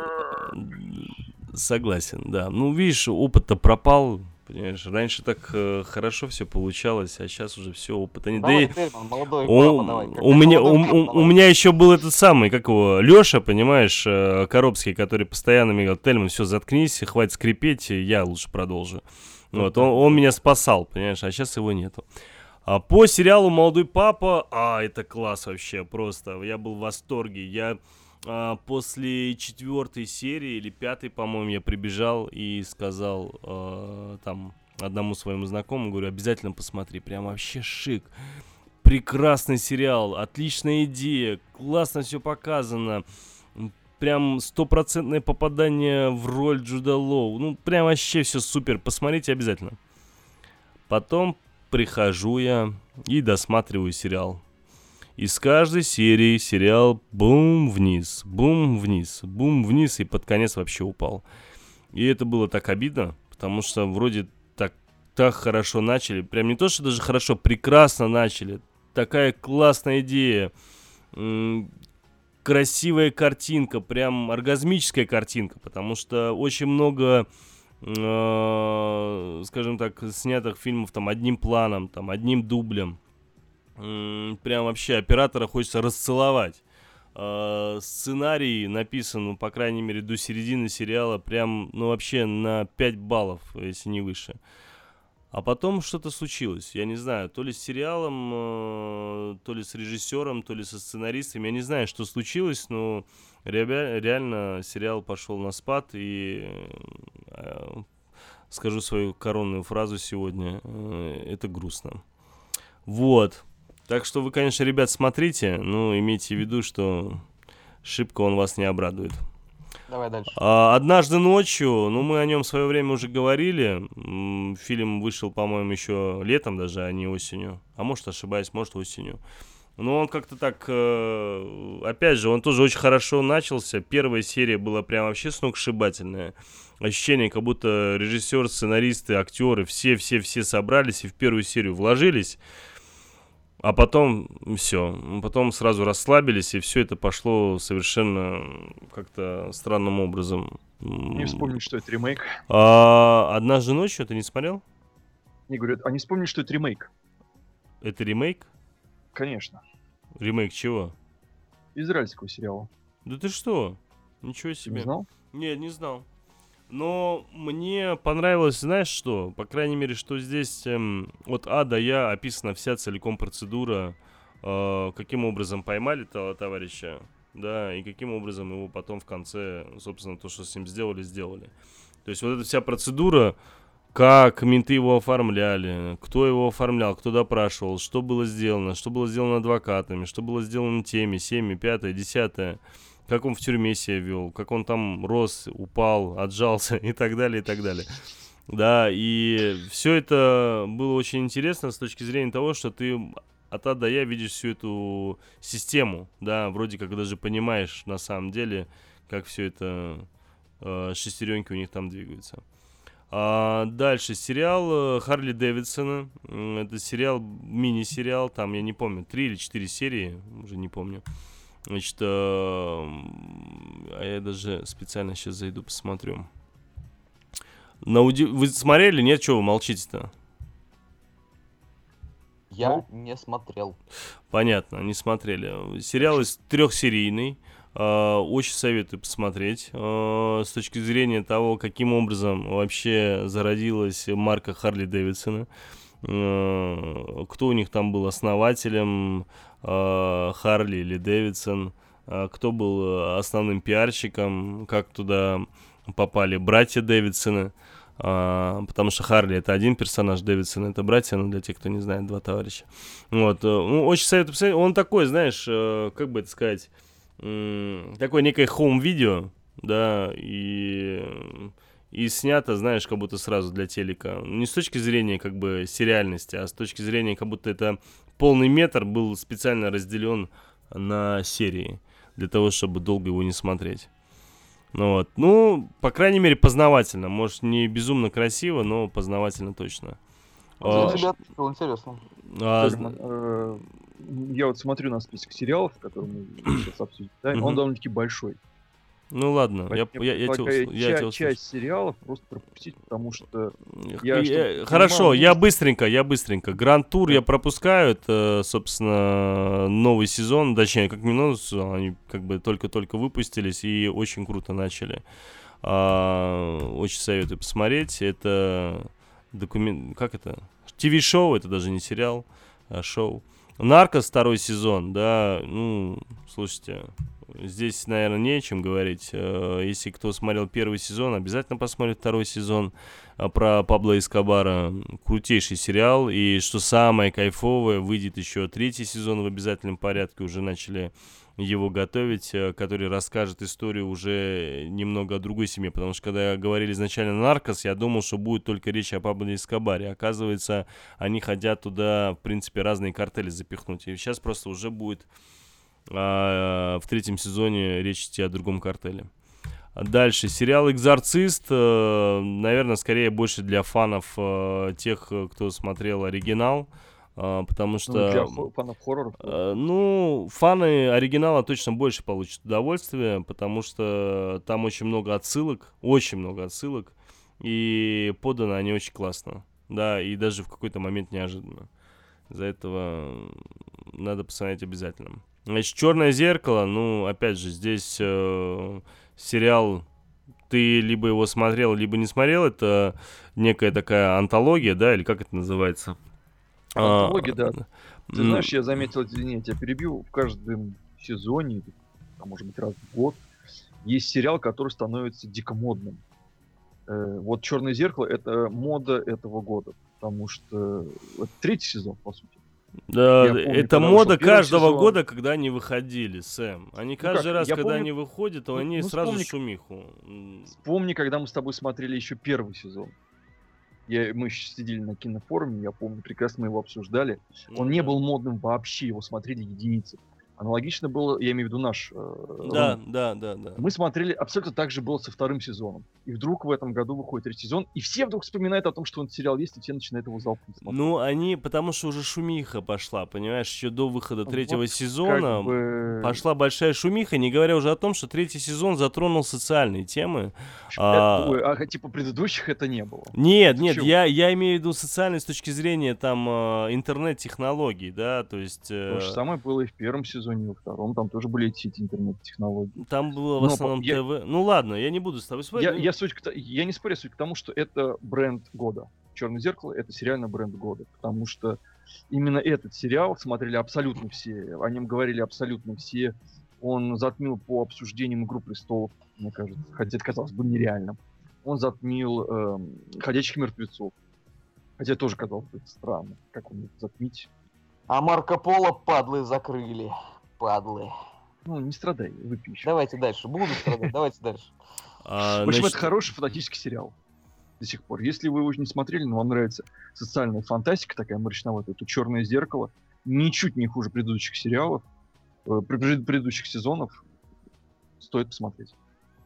Согласен, да. Ну, видишь, опыт-то пропал. Понимаешь, раньше так э, хорошо все получалось, а сейчас уже все опыта нет. Да Давай, и Тельман, молодой у, папа, давай. Как- у как меня, молодой у, папа, у- давай. у меня еще был этот самый, как его, Леша, понимаешь, э, Коробский, который постоянно мне говорил: Тельман, все, заткнись, хватит скрипеть, я лучше продолжу. Вот, он, он меня спасал, понимаешь, а сейчас его нету. А по сериалу «Молодой папа», а, это класс вообще, просто, я был в восторге. Я а, после четвертой серии или пятой, по-моему, я прибежал и сказал а, там одному своему знакомому, говорю, обязательно посмотри, прям вообще шик. Прекрасный сериал, отличная идея, классно все показано. Прям стопроцентное попадание в роль Джуда Лоу. Ну, прям вообще все супер. Посмотрите обязательно. Потом прихожу я и досматриваю сериал. И с каждой серии сериал бум вниз, бум вниз, бум вниз, и под конец вообще упал. И это было так обидно, потому что вроде так, так хорошо начали. Прям не то, что даже хорошо, прекрасно начали. Такая классная идея. М- Красивая картинка, прям оргазмическая картинка, потому что очень много, э, скажем так, снятых фильмов там одним планом, там одним дублем. М, Прям вообще оператора хочется расцеловать. Э, Сценарий написан, ну, по крайней мере, до середины сериала прям, ну, вообще на пять баллов, если не выше. А потом что-то случилось, я не знаю, то ли с сериалом, э, то ли с режиссером, то ли со сценаристом, я не знаю, что случилось, но ре- реально сериал пошел на спад, и э, скажу свою коронную фразу сегодня, э, это грустно. Вот, так что вы, конечно, ребят, смотрите, но имейте в виду, что шибко он вас не обрадует. Давай дальше. А, «Однажды ночью», ну, мы о нем в свое время уже говорили. М, Фильм вышел, по-моему, еще летом даже, а не осенью. А может, ошибаюсь, может, осенью. Но он как-то так, э, опять же, он тоже очень хорошо начался. Первая серия была прям вообще сногсшибательная. Ощущение, как будто режиссер, сценаристы, актеры, все-все-все собрались и в первую серию вложились. А потом все, потом сразу расслабились, и все это пошло совершенно как-то странным образом. Не вспомнить, что это ремейк. А, «Однажды ночью» ты не смотрел? Не говорят, они вспомнили, что это ремейк. Это ремейк? Конечно. Ремейк чего? Израильского сериала. Да ты что? Ничего Ты себе. не знал? Нет, не знал. Но мне понравилось, знаешь что? По крайней мере, что здесь эм, от А до Я описана вся целиком процедура, э, каким образом поймали того товарища, да, и каким образом его потом в конце, собственно, то, что с ним сделали, сделали. То есть вот эта вся процедура, как менты его оформляли, кто его оформлял, кто допрашивал, что было сделано, что было сделано адвокатами, что было сделано теми, семи, пятое, десятое, как он в тюрьме себя вел, как он там рос, упал, отжался и так далее, и так далее. Да, и все это было очень интересно с точки зрения того, что ты от А до Я видишь всю эту систему, да, вроде как даже понимаешь на самом деле, как все это, э, шестеренки у них там двигаются. А дальше сериал Харли Дэвидсона. Это сериал, мини-сериал, там, я не помню, три или четыре серии, уже не помню. Значит, а я даже специально сейчас зайду, посмотрю. На уди... Вы смотрели? Нет, что вы молчите-то? Я не смотрел. Понятно, не смотрели. Сериал из трехсерийный. Очень советую посмотреть. С точки зрения того, каким образом вообще зародилась марка Харли Дэвидсона. Кто у них там был основателем, Харли или Дэвидсон, кто был основным пиарщиком, как туда попали братья Дэвидсона, потому что Харли — это один персонаж, Дэвидсон — это братья, ну, для тех, кто не знает, два товарища. Вот, ну, очень советую посмотреть. Он такой, знаешь, как бы это сказать, такое некое хоум-видео, да, и... И снято, знаешь, как будто сразу для телека. Не с точки зрения, как бы, сериальности, а с точки зрения, как будто это полный метр был специально разделен на серии. Для того, чтобы долго его не смотреть. Ну, вот. Ну, по крайней мере, познавательно. Может, не безумно красиво, но познавательно точно. Ну, для тебя было интересно. А, Сорман, э, я вот смотрю на список сериалов, которые мы сейчас обсудим, да, Мгм. он довольно-таки большой. ну, ладно, я, Поэтому я, я, тебя предлагаю усл- я ча- тебя услышал. часть сериалов просто пропустить, потому что Я, я, чтоб хорошо, понимал, я есть- быстренько, я быстренько. Гранд Тур я пропускаю, это, собственно, новый сезон, точнее, как не новый сезон, они как бы только-только выпустились и очень круто начали. А, очень советую посмотреть. Это документ, как это? ТВ-шоу, это даже не сериал, а шоу. Наркос второй сезон, да, ну, слушайте, здесь, наверное, не о чем говорить. Э, Если кто смотрел первый сезон, обязательно посмотрит второй сезон э, про Пабло Эскобара. Крутейший сериал. И что самое кайфовое, выйдет еще третий сезон в обязательном порядке. Уже начали его готовить, э, который расскажет историю уже немного о другой семье. Потому что когда говорили изначально «Наркос», я думал, что будет только речь о Пабло Эскобаре. Оказывается, они хотят туда, в принципе, разные картели запихнуть. И сейчас просто уже будет... А в третьем сезоне речь идти о другом картеле. Дальше. Сериал «Экзорцист». э, Наверное, скорее больше для фанов э, тех, кто смотрел оригинал. э, Потому ну, что... для хо- фанов хорроров. э, Ну, фаны оригинала точно больше получат удовольствие, потому что там очень много отсылок. Очень много отсылок. И поданы они очень классно. Да, и даже в какой-то момент неожиданно. Из-за этого надо посмотреть обязательно. Значит, «Черное зеркало», ну, опять же, здесь э, сериал, ты либо его смотрел, либо не смотрел, это некая такая антология, да, или как это называется? Антология, да. А, Ты м, знаешь, я заметил, извини, я тебя перебью, в каждом сезоне, а может быть раз в год, есть сериал, который становится дико модным. Э, вот «Черное зеркало» — это мода этого года, потому что это третий сезон, по сути. Да, Я помню, это когда мода вышел первый каждого сезон. года, когда они выходили, Сэм. Они каждый как, раз, я когда помню- они выходят, то ну, они ну, сразу вспомни- шумиху. М, Вспомни, когда мы с тобой смотрели еще первый сезон. Я, мы еще сидели на кинофоруме, я помню, прекрасно мы его обсуждали. Он ну не да. был модным вообще, его смотрели единицы. Аналогично было, я имею в виду наш. э, Да, ролик. да, да, да. Мы смотрели, абсолютно так же было со вторым сезоном. И вдруг в этом году выходит третий сезон, и все вдруг вспоминают о том, что он сериал есть, и все начинают его залпом смотреть. Ну, они, потому что уже шумиха пошла, понимаешь, еще до выхода третьего Вот сезона Как бы, пошла большая шумиха, не говоря уже о том, что третий сезон затронул социальные темы. э, а- ой, а типа предыдущих это не было. Нет, Ты нет, чего? я, я имею в виду социальные с точки зрения там э, интернет-технологий, да, то есть... э, То же самое было и в первом сезоне. сезоне, во втором, там тоже были эти интернет-технологии. Там было в Но основном я- ТВ. Ну ладно, я не буду с тобой спорить. Я, ну, я, суть к то- я не спорю, суть к тому, что это бренд года. «Черное зеркало» — это сериально бренд года, потому что именно этот сериал смотрели абсолютно все, о нем говорили абсолютно все. Он затмил по обсуждениям «Игру престолов», мне кажется, хотя это казалось бы нереальным. Он затмил эм, «Ходячих мертвецов», хотя тоже казалось бы странно, как он мог затмить. А Марко Поло падлы закрыли. Падлы. Ну, не страдай, выпей еще. Давайте дальше. Буду страдать, давайте дальше. а, В общем, значит, это хороший фантастический сериал до сих пор. Если вы его не смотрели, но вам нравится социальная фантастика такая мрачноватая, то «Черное зеркало» ничуть не хуже предыдущих сериалов, э, пред- предыдущих сезонов. Стоит посмотреть.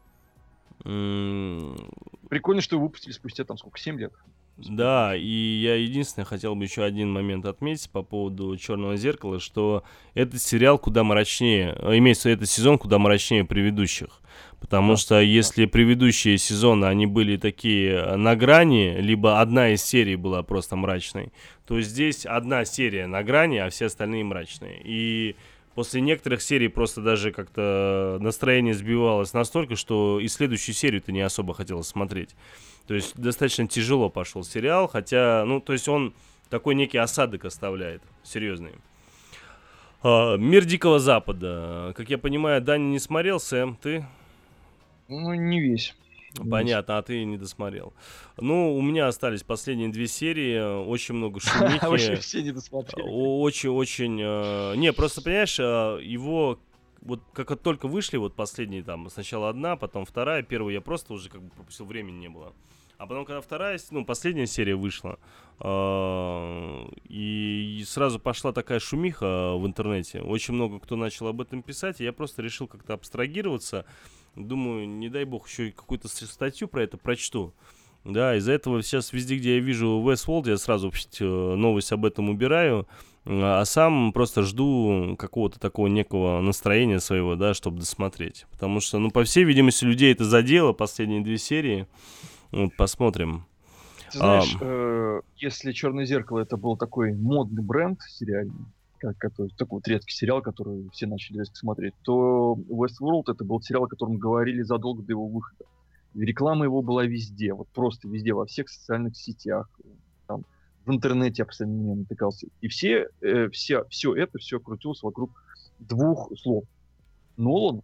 м, Прикольно, что его выпустили спустя там сколько, семь лет? Да, и я единственное хотел бы еще один момент отметить по поводу «Черного зеркала», что этот сериал куда мрачнее, э, имеется в виду этот сезон куда мрачнее предыдущих. Потому Да, что если предыдущие сезоны, они были такие э, на грани, либо одна из серий была просто мрачной, то здесь одна серия на грани, а все остальные мрачные. И после некоторых серий просто даже как-то настроение сбивалось настолько, что и следующую серию-то не особо хотелось смотреть. То есть достаточно тяжело пошел сериал, хотя, ну, то есть он такой некий осадок оставляет, серьезный. А, «Мир Дикого Запада». Как я понимаю, Даня не смотрел, Сэм, ты? Ну, не весь. Не Понятно, а ты не досмотрел. Ну, у меня остались последние две серии, очень много весь. Вообще шумихи. все не досмотрели. Очень-очень... э, Не, просто, понимаешь, э, его... Вот как вот только вышли, вот последние там, сначала одна, потом вторая, первую я просто уже как бы пропустил, времени не было. А потом, когда вторая, с- ну, последняя серия вышла, э, и сразу пошла такая шумиха в интернете, очень много кто начал об этом писать, и я просто решил как-то абстрагироваться. Думаю, не дай бог, еще и какую-то с- статью про это прочту. Да, из-за этого сейчас везде, где я вижу Westworld, я сразу пшт, э, новость об этом убираю, а сам просто жду какого-то такого некого настроения своего, да, чтобы досмотреть. Потому что, ну, по всей видимости, людей это задело, последние две серии. Вот, посмотрим. Ты знаешь, Ам. э, если «Черное зеркало» это был такой модный бренд сериальный, как, который, такой вот редкий сериал, который все начали резко смотреть, то Westworld это был сериал, о котором говорили задолго до его выхода. И реклама его была везде, вот просто везде, во всех социальных сетях, там, в интернете я постоянно на него натыкался. И все, э, все, все это, все крутилось вокруг двух слов. Нолан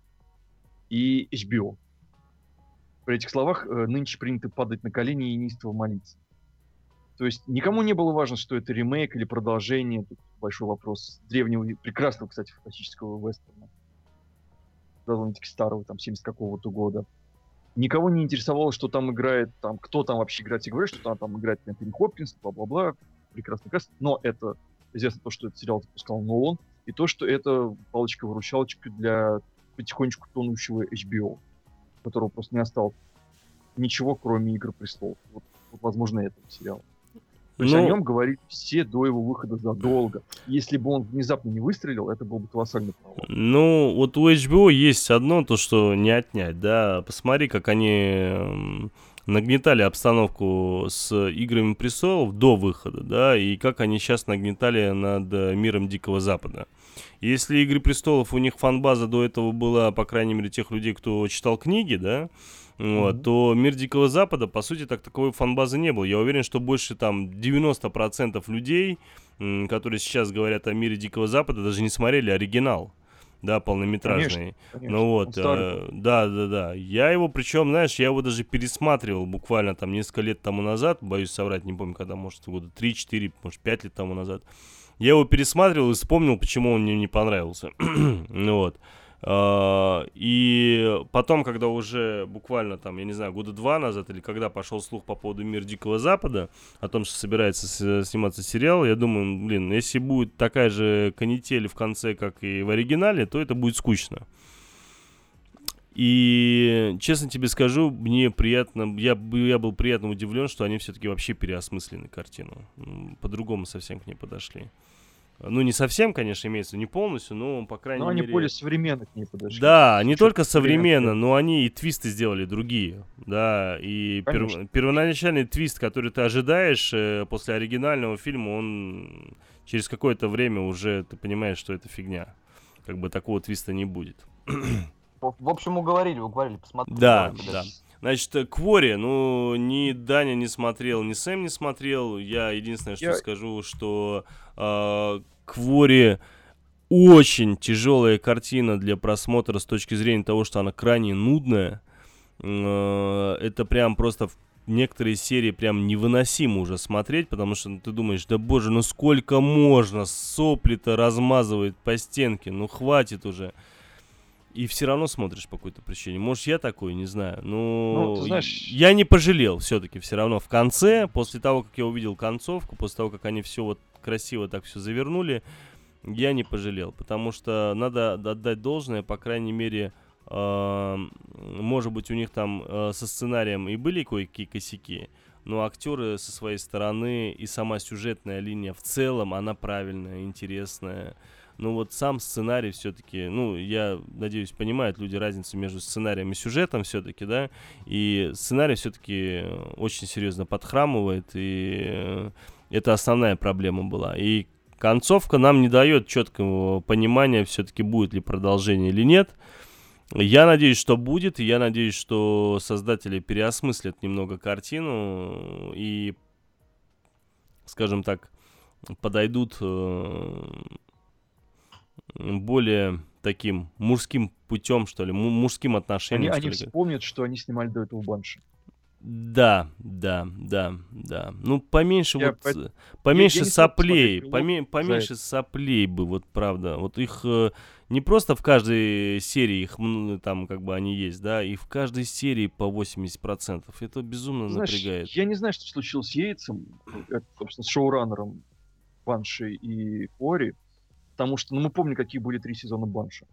и эйч би о. При этих словах э, нынче принято падать на колени и неистово молиться. То есть никому не было важно, что это ремейк или продолжение. Тут большой вопрос древнего, и прекрасного, кстати, фантастического вестерна. Довольно-таки старого, там, семидесятого какого-то года. Никого не интересовало, что там играет, там, кто там вообще играет. Все говорят, что там, там играет Энтони Хопкинс, бла-бла-бла, прекрасный каст. Но это известно то, что этот сериал запускал Нолан, и то, что это палочка-выручалочка для потихонечку тонущего эйч би о, у которого просто не осталось ничего, кроме «Игры престолов». Вот, вот возможно, этого сериала. То есть Ну, о нем говорили все до его выхода задолго. Если бы он внезапно не выстрелил, это был бы колоссальный провал. Ну, вот у эйч би о есть одно, то, что не отнять, да. Посмотри, как они м, нагнетали обстановку с «Играми престолов» до выхода, да, и как они сейчас нагнетали над э, «Миром Дикого Запада». Если «Игры престолов» у них фан-база до этого была, по крайней мере, тех людей, кто читал книги, да, вот, Мгм. то «Мир Дикого Запада», по сути, так таковой фан-базы не было. Я уверен, что больше там девяносто процентов людей, м, которые сейчас говорят о «Мире Дикого Запада», даже не смотрели оригинал, да, полнометражный. Конечно, Ну он вот, старый э, да, да, да. Я его, причем, знаешь, я его даже пересматривал буквально там несколько лет тому назад, боюсь соврать, не помню, когда, может, года три-четыре, может, пять лет тому назад. Я его пересматривал и вспомнил, почему он мне не понравился. Ну вот. А, И потом, когда уже буквально там, я не знаю, года два назад или когда пошел слух по поводу «Мира Дикого Запада», о том, что собирается с- сниматься сериал, я думаю, блин, если будет такая же канитель в конце, как и в оригинале, то это будет скучно. И, честно тебе скажу, мне приятно, я, бы- я был приятно удивлен, что они все-таки вообще переосмыслили картину. М, По-другому совсем к ней подошли. Ну, не совсем, конечно, имеется, не полностью, но, по крайней Но они мере... более современно к ней подошли. Да, не Чуть только более современно, но они и твисты сделали другие, да, и пер- Конечно. первоначальный твист, который ты ожидаешь э, после оригинального фильма, он через какое-то время уже, ты понимаешь, что это фигня. как бы такого твиста не будет. В, в общем, уговорили, уговорили, посмотрите. Да, Давайте да. дальше. Значит, Квори, ну, ни Даня не смотрел, ни Сэм не смотрел. Я единственное, что Я- скажу, что э, Квори очень тяжелая картина для просмотра с точки зрения того, что она крайне нудная. Э, это прям просто в некоторые серии прям невыносимо уже смотреть, потому что ну, ты думаешь, да боже, ну сколько можно, сопли-то размазывает по стенке, ну хватит уже. И все равно смотришь по какой-то причине. Может, я такой, не знаю. Но Ну, ты знаешь- я не пожалел все-таки все равно в конце, после того, как я увидел концовку, после того, как они все вот красиво так все завернули, я не пожалел. Потому что надо отдать должное, по крайней мере, э, может быть, у них там э, со сценарием и были кое-какие косяки, но актеры со своей стороны и сама сюжетная линия в целом, она правильная, интересная. Ну вот сам сценарий все-таки, ну я надеюсь, понимают люди разницу между сценарием и сюжетом все-таки, да, и сценарий все-таки очень серьезно подхрамывает, и э, это основная проблема была. И концовка нам не дает четкого понимания, все-таки будет ли продолжение или нет. Я надеюсь, что будет, и я надеюсь, что создатели переосмыслят немного картину и, скажем так, подойдут э, более таким мужским путем, что ли, му- мужским Они, отношением, что они ли. вспомнят, что они снимали до этого Банши. Да, да, да, да. Ну, поменьше Я вот, по- э, поменьше я не смог соплей, посмотреть поме- пилот поменьше соплей бы, вот правда. Вот их э, не просто в каждой серии, их м, там как бы они есть, да, и в каждой серии по восемьдесят процентов. Это безумно Знаешь, напрягает. я не знаю, что случилось с Йейтсом, это, собственно, с шоураннером Банши и Квори, потому что, ну, мы помним, какие были три сезона Банши.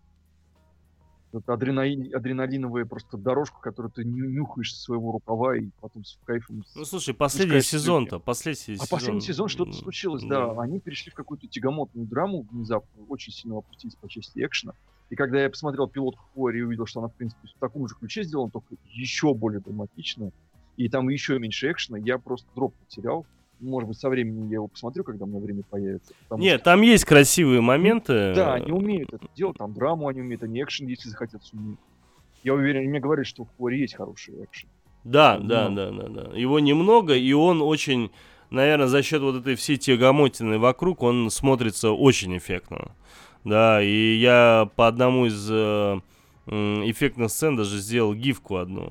Это адреналин, адреналиновая просто дорожка, которую ты ню- нюхаешь со своего рукава и потом с кайфом. Ну, слушай, последний пускаешь слюни. сезон-то, последний А сезон. последний сезон что-то м, случилось, да. Они перешли в какую-то тягомотную драму внезапно, очень сильно опустились по части экшена. И когда я посмотрел пилот Квори и увидел, что она, в принципе, в таком же ключе сделана, только еще более драматично, и там еще меньше экшена, я просто дроп потерял. Может быть, со временем я его посмотрю, когда у меня время появится. потому Нет, что- там есть красивые моменты. Да, они умеют это делать, там драму они умеют, они экшен, если захотят, сумеют. Я уверен, мне говорят, что в Квори есть хороший экшен. Да, Ну, да, да, да, да. Его немного, и он очень, наверное, за счет вот этой всей тягомотины вокруг, он смотрится очень эффектно. Да, и я по одному из э, м, эффектных сцен даже сделал гифку одну.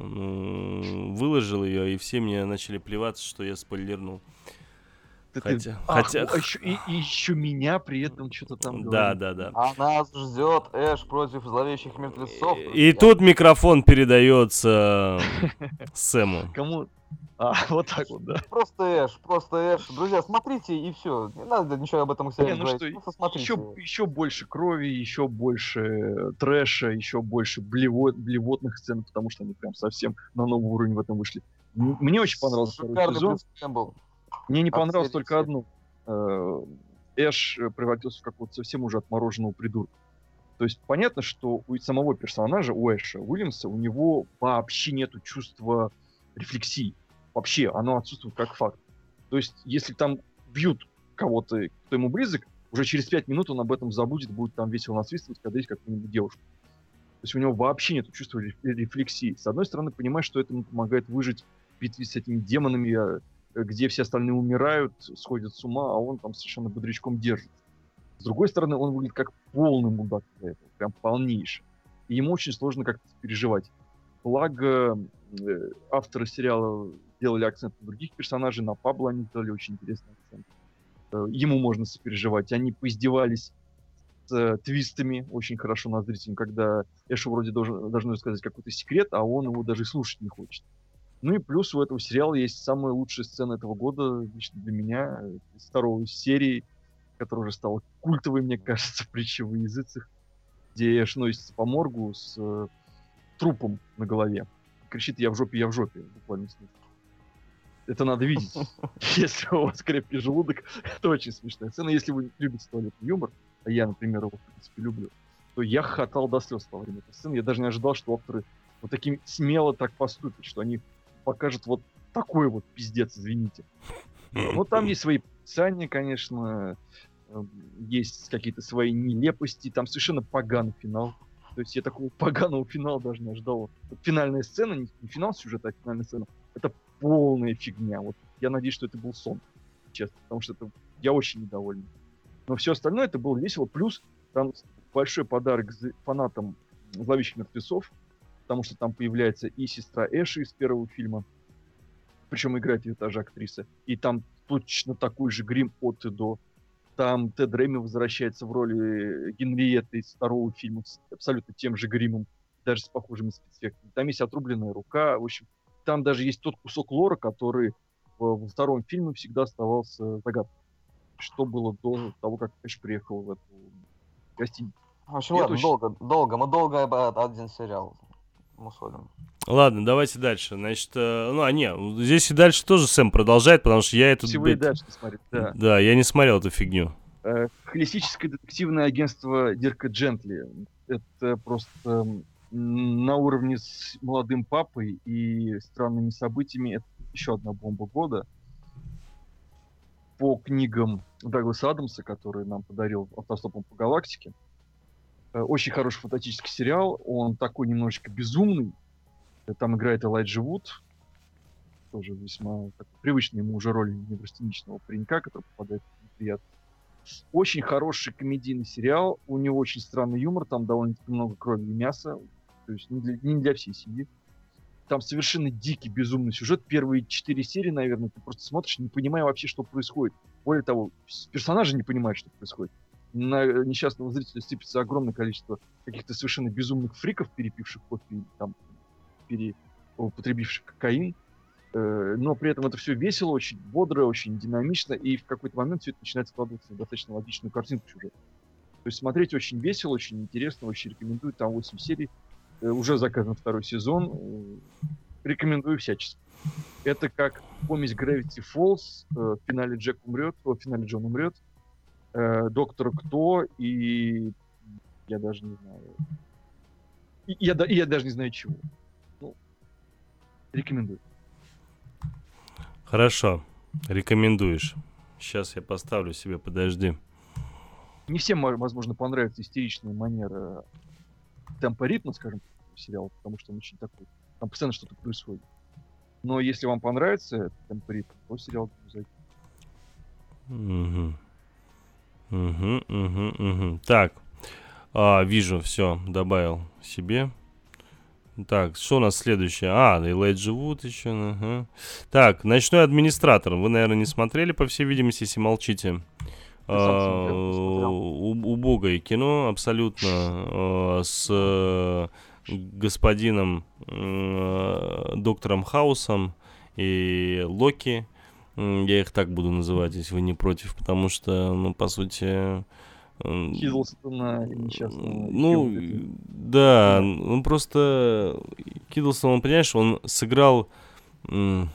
Ну, выложил ее, и все мне начали плеваться, что я спойлернул. Ты- ты- Хотя- Ах, хотя- а еще, и, и еще меня при этом что-то там Да, говорит. да, да. А нас ждет Эш против зловещих мертвецов. И друзья. тут микрофон передается Сэму. Кому? А, вот так вот, да. Просто Эш, просто Эш. Друзья, смотрите и все. Не надо ничего об этом Не, сериале ну говорить. что, Просто смотрите. еще, еще больше крови, еще больше э, трэша, еще больше блево- блевотных сцен, потому что они прям совсем на новый уровень в этом вышли. М- Мне очень понравился второй Шикарный сезон. прецедент был. Мне не от понравилось серии только к одно. Э, Эш э, превратился в какого-то совсем уже отмороженного придурка. То есть понятно, что у самого персонажа, у Эша Уильямса, у него вообще нету чувства рефлексии. Вообще, оно отсутствует как факт. То есть, если там бьют кого-то, кто ему близок, уже через пять минут он об этом забудет, будет там весело насвистывать, когда есть какую-нибудь девушку. То есть у него вообще нет чувства реф- рефлексии. С одной стороны, понимаешь, что это ему помогает выжить в битве с этими демонами, а, э, где все остальные умирают, сходят с ума, а он там совершенно бодрячком держится. С другой стороны, он выглядит как полный мудак для этого, прям полнейший. И ему очень сложно как-то переживать. Благо, э, авторы сериала делали акцент на других персонажей, на Пабло они сделали очень интересный акцент. Э, ему можно сопереживать. Они поиздевались с э, твистами очень хорошо над зрителем, когда Эшу вроде должен, должны рассказать какой-то секрет, а он его даже и слушать не хочет. Ну и плюс у этого сериала есть самая лучшая сцена этого года, лично для меня, э, из второй серии, которая уже стала культовой, мне кажется, притчей во языцах, где Эш носится по моргу с э, трупом на голове. Кричит «я в жопе, я в жопе», в буквальном смысле. Это надо видеть. Если у вас крепкий желудок, это очень смешная сцена. Если вы любите туалетный юмор, а я, например, его, в принципе, люблю, то я хохотал до слез во время этой сцены. Я даже не ожидал, что авторы вот таким смело так поступят, что они покажут вот такой вот пиздец, извините. Но там есть свои писания, конечно. э, есть какие-то свои нелепости, там совершенно поганый финал. То есть я такого поганого финала даже не ожидал. Вот финальная сцена, не, не финал сюжета, а финальная сцена, это полная фигня. Вот я надеюсь, что это был сон, честно, потому что это, я очень недоволен. Но все остальное это было весело. Плюс там большой подарок фанатам «Зловещих мертвецов», потому что там появляется и сестра Эши из первого фильма, причем играет ее та же актриса, и там точно такой же грим от и до. Там Тед Рэми возвращается в роли Генриетты из второго фильма с абсолютно тем же гримом, даже с похожими спецэффектами. Там есть отрубленная рука, в общем, там даже есть тот кусок лора, который во втором фильме всегда оставался загадкой. Что было до того, как Эш приехал в эту гостиницу. В общем, И ладно, это долго, долго. Мы долго об один сериал мусолим. Ладно, давайте дальше. Значит, э, ну, а не, здесь и дальше тоже Сэм продолжает, потому что я эту... Всего и дальше не смотрю, да. Да, я не смотрел эту фигню. Э, Холистическое детективное агентство Дирка Джентли. Это просто м, на уровне с молодым папой и странными событиями. Это еще одна бомба года. По книгам Дагласа Адамса, который нам подарил «Автостопом по галактике». Э, Очень хороший фантастический сериал. Он такой немножечко безумный. Э, Там играет Элайджа Вуд. Тоже весьма так, привычная ему уже роль неврастеничного паренька, который попадает в неприятности. Очень хороший комедийный сериал. У него очень странный юмор. Там довольно-таки много крови и мяса. То есть не для, не для всей семьи. Там совершенно дикий, безумный сюжет. Первые четыре серии, наверное, ты просто смотришь, не понимая вообще, что происходит. Более того, персонажи не понимают, что происходит. На несчастного зрителя сыпется огромное количество каких-то совершенно безумных фриков, перепивших кофе, там, переупотребивших кокаин. Но при этом это все весело, очень бодро, очень динамично, и в какой-то момент все это начинает складываться в достаточно логичную картинку сюжета. То есть смотреть очень весело, очень интересно, очень рекомендую. Там восемь серий. Уже заказан второй сезон. Рекомендую всячески. Это как помесь Gravity Falls. В финале Джек умрет, в финале Джон умрет. Доктор Кто и я даже не знаю. И я, и я даже не знаю чего. Ну, рекомендую. Хорошо, рекомендуешь. Сейчас я поставлю себе, подожди. Не всем, возможно, понравится истеричная манера темпа ритма, скажем, сериала, потому что он очень такой. Там постоянно что-то происходит. Но если вам понравится темпа ритм, то сериал зайдет. Угу. Угу, угу, угу. Так, а, вижу, все, добавил себе. Так, что у нас следующее? А, Элайджа Вуд еще. Ага. Так, «Ночной администратор». Вы, наверное, не смотрели, по всей видимости, если молчите. А, убогое кино абсолютно. А, с а, господином а, доктором Хаусом и Локи. Я их так буду называть, если вы не против, потому что, ну, по сути... Хиддлстона несчастного. Ну, да, ну просто Хиддлстон, он, понимаешь, он сыграл... М-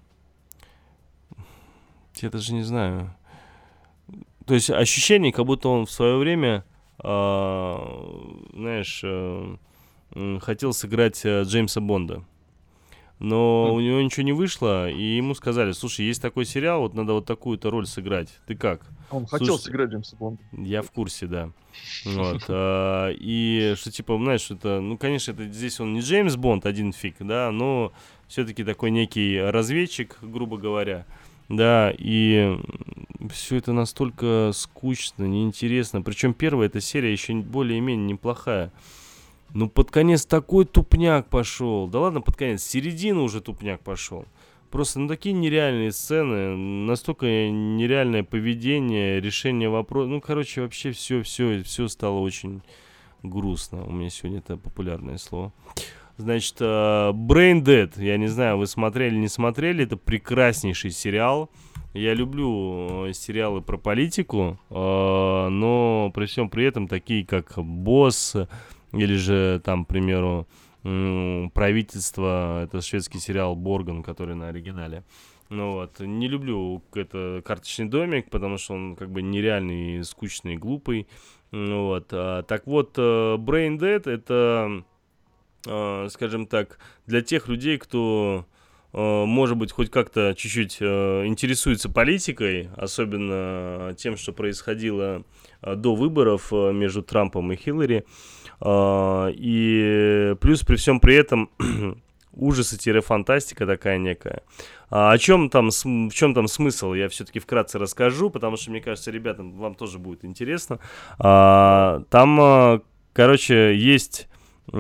я даже не знаю. То есть ощущение, как будто он в свое время, а, знаешь, а, хотел сыграть а, Джеймса Бонда. Но mm. у него ничего не вышло, и ему сказали: слушай, есть такой сериал, вот надо вот такую-то роль сыграть. Ты как? Он Слушай, хотел сыграть Джеймса Бонда. Я в курсе, да. Вот. А, и что, типа, знаешь, это, ну, конечно, это, здесь он не Джеймс Бонд, один фиг, да, но все-таки такой некий разведчик, грубо говоря. Да, и все это настолько скучно, неинтересно. Причем первая эта серия еще более-менее неплохая. Ну, под конец такой тупняк пошел. Да ладно, под конец, с середины уже тупняк пошел. Просто, ну, такие нереальные сцены, настолько нереальное поведение, решение вопроса. Ну, короче, вообще все, все, все стало очень грустно. У меня сегодня это популярное слово. Значит, Brain Dead. Я не знаю, вы смотрели, не смотрели. Это прекраснейший сериал. Я люблю сериалы про политику, но при всем при этом такие, как «Босс», или же, там, к примеру, «Правительство», это шведский сериал «Борган», который на оригинале. Ну вот, не люблю это «Карточный домик», потому что он как бы нереальный, скучный, глупый. Ну вот, а, так вот, Brain Dead — это, а, скажем так, для тех людей, кто э, может быть, хоть как-то чуть-чуть э, интересуется политикой, особенно тем, что происходило э, до выборов э, между Трампом и Хиллари. Э, и плюс при всем при этом ужасы-фантастика такая некая. А о чем там, в чем там смысл, я все-таки вкратце расскажу, потому что, мне кажется, ребятам, вам тоже будет интересно. А, там, короче, есть э,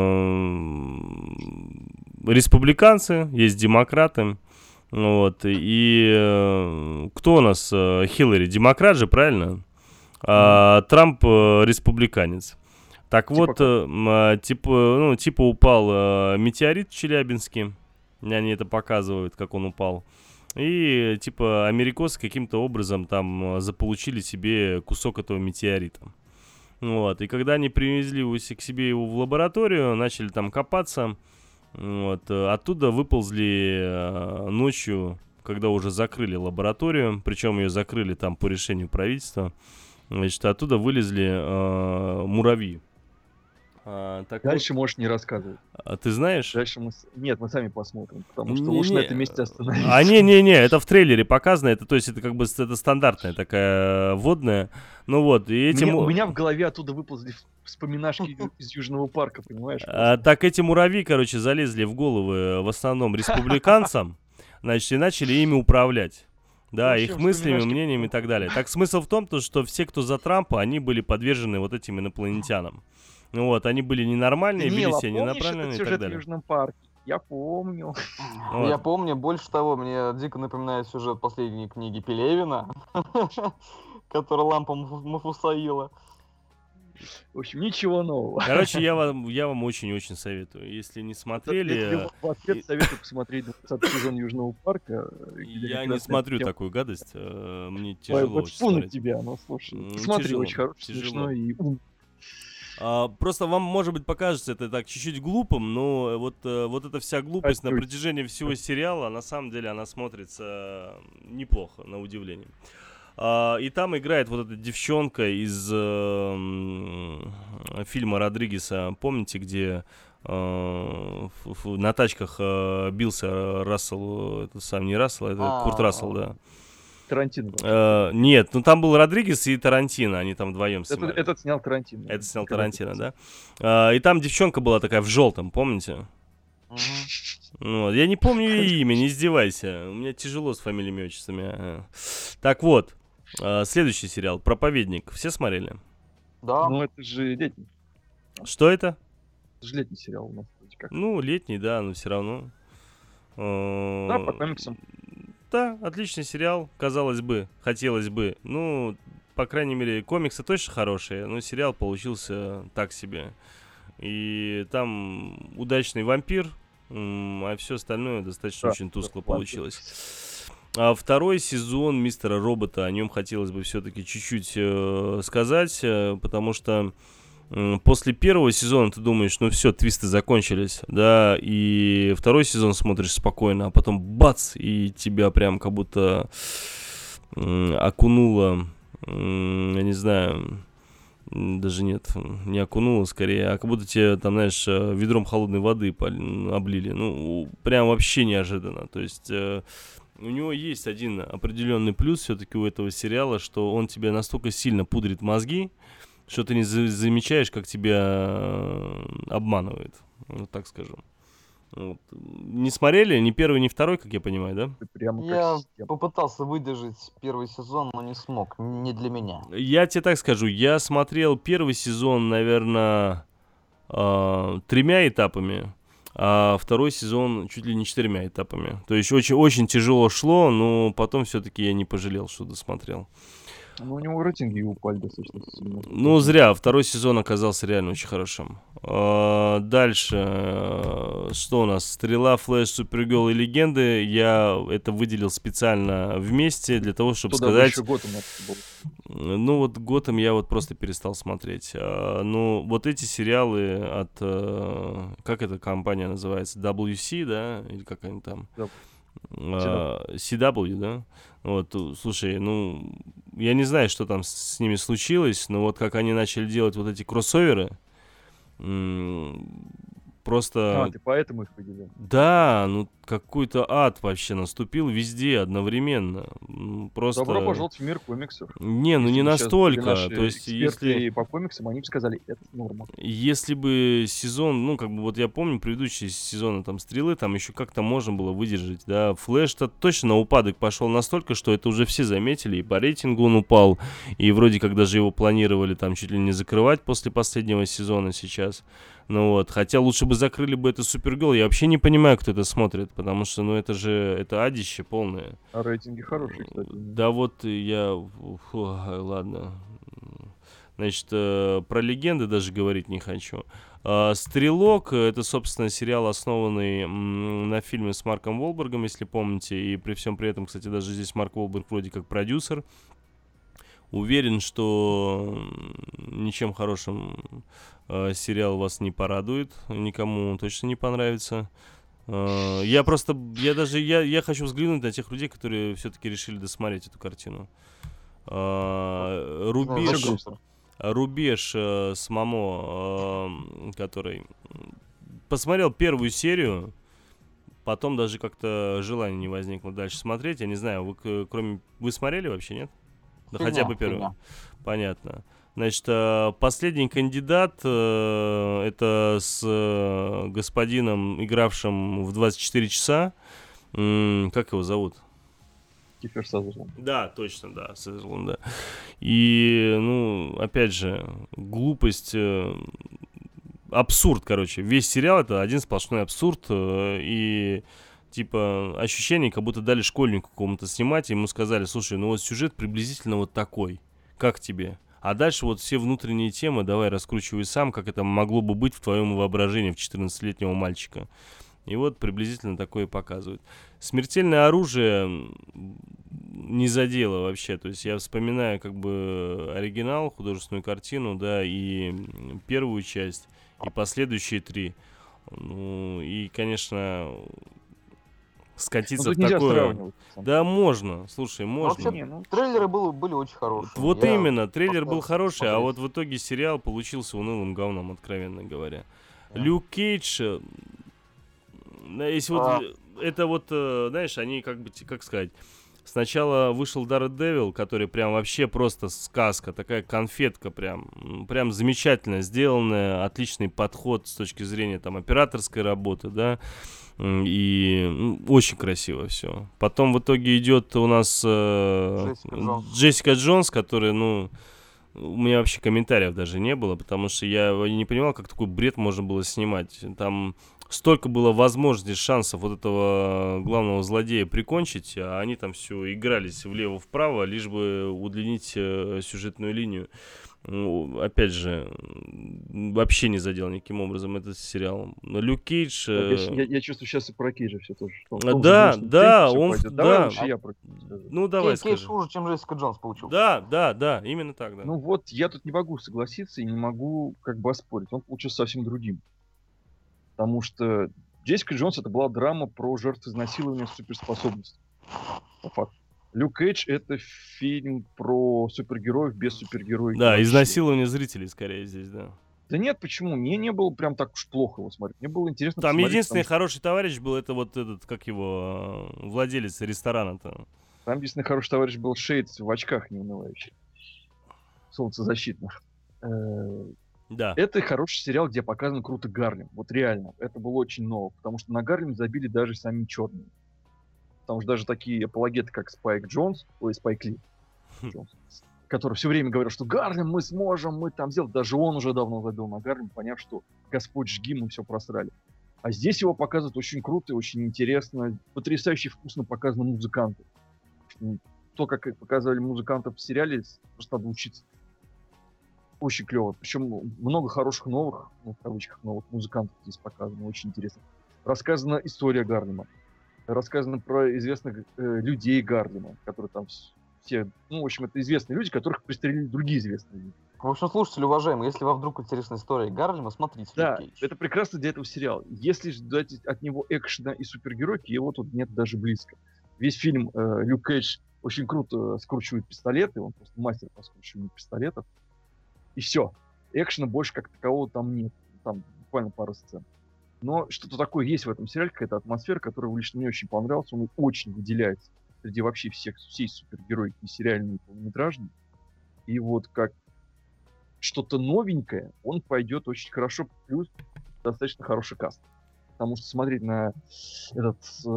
республиканцы, есть демократы. Вот, и э, кто у нас? Хиллари демократ же, правильно? А, Трамп э, республиканец. Так типа вот, э, типа, ну, типа упал э, метеорит в Челябинске, они это показывают, как он упал, и типа америкосы каким-то образом там заполучили себе кусок этого метеорита. Вот, и когда они привезли к себе его в лабораторию, начали там копаться, вот, оттуда выползли э, ночью, когда уже закрыли лабораторию, причем ее закрыли там по решению правительства, значит, оттуда вылезли э, муравьи. А, так Дальше вот, можешь не рассказывать. А ты знаешь? Дальше мы... Нет, мы сами посмотрим, потому что не, лучше не, на этом месте остановиться. А не-не-не, это в трейлере показано, это, то есть это как бы это стандартная такая вводная. Ну вот, и эти... Меня, у меня в голове оттуда выползли вспоминашки из Южного парка, понимаешь? А, так эти муравьи, короче, залезли в головы в основном республиканцам, значит, и начали ими управлять. Да, общем, их мыслями, вспоминашки- мнениями и так далее. Так смысл в том, то, что все, кто за Трампа, они были подвержены вот этим инопланетянам. Ну вот, они были ненормальные, вели Данила, себя помнишь ненаправленно этот и так сюжет в далее. Южном парке? Я помню. Вот. Я помню, больше того, мне дико напоминает сюжет последней книги Пелевина, который лампа Мафу- Мафусаила. В общем, ничего нового. Короче, я вам, я вам очень-очень советую. Если не Я тебе смотрели, в ответ советую посмотреть двадцатый сезон Южного парка. где я как не раз смотрю тема- такую гадость. э, Мне Ой, тяжело вот очень фу на смотреть. тебя, ну слушай. М, Смотри, тяжело, очень хороший, тяжело. смешной и ум. А, просто вам, может быть, покажется это так чуть-чуть глупым, но вот, э, вот эта вся глупость на Отнюдь. протяжении всего сериала, на самом деле она смотрится неплохо, на удивление. А, и там играет вот эта девчонка из э, м, фильма Родригеса, помните, где э, ф- ф- на тачках э, бился Рассел, это сам не Рассел, это А, Курт Рассел, да. Тарантино. Э, нет, ну там был Родригес и Тарантино, они там вдвоем Это- снимали. Этот снял Тарантино. Это снял Когда Тарантино, ты- да? А, и там девчонка была такая в желтом, помните? Мгм. Вот. Я не помню ее имя, не издевайся. У меня тяжело с фамилиями и отчествами. Ага. Так вот, а, следующий сериал «Проповедник». Все смотрели? Да, Ну, это же летний. Что это? Это же летний сериал у нас. вроде как. Ну, летний, да, но все равно. А, Да, по комиксам. Да, отличный сериал, казалось бы, хотелось бы. Ну, по крайней мере, комиксы точно хорошие, но сериал получился так себе. И там удачный вампир, м, а все остальное достаточно Да, очень да, тускло вампир. получилось. А второй сезон «Мистера Робота», о нем хотелось бы все-таки чуть-чуть э, сказать, э, потому что м, после первого сезона ты думаешь, ну все, твисты закончились, да, и второй сезон смотришь спокойно, а потом бац, и тебя прям как будто м, окунуло, м, я не знаю, м, даже нет, не окунуло скорее, а как будто тебе там, знаешь, э, ведром холодной воды пол- облили, ну, прям вообще неожиданно, то есть... э, У него есть один определенный плюс все-таки у этого сериала, что он тебе настолько сильно пудрит мозги, что ты не за- замечаешь, как тебя э, обманывает, вот так скажу. Вот. Не смотрели ни первый, ни второй, как я понимаю, да? Ты прямо как я система. попытался выдержать первый сезон, но не смог. Не для меня. Я тебе так скажу, я смотрел первый сезон, наверное, э, тремя этапами, а второй сезон чуть ли не четырьмя этапами. То есть очень, очень тяжело шло, но потом все-таки я не пожалел, что досмотрел. Ну, у него рейтинги упали достаточно сильно. Ну, зря. Второй сезон оказался реально очень хорошим. А, дальше. э, Что у нас? «Стрела», «Флэш», «Супергерл» и «Легенды». Я это выделил специально вместе для того, чтобы Туда бы сказать... еще год у нас был. Ну, вот «Готэм» я вот просто перестал смотреть. А, ну, вот эти сериалы от... э, Как эта компания называется? дабл ю си, да? Или как они там? Да. А, си дабл ю, да? Вот, у- слушай, ну, я не знаю, что там с, с ними случилось, но вот как они начали делать вот эти кроссоверы, м, просто... А, ты поэтому их выделил. Да, ну какой-то ад вообще наступил везде одновременно. М, Просто... Добро пожаловать в мир комиксов. Не, ну Если не бы щас были настолько. наши То есть, эксперты если... по комиксам, они бы сказали, это норма. Если бы сезон, ну, как бы, вот я помню предыдущие сезоны там Стрелы, там еще как-то можно было выдержать, да. Флэш-то точно на упадок пошел настолько, что это уже все заметили, и по рейтингу он упал, и вроде как даже его планировали там чуть ли не закрывать после последнего сезона сейчас. Ну вот, хотя лучше бы закрыли бы это Супергерл, я вообще не понимаю, кто это смотрит, потому что, ну, это же, это адище полное. А рейтинги хорошие, кстати. Да вот я, фу, ладно. Значит, э, про легенды даже говорить не хочу. А, «Стрелок» — это, собственно, сериал, основанный м, на фильме с Марком Уолбергом, если помните. И при всем при этом, кстати, даже здесь Марк Уолберг вроде как продюсер. Уверен, что ничем хорошим э, сериал вас не порадует. Никому точно не понравится. Э, я просто, я даже, я, я хочу взглянуть на тех людей, которые все-таки решили досмотреть эту картину. Э, Рубеж... Рубеж э, с Мамо, э, который посмотрел первую серию, потом даже как-то желания не возникло дальше смотреть. Я не знаю, вы к- кроме вы смотрели вообще, нет? Да Фигня, хотя бы первую. фигня. Понятно. Значит, э, последний кандидат э, это с э, господином, игравшим в двадцать четыре часа. М, как его зовут? Кифер Сазерленд. Да, точно, да, Сазерленд, да. И, ну, опять же, глупость, э, абсурд, короче. Весь сериал — это один сплошной абсурд. э, И, типа, ощущение, как будто дали школьнику какому-то снимать, и ему сказали: слушай, ну вот сюжет приблизительно вот такой. Как тебе? А дальше вот все внутренние темы давай раскручивай сам, как это могло бы быть в твоем воображении в четырнадцатилетнего мальчика. И вот приблизительно такое показывают. «Смертельное оружие» не задело вообще. То есть я вспоминаю как бы оригинал, художественную картину, да, и первую часть, и последующие три. Ну, и, конечно, скатиться Ну, тут в нельзя такое... сравнивать. Да, можно. Слушай, Ну, можно. вообще, Не, ну, трейлеры были, были очень хорошие. Вот Я именно, трейлер был постарался хороший, а посмотреть. вот в итоге сериал получился унылым говном, откровенно говоря. Да. Люк Кейдж, э, да, если вот, А. э, это вот, э, знаешь, они как бы, те- как сказать, сначала вышел Daredevil, который прям вообще просто сказка, такая конфетка прям, м, прям замечательно сделанная, отличный подход с точки зрения там операторской работы, да, м, и м, очень красиво все. Потом в итоге идет у нас э, Джессика Джонс. Джессика Джонс, которая, ну, у меня вообще комментариев даже не было, потому что я не понимал, как такой бред можно было снимать. Там столько было возможностей, шансов вот этого главного злодея прикончить, а они там все игрались влево-вправо, лишь бы удлинить э, сюжетную линию. Ну, опять же, м, вообще не задел никаким образом этот сериал. Но Люк Кейдж... так, э, я, я- я чувствую сейчас и про Кейджа все тоже. что он А, в да, должном да, темпе всё он в- пойдет. Давай да. лучше я про Кейджа скажу. Ну, давай, Кейдж скажи. хуже, чем Джессика Джонс получился. Да, да, да, именно так, да. Ну вот, я тут не могу согласиться и не могу как бы оспорить. Он получился совсем другим. Потому что Джессика Джонс — это была драма про жертв изнасилования с суперспособностью. По факту. Люк Кейдж — это фильм про супергероев без супергероев. Да, вообще. изнасилование зрителей скорее здесь, да. Да нет, почему? Мне не было прям так уж плохо его смотреть. Мне было интересно Там посмотреть, единственный потому хороший товарищ был, это вот этот, как его, э, владелец ресторана-то. что там единственный хороший товарищ был Шейдс в очках неунывающих. Солнцезащитных. Э, Да. Это хороший сериал, где показан круто Гарлем. Вот реально. Это было очень ново. Потому что на Гарлем забили даже сами черные. Потому что даже такие апологеты, как Спайк Джонс, ой, Спайк Ли, Джонс, который все время говорил, что Гарлем мы сможем, мы там сделать. Даже он уже давно забил на Гарлем, поняв, что Господь жги, мы все просрали. А здесь его показывают очень круто и очень интересно. Потрясающе вкусно показаны музыканты. М, То, как их показывали музыкантов в сериале, с- просто надо учиться. Очень клево. Причем много хороших новых, ну, в кавычках, новых музыкантов здесь показано. Очень интересно. Рассказана история Гарлема. Рассказано про известных э, людей Гарлема, которые там вс- все... Ну, в общем, это известные люди, которых пристрелили другие известные люди. В общем, слушатели уважаемые, если вам вдруг интересна история Гарлема, смотрите Да, Люк Кейдж. это прекрасно для этого сериала. Если ждать от него экшена и супергеройки, его тут нет даже близко. Весь фильм э, Люк Кейдж очень круто скручивает пистолеты, он просто мастер по скручиванию пистолетов. И все. Экшена больше как такового там нет. Там буквально пара сцен. Но что-то такое есть в этом сериале, какая-то атмосфера, которая лично мне очень понравилась. Он очень выделяется среди вообще всех, всей супергероики, и сериальной, и полнометражной. И вот как что-то новенькое, он пойдет очень хорошо, плюс достаточно хороший каст. Потому что смотреть на этот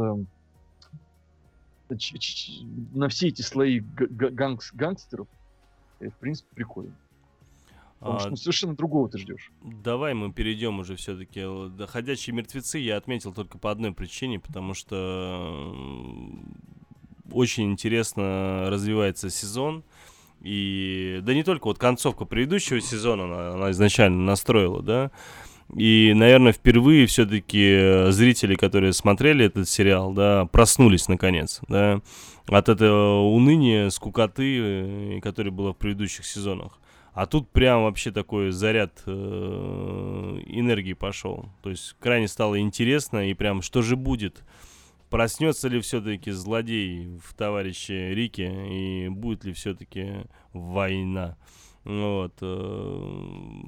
э, ч- ч- на все эти слои г- г- гангс- гангстеров, э, в принципе, прикольно. Потому А, что ну, совершенно другого ты ждешь. Давай мы перейдем уже все-таки. «Ходячие мертвецы» я отметил только по одной причине, потому что м, очень интересно развивается сезон. И да не только вот концовка предыдущего сезона, она, она изначально настроила, да. И, наверное, впервые все-таки зрители, которые смотрели этот сериал, да, проснулись наконец, да, от этого уныния, скукоты, э, которое было в предыдущих сезонах. А тут прям вообще такой заряд э, энергии пошел. То есть крайне стало интересно, и прям что же будет? Проснется ли все-таки злодей в товарище Рике, и будет ли все-таки война? Вот. э,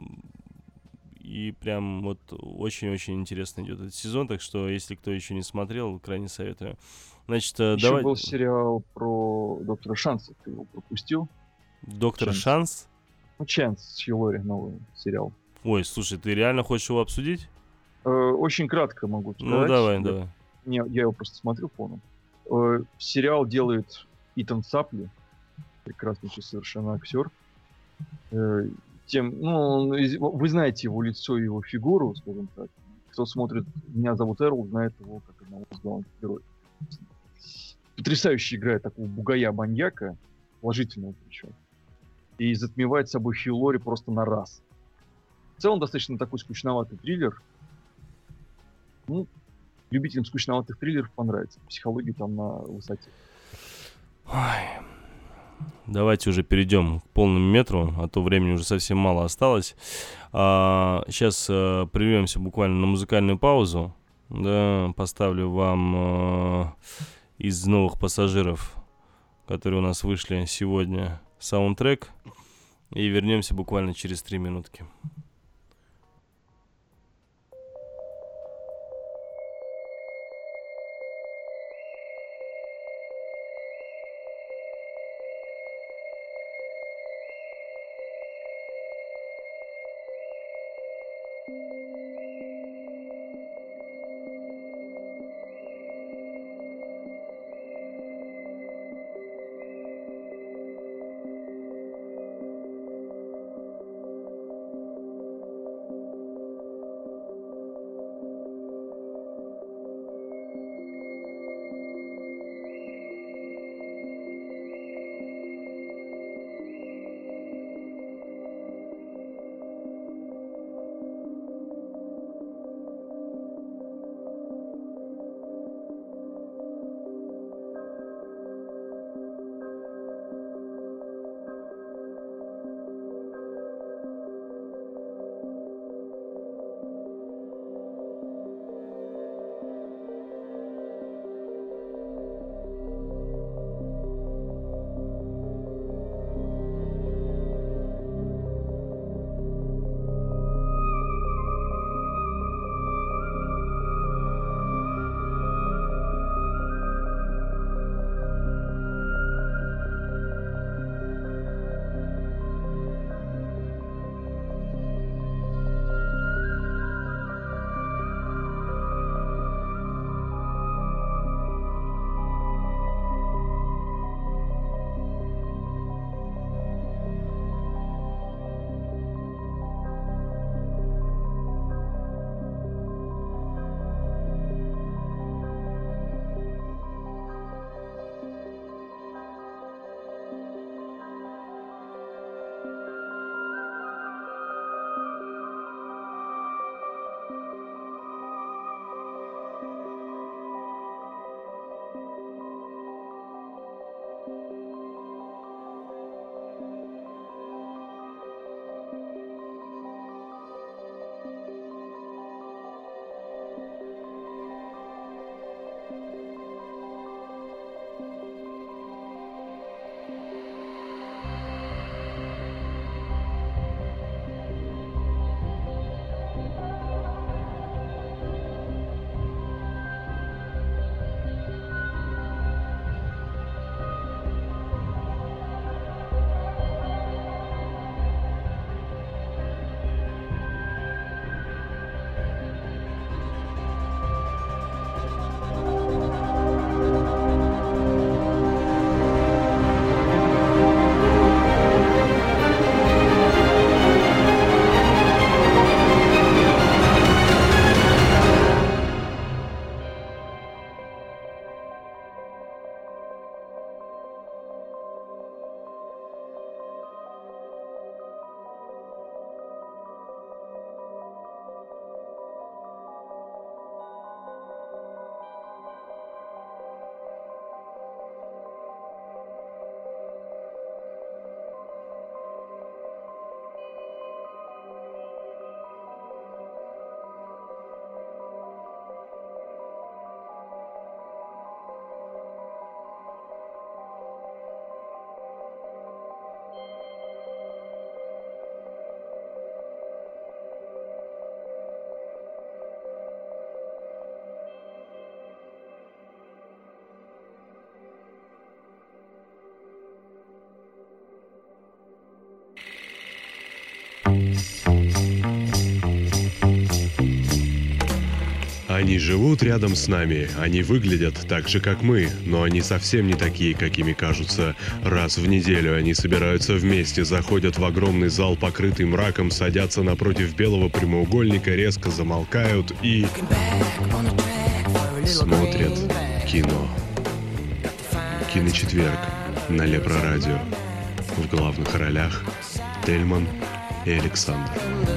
И прям вот очень-очень интересно идет этот сезон, так что если кто еще не смотрел, крайне советую. Значит, э, Еще давай... был сериал про доктора Шанса, ты его пропустил. Доктор Ченс. Шанс? Ну, Ченс с Хиллари, новый сериал. Ой, слушай, ты реально хочешь его обсудить? Э, очень кратко могу сказать. Ну, давай, Я- давай. Не, я его просто смотрел полным. Э, сериал делает Итан Сапли, прекраснейший совершенно актер. Э, тем, ну, он из- вы знаете его лицо и его фигуру, скажем так. Кто смотрит «Меня зовут Эрл», знает его как одного из главных героев. Потрясающе играет такого бугая-маньяка, положительного причем. И затмевает собой Хью Лори просто на раз. В целом достаточно такой скучноватый триллер. Ну, любителям скучноватых триллеров понравится. Психология там на высоте. Ой. Давайте уже перейдем к полному метру, а то времени уже совсем мало осталось. А, сейчас а, прервемся буквально на музыкальную паузу. Да, поставлю вам а, из новых пассажиров, которые у нас вышли сегодня, саундтрек. И вернемся буквально через три минутки. Они живут рядом с нами, они выглядят так же, как мы, но они совсем не такие, какими кажутся. Раз в неделю они собираются вместе, заходят в огромный зал, покрытый мраком, садятся напротив белого прямоугольника, резко замолкают и смотрят кино. Киночетверг на Лепро-радио. В главных ролях Тельман и Александр.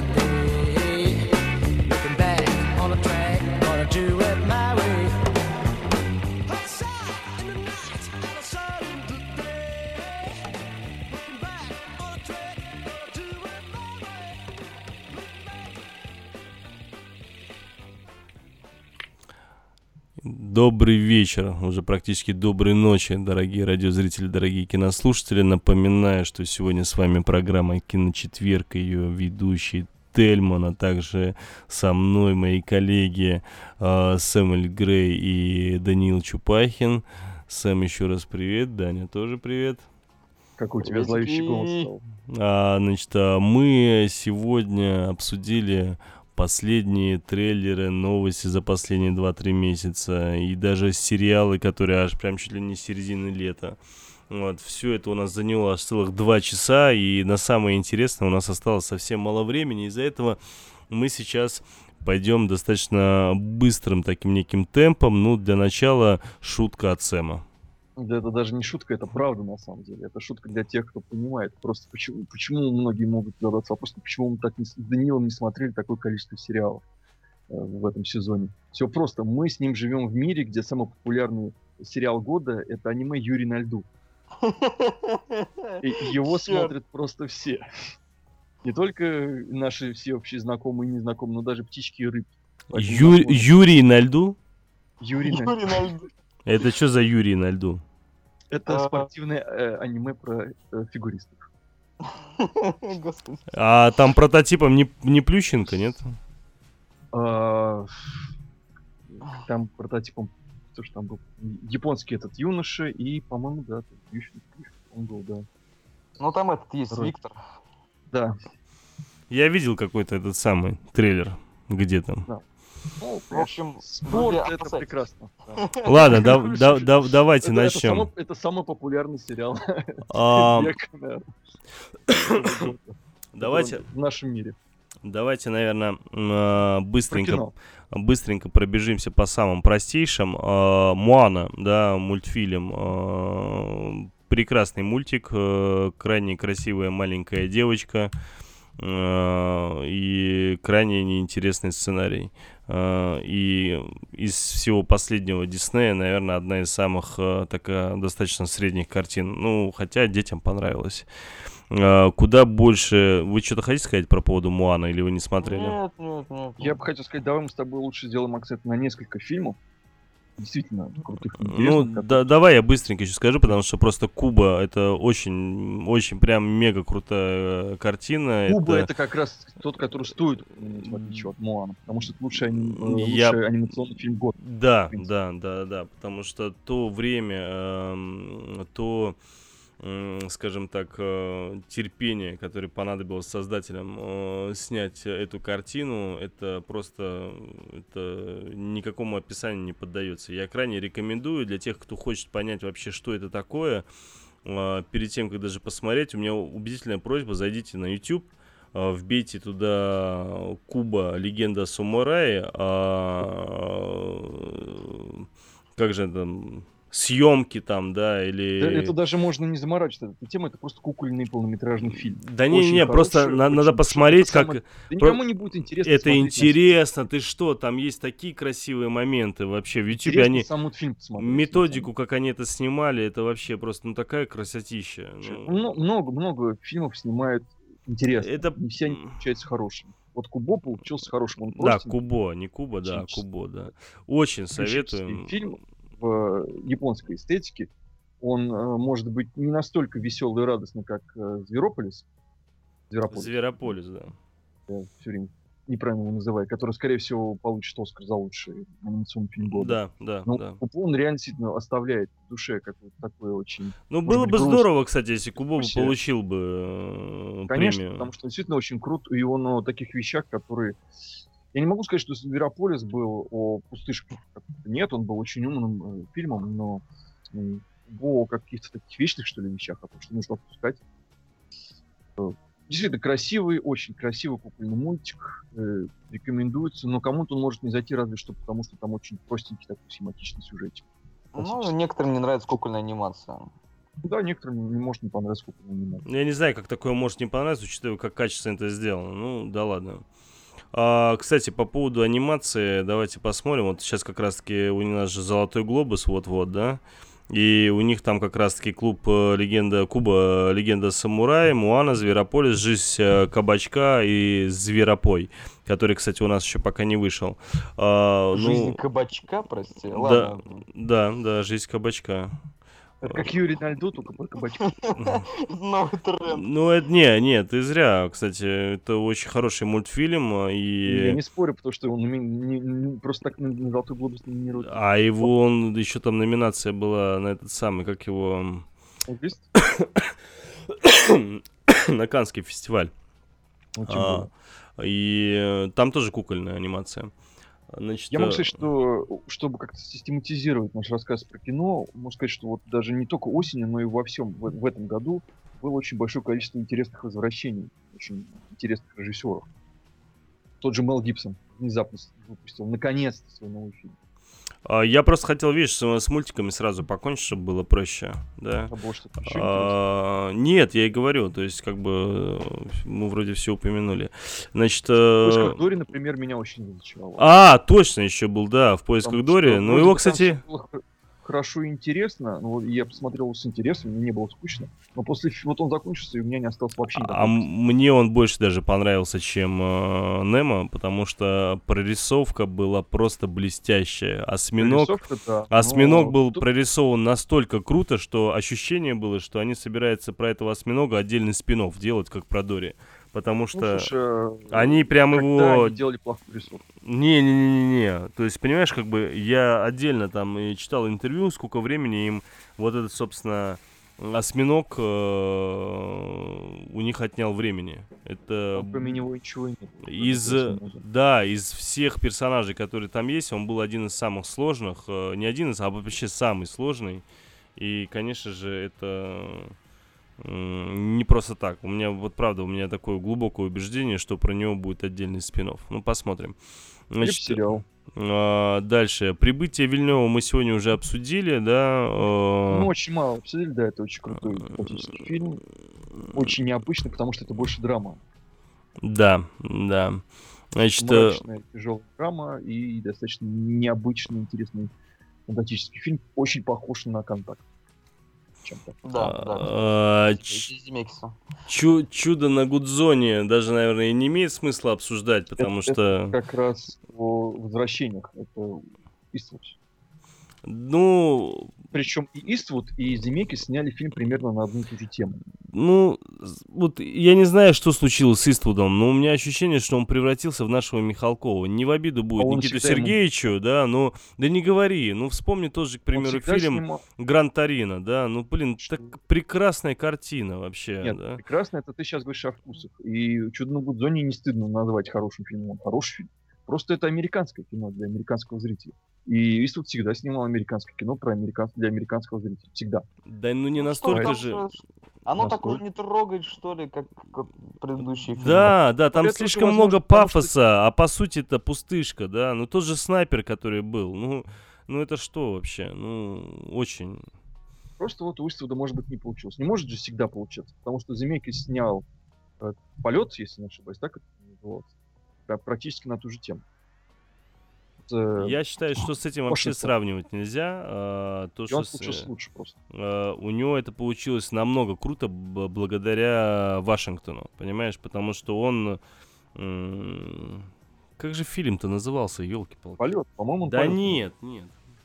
Добрый вечер, уже практически доброй ночи, дорогие радиозрители, дорогие кинослушатели. Напоминаю, что сегодня с вами программа «Киночетверг», ее ведущий Тельман, а также со мной мои коллеги э, Сэмюэль Грей и Даниил Чупахин. Сэм, еще раз привет, Даня тоже привет. Какой у тебя зловещий голос стал. А, значит, а мы сегодня обсудили последние трейлеры, новости за последние два-три месяца и даже сериалы, которые аж прям чуть ли не с середины лета. Вот, все это у нас заняло аж целых два часа, и на самое интересное у нас осталось совсем мало времени. Из-за этого мы сейчас пойдем достаточно быстрым таким неким темпом. Ну, для начала шутка от Сэма. Да, это даже не шутка, это правда на самом деле. Это шутка для тех, кто понимает. Просто почему, почему многие могут задаться вопросом, почему мы так не, с Даниилом не смотрели такое количество сериалов э, в этом сезоне. Все просто. Мы с ним живем в мире, где самый популярный сериал года — это аниме «Юрий на льду». И его смотрят просто все. Не только наши все общие знакомые и незнакомые, но даже птички и рыбки. Ю- Юрий на льду? Юрий на льду. Это что за Юрий на льду? Это спортивное э, аниме про э, фигуристов. Господи. А там прототипом не, не Плющенко, нет? А, там прототипом, что ж там был, японский этот юноша и, по-моему, да, Плющенко, он был, да. Ну там этот есть, Второй. Виктор. Да. Я видел какой-то этот самый трейлер где-то. Да. Ну, В общем, спорт друзья, это опасайтесь. прекрасно. Да. Ладно, да, да, да, давайте Это, это, начнем. самый, это самый популярный сериал А, века, наверное. давайте, В нашем мире. давайте, наверное, м, Про быстренько, кино. быстренько пробежимся по самым простейшим. А, Моана, да, мультфильм. а, Прекрасный мультик, а, крайне красивая маленькая девочка а, и крайне неинтересный сценарий. А, И из всего последнего Диснея, наверное, одна из самых а, такая достаточно средних картин. Ну, хотя детям понравилось. А, Куда больше... Вы что-то хотите сказать про поводу Моана, или вы не смотрели? Нет, нет, нет. Я бы хотел сказать, давай мы с тобой лучше сделаем акцент на несколько фильмов. Действительно крутых, Ну, интересных. да, которые- давай я быстренько еще скажу, потому что просто Куба — это очень, очень прям мега крутая э, картина. Куба это... это как раз тот, который стоит упомянуть, в отличие от Моана, потому что это лучший, ани- э, Я- лучший анимационный фильм года. Да, в принципе. да, да, да, потому что то время, эм, то, м, скажем так, э, терпение, которое понадобилось создателям э, снять эту картину, это просто это никакому описанию не поддается. Я крайне рекомендую для тех, кто хочет понять вообще, что это такое. э, Перед тем, как даже посмотреть, у меня убедительная просьба: зайдите на YouTube, э, вбейте туда Куба, легенда о самурае, а, как же там, съемки там, да, или... Да, это даже можно не заморачиваться. Эта тема — это просто кукольный полнометражный фильм. Да не, Очень не, просто хороший, на- очень надо большой. посмотреть, Это как... самое- Да про- никому не будет интересно Это смотреть на интересно, ты что, там есть такие красивые моменты вообще. В YouTube Интересно они... сам мультфильм посмотреть. Методику, как они это снимали, это вообще просто, ну, такая красотища. Ну, Мно- Много, много фильмов снимают интересно. Это- Не все они получаются хорошими. Вот Кубо получился хорошим. Он Да, простенький, Кубо, не Куба, да, классический. Кубо, да. Очень классический советуем. фильм в э, японской эстетике. Он э, может быть не настолько веселый и радостный, как э, Зверополис. Зверополис. Зверополис, да. Я все время неправильно его называю, который, скорее всего, получит Оскар за лучший анимационный фильм года. Да, да, Ну, да. Кубо, он реально действительно оставляет в душе какое-то такое очень... Ну, может было быть, бы грустно. здорово, кстати, если Кубо бы Грустно. получил бы э, Конечно, премию. потому что он действительно очень крут, и он о таких вещах, которые Я не могу сказать, что Зверополис был о пустышках. Нет, он был очень умным э, фильмом, но э, о каких-то таких вечных, что ли, вещах, о том, что нужно отпускать. Э, Действительно красивый, очень красивый кукольный мультик. Э, рекомендуется, но кому-то он может не зайти, разве что потому, что там очень простенький такой схематичный сюжетик. Ну, некоторым не нравится кукольная анимация. Да, некоторым не может не понравиться кукольная анимация. Я не знаю, как такое может не понравиться, учитывая, как качественно это сделано. Ну, да ладно. А, кстати, по поводу анимации, давайте посмотрим. Вот сейчас как раз-таки у нас же «Золотой глобус», вот-вот, да? И у них там как раз-таки клуб «Легенда Куба», «Легенда самурая», «Моана», «Зверополис», «Жизнь кабачка» и «Зверопой», который, кстати, у нас еще пока не вышел. А, Жизнь ну, кабачка, прости. да, Ладно. да, да, «Жизнь кабачка». Это как Юрий на льду, только про кабачки. Новый тренд. Ну, это не, нет, ты зря. Кстати, это очень хороший мультфильм, Я и... не спорю, потому что он не- не- не- просто так на на «Золотой глобус» не номинирует. А его, он, еще там номинация была на этот самый, как его... Он есть? на Каннский фестиваль. Ну, тем А, более. и э, там тоже кукольная анимация. Значит, Я могу э, сказать, что чтобы как-то систематизировать наш рассказ про кино, могу сказать, что вот даже не только осенью, но и во всем в, в этом году было очень большое количество интересных возвращений, очень интересных режиссеров. Тот же Мел Гибсон внезапно с- выпустил наконец-то свой новый фильм. а, я просто хотел, видишь, с, с мультиками сразу покончить, чтобы было проще, да. А было что-то еще интересное? А, нет, я и говорю, то есть как бы э, мы вроде все упомянули. Значит, В э, «Поисках Дори», например, меня очень разочаровало. а, точно еще был, да, в поисках Потому Дори. что Ну вроде его, бы там кстати, всё было хо- хорошо и интересно. Ну, вот я посмотрел с интересом, мне не было скучно. Но после фи- вот он закончился, и у меня не осталось вообще а никакого. м- мне он больше даже понравился, чем э, Немо, потому что прорисовка была просто блестящая. Осьминог, Рисовка, да, осьминог но был тут- прорисован настолько круто, что ощущение было, что они собираются про этого осьминога отдельный спин-офф делать, как про Дори. Потому ну, что слушай, э, они прям когда его... они делали плохую рисовку? Не-не-не-не-не. То есть, понимаешь, как бы я отдельно там и читал интервью, сколько времени им вот этот, собственно, осьминог э, у них отнял времени. Это Там кроме него ничего и нет. из, Это просто да, из всех персонажей, которые там есть, он был один из самых сложных. э, Не один из, а вообще самый сложный. И, конечно же, это м, не просто так. У меня, вот правда, у меня такое глубокое убеждение, что про него будет отдельный спин-офф. Ну, посмотрим. Значит, сериал. а, дальше. «Прибытие Вильнёва» мы сегодня уже обсудили, да. э, Ну, очень мало обсудили, да, это очень крутой фантастический фильм. Очень необычный, потому что это больше драма. Да, да. Значит, э, Мрачная, тяжелая драма и достаточно необычный, интересный фантастический фильм. Очень похож на «Контакт». Чем-то. Да, да. а, Из ч- Земекиса. чу- чудо на Гудзоне даже, наверное, и не имеет смысла обсуждать, потому Это- что, это как раз о возвращениях. Это Иствуд. ну, Причем и Иствуд, и Земекис сняли фильм примерно на одну и ту же тему. ну, з- вот я не знаю, что случилось с Иствудом, но у меня ощущение, что он превратился в нашего Михалкова. Не в обиду будет А он Никиту всегда ему- Сергеевичу, да, но, да не говори, ну, вспомни тот же, к Он примеру, всегда фильм снимал- «Гран Торино», да, ну, блин, Что? так прекрасная картина вообще, Нет, да. прекрасно, это ты сейчас говоришь о вкусах. И «Чудо на Гудзоне» не стыдно назвать хорошим фильмом. Он хороший фильм. Просто это американское кино для американского зрителя. И Иствуд всегда снимал американское кино про американ... для американского зрителя. Всегда. Да, ну не Ну, настолько что же... там, что- Оно так Настолько. уже не трогает, что ли, как, как предыдущие фильмы. Да, да, там это слишком возможно, много потому что- пафоса, а по сути это пустышка, да. Ну тот же снайпер, который был, ну, ну это что вообще? Ну, очень. Просто вот у Иствуда, может быть, не получилось. Не может же всегда получаться. Потому что Земекис снял э, «Полет», если не ошибаюсь, так это называлось? Да, практически на ту же тему. С, э, Я считаю, что с этим вообще Вашингтон. сравнивать нельзя. а, то, и что он с- получился лучше просто. э, у него это получилось намного круто б- благодаря Вашингтону, понимаешь? Потому что он... м, Как же фильм-то назывался, елки-палки? «Полет», по-моему, он Да «Полет» был. нет, нет.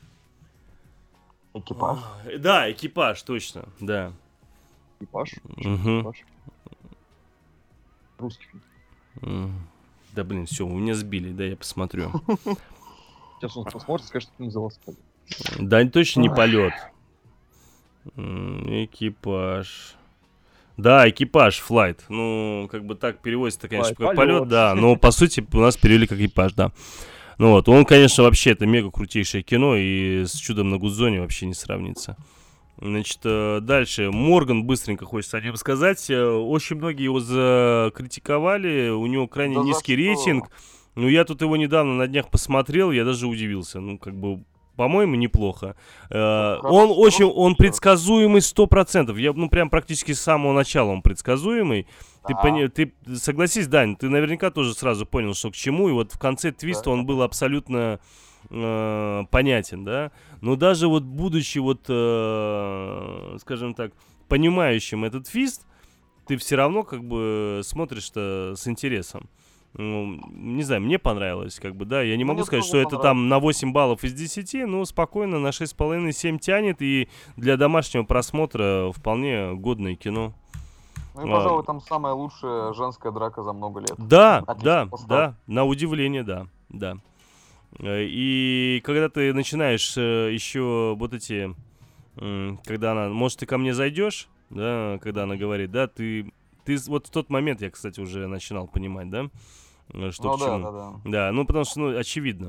Экипаж. А, Да, экипаж, точно, да. «Экипаж». Мгм. «Экипаж». Русский фильм. М. Да блин, все, вы меня сбили, да, я посмотрю. Сейчас он посмотрит и скажет, что назывался «Полет». Да, точно не Ах. полет. М, Экипаж. Да, экипаж, flight. Ну, как бы так переводится, конечно, Flight, как полет. полет, да, но по сути у нас перевели как экипаж, да. Ну вот, он, конечно, вообще это мега крутейшее кино, и с «Чудом на Гудзоне» вообще не сравнится. Значит, э, дальше. Морган, быстренько хочется о нем сказать. Э, Очень многие его закритиковали, у него крайне Да за низкий что? рейтинг. Ну, я тут его недавно на днях посмотрел, я даже удивился. Ну, как бы, по-моему, неплохо. Э, Хороший, Он очень, хороший он режиссер. предсказуемый сто процентов. Я, ну, прям практически с самого начала он предсказуемый. Ты, Да. пони- ты согласись, Дань, ты наверняка тоже сразу понял, что к чему. И вот в конце твиста Да. он был абсолютно э, понятен, да. Но даже вот будучи вот, э, скажем так, понимающим этот твист, ты все равно как бы смотришь-то с интересом. Ну, не знаю, мне понравилось, как бы, да. Я не Мне могу сказать, тоже что это понравилось. там на восемь баллов из десяти, но спокойно на шесть с половиной - семь тянет, и для домашнего просмотра вполне годное кино. Ну и, А. пожалуй, там самая лучшая женская драка за много лет. Да, Отличный да, состав. да, на удивление, да, да. Э, И когда ты начинаешь э, еще вот эти, м, когда она, может, ты ко мне зайдешь, да, когда она говорит, да, ты, ты с- вот в тот момент я, кстати, уже начинал понимать, да, э, что Ну к да, чему. да, да. Да, ну потому что, ну, очевидно.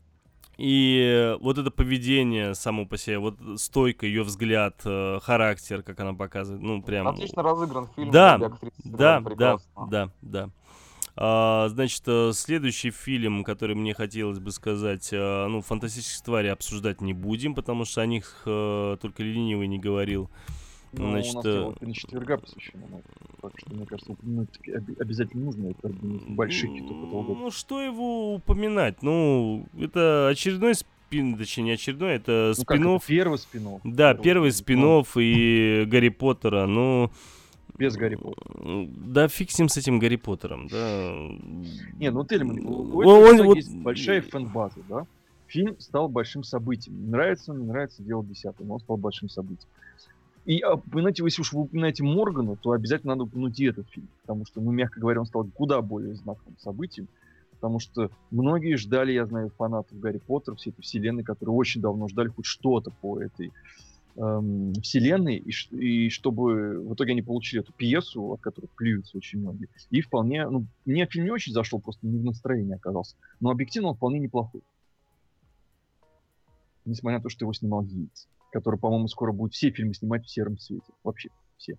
И э, вот это поведение само по себе, вот стойка, ее взгляд, э, характер, как она показывает, ну прям. Отлично разыгран фильм, Да, обе актрисы да, сыграли да, прекрасно. да, да. А, значит, э, следующий фильм, который мне хотелось бы сказать, э, ну, «Фантастические твари» обсуждать не будем, потому что о них э, только ленивый не говорил. Ну, Значит, у нас э, дело на четверга посвящено. ну, Так что, мне кажется, упомянуть таки оби- обязательно нужно. Это один из больших хитов этого года. Ну, что его упоминать? Ну, это очередной спин, точнее, не очередной, это Ну как, это спин-офф. первый спин Да, первый спин-офф и Гарри Поттера, ну... Без Гарри Поттера. м, Да фиг с ним, с этим Гарри Поттером, да. Не, ну Тельман, у у Он- этого он всегда вот- есть большая фэн-база, да? Фильм стал большим событием. Нравится он, не нравится, дело десятое, но он стал большим событием. И, а, понимаете, если уж вы упоминаете Моргана, то обязательно надо упомянуть и этот фильм. Потому что, ну, мягко говоря, он стал куда более знаковым событием. Потому что многие ждали, я знаю, фанатов Гарри Поттера, всей этой вселенной, которые очень давно ждали хоть что-то по этой эм, вселенной, и, ш- и чтобы в итоге они получили эту пьесу, от которой плюются очень многие. И вполне, ну, мне фильм не очень зашел, просто не в настроении оказался. Но объективно он вполне неплохой. Несмотря на то, что его снимал Йейтс, который, по-моему, скоро будет все фильмы снимать в сером цвете. Вообще все.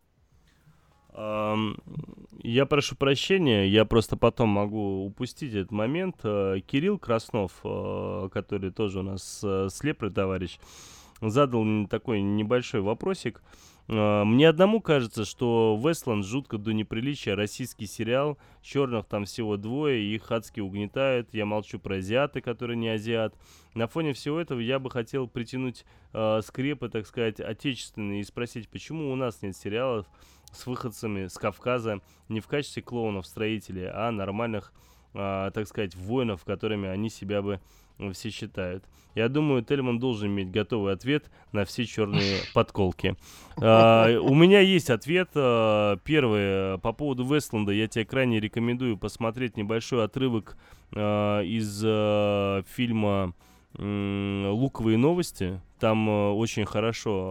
Ам, Я прошу прощения, я просто потом могу упустить этот момент. Э, Кирилл Краснов, э, который тоже у нас э, слепый товарищ, задал мне такой небольшой вопросик. Э, Мне одному кажется, что Вестланд жутко до неприличия российский сериал. Черных там всего двое, и их адски угнетают. Я молчу про азиаты, которые не азиат. На фоне всего этого я бы хотел притянуть э, скрепы, так сказать, отечественные и спросить, почему у нас нет сериалов с выходцами с Кавказа не в качестве клоунов-строителей, а нормальных, а, так сказать, воинов, которыми они себя бы м, все считают. Я думаю, Тельман должен иметь готовый ответ на все черные подколки. А, у меня есть ответ. А, Первый, по поводу Вестланда, я тебе крайне рекомендую посмотреть небольшой отрывок а, из а, фильма м, «Луковые новости». Там э, очень хорошо,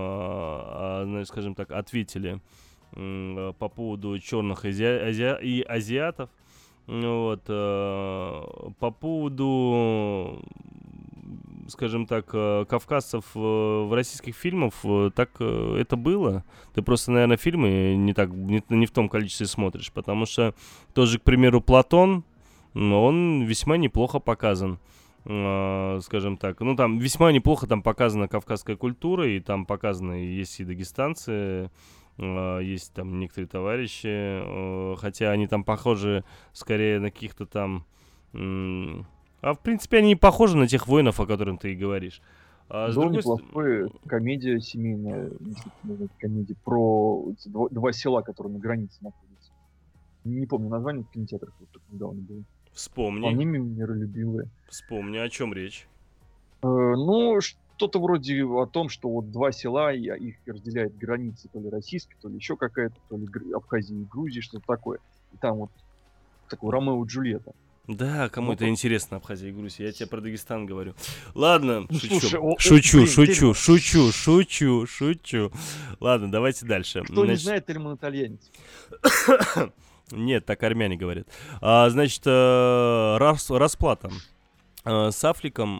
э, э, скажем так, ответили м, по поводу черных азиа- азиа- и азиатов. Вот, э, по поводу, скажем так, э, кавказцев э, в российских фильмах, э, так э, это было. Ты просто, наверное, фильмы не, так, не, не в том количестве смотришь, потому что тоже, к примеру, Платон, м, он весьма неплохо показан. э, скажем так, ну там весьма неплохо там показана кавказская культура, и там показаны есть и дагестанцы, э, есть там некоторые товарищи, э, хотя они там похожи скорее на каких-то там... м, а в принципе они не похожи на тех воинов, о которых ты и говоришь. А с Была другой ст- неплохая комедия семейная, если это назвать комедия, про эти дво- два села, которые на границе находятся. Не помню название, в кинотеатрах вот только недавно было. Вспомни, Вполне ми- миролюбивые. вспомни, о чем речь. Э, ну, что-то вроде о том, что вот два села, и а, их разделяет границы, то ли российская, то ли еще какая-то, то ли Гр- Абхазия и Грузия, что-то такое. И там вот такой Ромео и Джульетта. Да, кому Ну, это интересно, Абхазия и Грузия, я тебе про Дагестан говорю. Ладно, Ну, шучу, слушай, о- о, шучу, блин, шучу, Тельман. шучу, шучу, шучу. Ладно, давайте дальше. Кто не Значит, знает, Тельман итальянец. Нет, так армяне говорят. А, значит, э, рас- расплата. Э, С Аффлеком,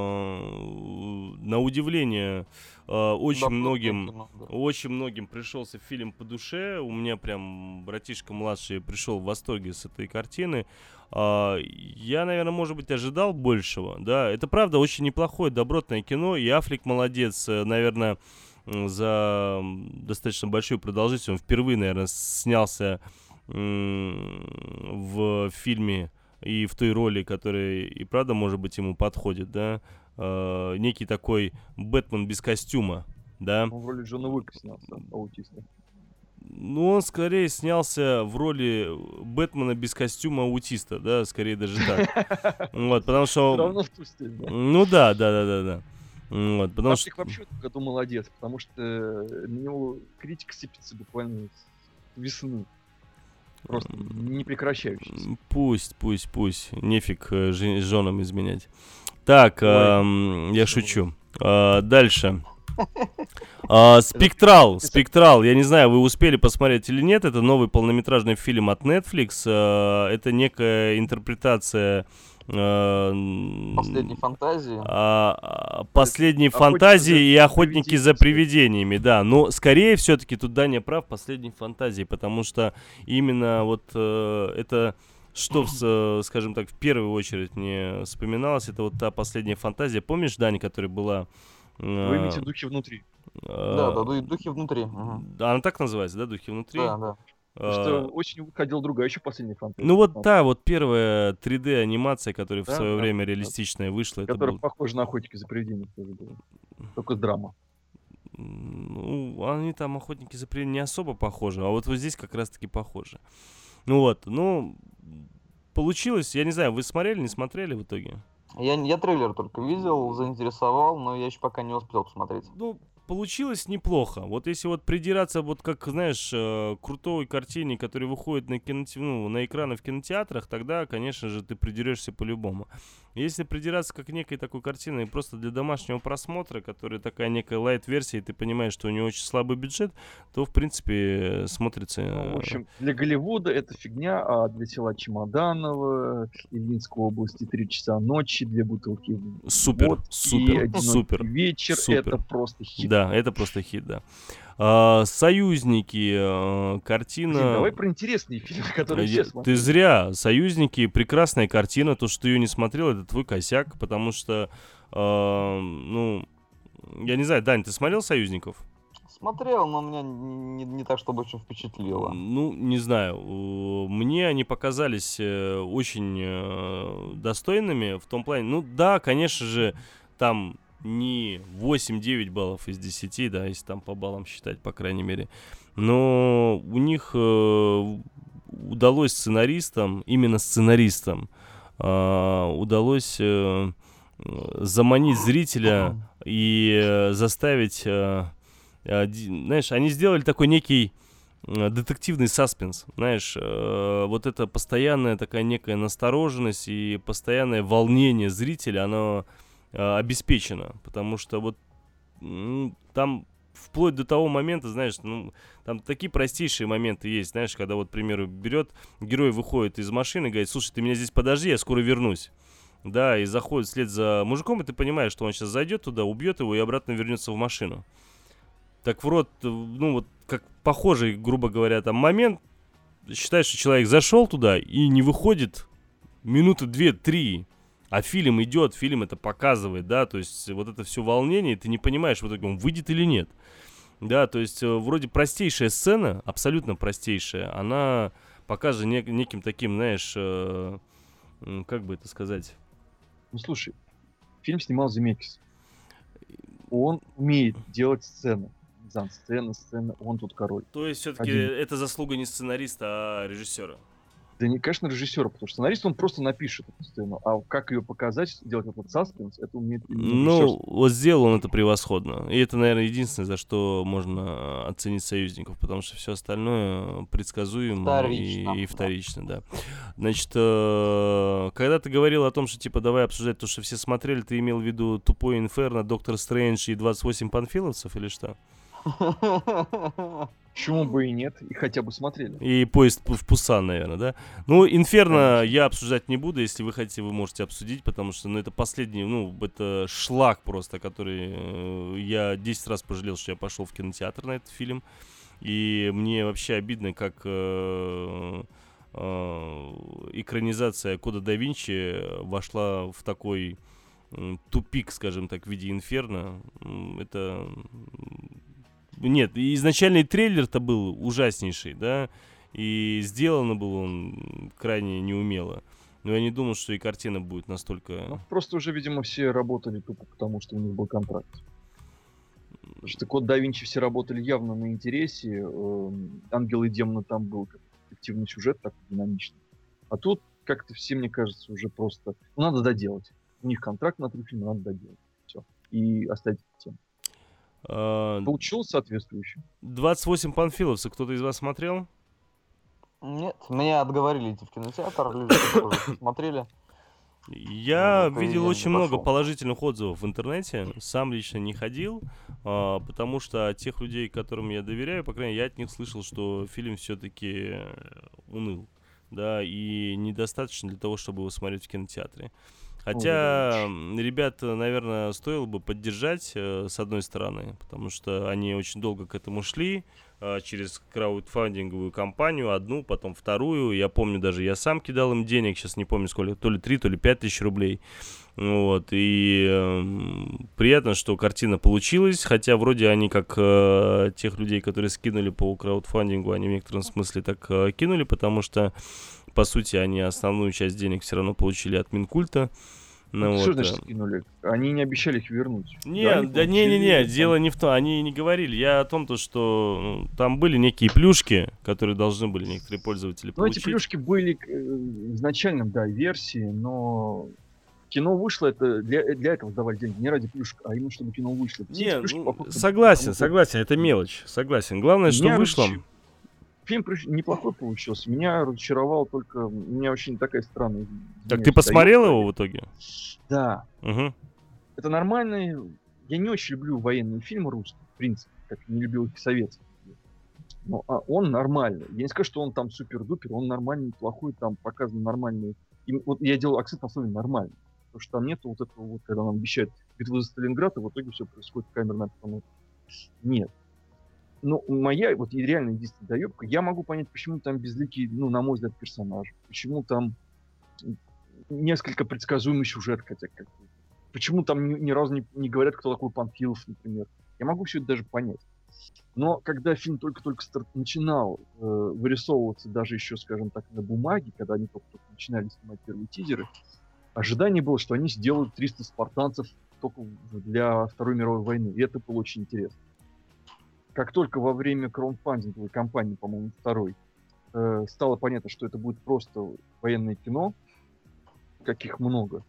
э, на удивление, э, очень Да, многим, кино, да. очень многим пришелся фильм по душе. У меня прям братишка младший пришел в восторге с этой картины. А, Я, наверное, может быть, ожидал большего. Да, это правда очень неплохое, добротное кино. И Аффлек молодец, э, наверное, м, за м, достаточно большую продолжительность. Он впервые, наверное, снялся м, в фильме и в той роли, которая и правда, может быть, ему подходит, да, Э, некий такой Бэтмен без костюма, да. Он в роли Джона Уика снялся, аутиста. Ну, он скорее снялся в роли Бэтмена без костюма аутиста, да, скорее даже так. Вот, потому что... Все равно в ту стиль, да. Ну да, да, да, да, да. Вот, потому что... Аффлек вообще в этом году молодец, потому что на него критика сыпется буквально с весны. Просто не прекращающийся. Пусть, пусть, пусть. Нефиг э, жен- женам изменять. Так, Ой, эм, я шучу. А, дальше. А, Спектрал, Спектрал. Я не знаю, вы успели посмотреть или нет. Это новый полнометражный фильм от Netflix. А, Это некая интерпретация э, Последней фантазии. а, а, последней Охотники фантазии за и охотники за привидениями, привидениями, да. Но скорее все-таки тут Даня прав, последней фантазии, потому что именно вот э, это что, в с- э, скажем так, в первую очередь мне вспоминалось, это вот та последняя фантазия. Помнишь, Даня, которая была... э, Вы имеете духи внутри. Да, э, да, ду- духи внутри. Мгм. Она так называется, да, «Духи внутри»? Да, да. Потому что Э, очень выходила другая еще последняя фантазия. Ну вот та вот первая три дэ анимация, которая в Да, свое да, время да. реалистичная вышла, это Которая был... похожа на охотники за привидениями тоже была. Только драма. Ну, они там, охотники за привидениями, не особо похожи, а вот вот здесь как раз-таки похожи. Ну вот, ну, получилось, я не знаю, вы смотрели, не смотрели в итоге? Я, я трейлер только видел, заинтересовал, но я еще пока не успел посмотреть. Ну, получилось неплохо. Вот если вот придираться, вот как, знаешь, э, к крутой картине, которая выходит на, киноте... ну, на экраны в кинотеатрах, тогда, конечно же, ты придерешься по-любому. Если придираться как к некой такой картине просто для домашнего просмотра, которая такая некая лайт-версия, и ты понимаешь, что у нее очень слабый бюджет, то, в принципе, смотрится... Ну, э, в общем, для Голливуда это фигня, а для села Чемоданова, Ильинской области три часа ночи, две бутылки Супер, водки, супер, одинокий супер, вечер, супер. это просто хит. Да, это просто хит, да. А, «Союзники», а, картина... Блин, давай про интересные фильмы, которые Я- все Ты зря. «Союзники» — прекрасная картина. То, что ты ее не смотрел, это твой косяк, потому что, а, ну, я не знаю, Дань, ты смотрел «Союзников»? Смотрел, но меня не, не так, чтобы очень впечатлило. Ну, не знаю. У- Мне они показались э, очень э, достойными в том плане. Ну, да, конечно же, там не восемь-девять баллов из десяти, да, если там по баллам считать, по крайней мере. Но у них э, удалось сценаристам, именно сценаристам, э, удалось э, заманить зрителя и э, заставить... э, Оди- знаешь, они сделали такой некий э, детективный саспенс, знаешь, э, вот это постоянная такая некая настороженность и постоянное волнение зрителя, оно э, обеспечено, потому что вот м, там вплоть до того момента, знаешь, ну, там такие простейшие моменты есть, знаешь, когда вот, к примеру, берет, герой выходит из машины и говорит: слушай, ты меня здесь подожди, я скоро вернусь. Да, и заходит вслед за мужиком, и ты понимаешь, что он сейчас зайдет туда, убьет его и обратно вернется в машину. Так в рот, ну вот, как похожий, грубо говоря, там момент, считай, что человек зашел туда и не выходит минуты две-три, а фильм идет, фильм это показывает, да, то есть вот это все волнение, и ты не понимаешь, в итоге он выйдет или нет. Да, то есть э, вроде простейшая сцена, абсолютно простейшая, она покажет нек- неким таким, знаешь, э, м, как бы это сказать... Ну слушай, фильм снимал Земекис. Он умеет делать сцены. Зан, сцена, сцена, он тут король. То есть все-таки Один. это заслуга не сценариста, а режиссера. Да не, конечно, режиссера, потому что сценарист, он просто напишет эту сцену, а как ее показать, сделать этот саспенс, это умеет именно Ну, режиссер. вот сделал он это превосходно. И это, наверное, единственное, за что можно оценить союзников, потому что все остальное предсказуемо Вторично, и, и да. вторично, да. Значит, э, когда ты говорил о том, что, типа, давай обсуждать то, что все смотрели, ты имел в виду «Тупой Инферно», «Доктор Стрэндж» и «двадцать восемь панфиловцев» или что? Почему бы и нет, и хотя бы смотрели. И «Поезд в Пусан», наверное, да? Ну, «Инферно» Конечно. я обсуждать не буду. Если вы хотите, вы можете обсудить, потому что, ну, это последний, ну, это шлак просто, который... э, я десять раз пожалел, что я пошел в кинотеатр на этот фильм. И мне вообще обидно, как э, э, экранизация «Кода да Винчи» вошла в такой м, тупик, скажем так, в виде «Инферно». М, Это... Нет, и изначальный трейлер-то был ужаснейший, да, и сделано было он крайне неумело. Но я не думал, что и картина будет настолько... Ну, просто уже, видимо, все работали тупо потому, что у них был контракт. Потому что «Код да Винчи» все работали явно на интересе. эм, «Ангел и демоны» там был как эффективный сюжет, так динамичный. А тут как-то все, мне кажется, уже просто... Ну, надо доделать. У них контракт на три фильма, надо доделать. Все. И оставить тему. А, Получилось соответствующе. двадцать восемь панфиловцев кто-то из вас смотрел? Нет, меня отговорили идти в кинотеатр, люди, которые уже смотрели. Я Ну, видел я не очень много пошел. положительных отзывов в интернете. Сам лично не ходил, а, потому что от тех людей, которым я доверяю, по крайней мере, я от них слышал, что фильм все-таки уныл, да, и недостаточно для того, чтобы его смотреть в кинотеатре. Хотя, м, ребят, наверное, стоило бы поддержать, э, с одной стороны, потому что они очень долго к этому шли, э, через краудфандинговую кампанию, одну, потом вторую. Я помню, даже я сам кидал им денег, сейчас не помню сколько, то ли три, то ли пять тысяч рублей. Вот, и эм, приятно, что картина получилась, хотя вроде они, как э, тех людей, которые скинули по краудфандингу, они в некотором смысле так э, кинули, потому что, по сути, они основную часть денег все равно получили от Минкульта. Ну, Что вот, значит э, скинули? Они не обещали их вернуть. Не, они да не, не, не, получили, дело не в том, они не говорили. Я о том, то, что ну, там были некие плюшки, которые должны были некоторые пользователи Ну, эти получить. плюшки были к, э, изначально, да, версии, но кино вышло, это для, для этого сдавали деньги, не ради плюшек, а именно чтобы кино вышло. Все эти Не, плюшки, ну, походу, согласен, потому что согласен, это мелочь, согласен. Главное, что меня вышло. разочар- Фильм приш- неплохой получился. Меня разочаровал только... У меня очень такая странная... Так извиняюсь, ты посмотрел доебка. его в итоге? Да. Угу. Это нормальный... Я не очень люблю военные фильмы русские, в принципе, как не любил их советские. Но а он нормальный. Я не скажу, что он там супер-дупер, он нормальный, неплохой, там показан нормальный. И вот я делал акцент на слове «нормальный». Потому что там нету вот этого вот, когда нам обещают битву за Сталинград, и в итоге все происходит камерно обстановка. Нет. Ну, моя вот и реально единственная доебка, я могу понять, почему там безликий, ну, на мой взгляд, персонаж. Почему там несколько предсказуемый сюжет, хотя как бы. Почему там ни, ни разу не, не говорят, кто такой Панфилов, например. Я могу все это даже понять. Но когда фильм только-только старт, начинал э, вырисовываться, даже еще, скажем так, на бумаге, когда они только-только начинали снимать первые тизеры, ожидание было, что они сделают триста спартанцев только для Второй мировой войны. И это было очень интересно. Как только во время краудфандинговой кампании, по-моему, второй, э, стало понятно, что это будет просто военное кино, каких много,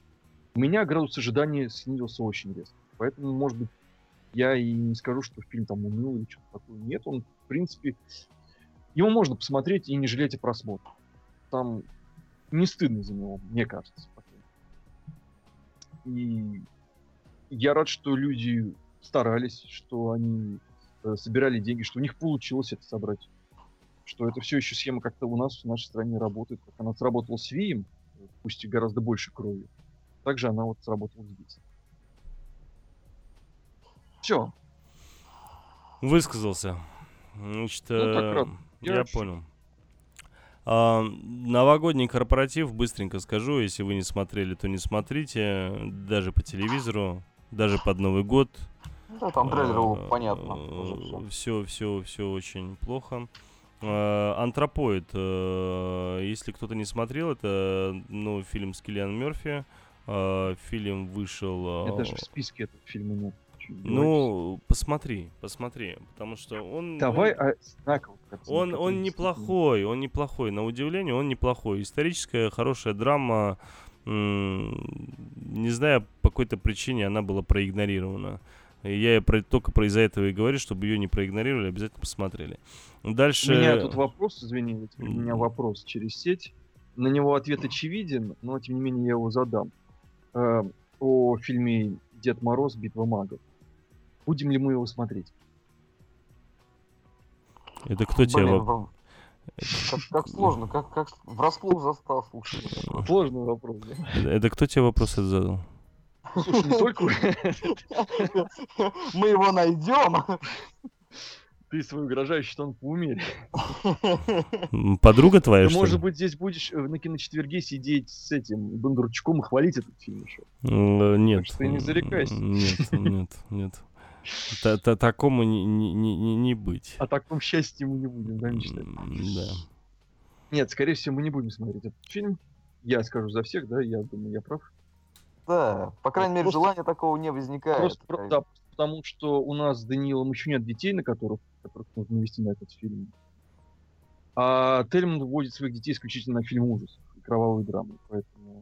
у меня градус ожидания снизился очень резко. Поэтому, может быть, я и не скажу, что фильм там уныл или что-то такое. Нет, он, в принципе, его можно посмотреть и не жалеть о просмотре. Там не стыдно за него, мне кажется. И я рад, что люди старались, что они э, собирали деньги, что у них получилось это собрать. Что это все еще схема как-то у нас в нашей стране работает. Как она сработала с Вием, пусть и гораздо больше крови, так же она вот сработала здесь. Все. Высказался. Значит, Ну, так, э, рад. я, Я понял. А, новогодний корпоратив, быстренько скажу, если вы не смотрели, то не смотрите, даже по телевизору, даже под Новый год. Да, там трейлер был понятно. Все, все, все очень плохо. А, Антропоид, э, если кто-то не смотрел, это новый фильм с Киллиан Мерфи. А, фильм вышел... У меня а, даже в списке этого фильма нет. фильм. Ну, посмотри, посмотри, потому что он... Давай он... о знаках. Он, он неплохой, он неплохой, на удивление он неплохой. Историческая хорошая драма, м- не знаю, по какой-то причине она была проигнорирована. И я про, только про из-за этого и говорю, чтобы ее не проигнорировали, обязательно посмотрели. Дальше... У меня тут вопрос, извини, у меня вопрос через сеть. На него ответ очевиден, но тем не менее я его задам. Э, о фильме «Дед Мороз. Битва магов». Будем ли мы его смотреть? Это кто тебя... Блин, воп- в- как, как сложно, как, как врасплох застал, слушай. Сложный вопрос, да? Это кто тебе вопрос этот задал? Слушай, не только Мы его найдем. ты свой угрожающий тон поумерь. М, Подруга твоя, Ты, что может ли? быть, здесь будешь э, на киночетверге сидеть с этим Бондарчуком и хвалить этот фильм еще. М, э, Нет. Так что и не зарекайся. М, Нет, нет, нет. Та- та- Такому не- не не- не- не быть. О таком счастье мы не будем, да, мечтать. М, Да. Нет, скорее всего, мы не будем смотреть этот фильм. Я скажу за всех, да, я думаю, я прав. Да, по крайней мере, Просто- желания такого не возникает. Просто, про- да, потому что у нас с Даниилом еще нет детей, на которых, которых нужно вести на этот фильм. А Тельман вводит своих детей исключительно на фильм ужасов и кровавые драмы. Поэтому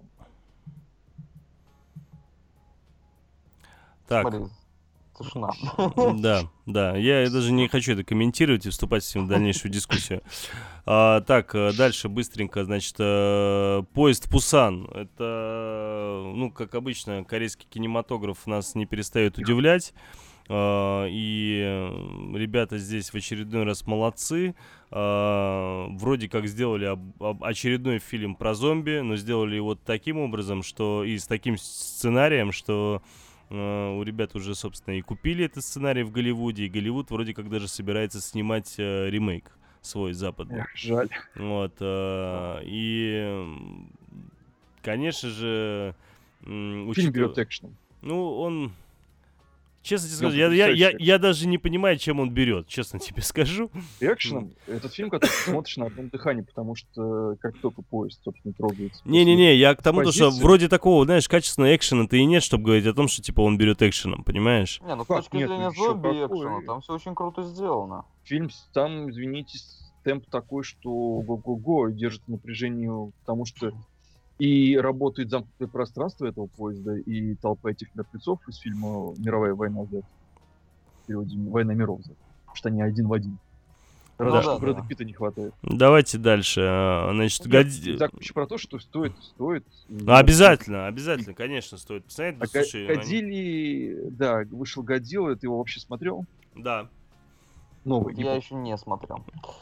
Так, Смотри, тишина. да, да. Я даже не хочу это комментировать и вступать с ним в дальнейшую дискуссию. А, так, э, дальше быстренько, значит, э, поезд Пусан. Это, ну, как обычно, корейский кинематограф нас не перестает удивлять. А, и э, ребята здесь в очередной раз молодцы. А, вроде как сделали об- об- очередной фильм про зомби, но сделали его таким образом, что и с таким сценарием, что э, у ребят уже, собственно, и купили этот сценарий в Голливуде, и Голливуд вроде как даже собирается снимать э, ремейк свой западный. эх, жаль. Вот, э, и, м, конечно же, м, Фильм учитывая- берет экшеном. ну, он... Честно тебе Ну, скажу, я, я, я, потрясающе. я даже не понимаю, чем он берет, честно тебе скажу. Экшеном этот фильм, который ты смотришь на одном дыхании, потому что как только поезд, собственно, трогается. Не-не-не, я к тому, то, что позиции. вроде такого, знаешь, качественного экшена-то и нет, чтобы говорить о том, что, типа, он берет экшеном, понимаешь? Не, ну с Как точки нет, зрения еще зомби и какой. экшена, там все очень круто сделано. Фильм с- там, извините, с- темп такой, что го-го-го, держит в напряжении, потому что и работает замкнутое пространство этого поезда, и толпа этих мертвецов из фильма «Мировая война Z». В переводе «Война миров Z». Потому что они один в один. Ну Разве да, что да. Брэда Питта не хватает. Давайте дальше. а, Значит, Я годи- закончу про то, что стоит, стоит. И- Ну, обязательно, обязательно, конечно, стоит посмотреть. А Да, Га- слушай, они- Годзилли, да, вышел Годзилла, ты его вообще смотрел? Да. Новый. Я еще не смотрел.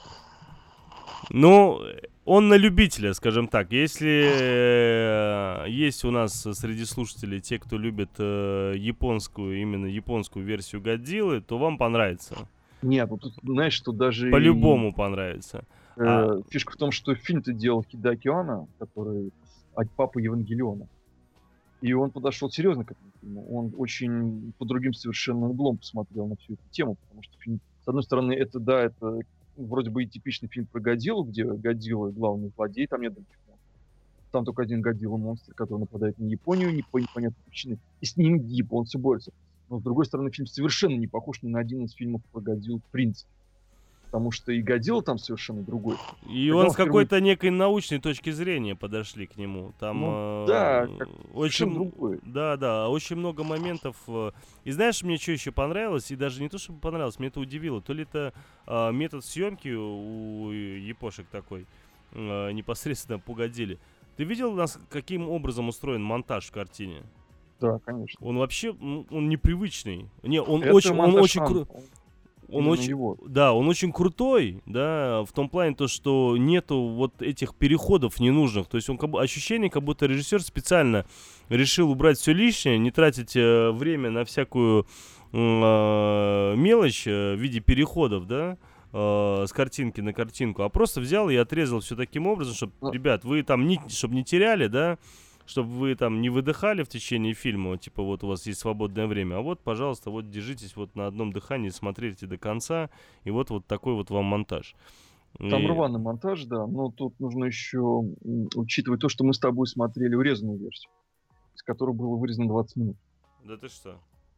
Ну, он на любителя, скажем так. Если э, есть у нас среди слушателей те, кто любит э, японскую, именно японскую версию Годзиллы, то вам понравится. Нет, ну тут, знаешь, что даже... и, По-любому понравится. э, А- Фишка в том, что фильм-то делал Хидаки Анно, который от папы Евангелиона. И он подошел серьезно к этому фильму. Он очень по другим совершенно углом посмотрел на всю эту тему, потому что фильм, с одной стороны, это, да, это вроде бы и типичный фильм про Годзиллу, где Годзилла главный злодей, там нет других монстров. Там только один Годзилла монстр, который нападает на Японию не по непонятной причине, и с ним японцы борются. Но, с другой стороны, фильм совершенно не похож ни на один из фильмов про Годзиллу в принципе. Потому что и Годзилла там совершенно другой. И Когда он он с какой-то некой научной точки зрения подошли к нему. Там Ну, э, да, как очень, совершенно другой. да, да, очень много моментов. э, И знаешь, мне что еще понравилось, и даже не то, чтобы понравилось, мне это удивило. То ли это э, метод съемки у япошек такой, э, непосредственно по Годзилле. Ты видел, нас, каким образом устроен монтаж в картине? Да, конечно. Он вообще, м, он непривычный. Не, он Это очень, он монтаж очень сам, крутой. Он именно очень, его. да, он очень крутой, да, в том плане то, что нету вот этих переходов ненужных, то есть он как бы, ощущение, как будто режиссер специально решил убрать все лишнее, не тратить э, время на всякую э, мелочь э, в виде переходов, да, э, с картинки на картинку, а просто взял и отрезал все таким образом, чтобы, Ну. ребят, вы там не, чтобы не теряли, да, чтобы вы там не выдыхали в течение фильма, вот, типа вот у вас есть свободное время, а вот, пожалуйста, вот держитесь вот на одном дыхании, смотрите до конца, и вот вот такой вот вам монтаж. Там И- рваный монтаж, да, но тут нужно еще м, учитывать то, что мы с тобой смотрели урезанную версию, из которой было вырезано двадцать минут. Да ты что?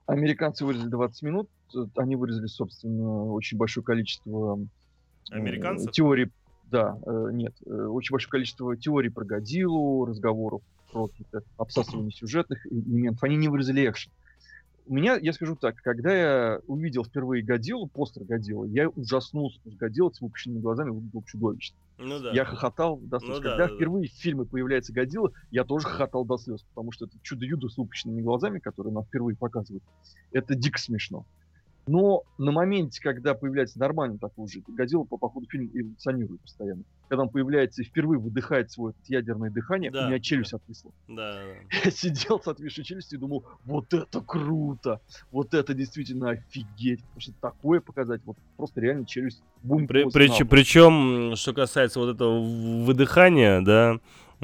Американцы вырезали двадцать минут, э, они вырезали, собственно, очень большое количество э, Американцев? теорий, да, э, нет, э, очень большое количество теорий про Годзиллу, разговоров про какие-то обсасывания сюжетных элементов. Они не вырезали экшен. У меня, я скажу так, когда я увидел впервые Годзиллу, постер Годзиллы, я ужаснулся, потому что Годзилла с выпущенными глазами выглядел чудовищно. Ну да. Я хохотал до слез. Ну да, Когда да, впервые в фильме появляется Годзилла, я тоже хохотал до слез, потому что это чудо-юдо с выпущенными глазами, которые нам впервые показывают, это дико смешно. Но на моменте, когда появляется нормально такой же, Годзилла по, по ходу фильма эволюционирует постоянно. Когда он появляется и впервые выдыхает свое вот ядерное дыхание, Да, у меня челюсть да. отвисла. Да, да. Я сидел с отвисшей челюстью и думал, вот это круто! Вот это действительно офигеть! Потому что такое показать, вот просто реально челюсть бум. При, прич, причем, что касается вот этого выдыхания, да,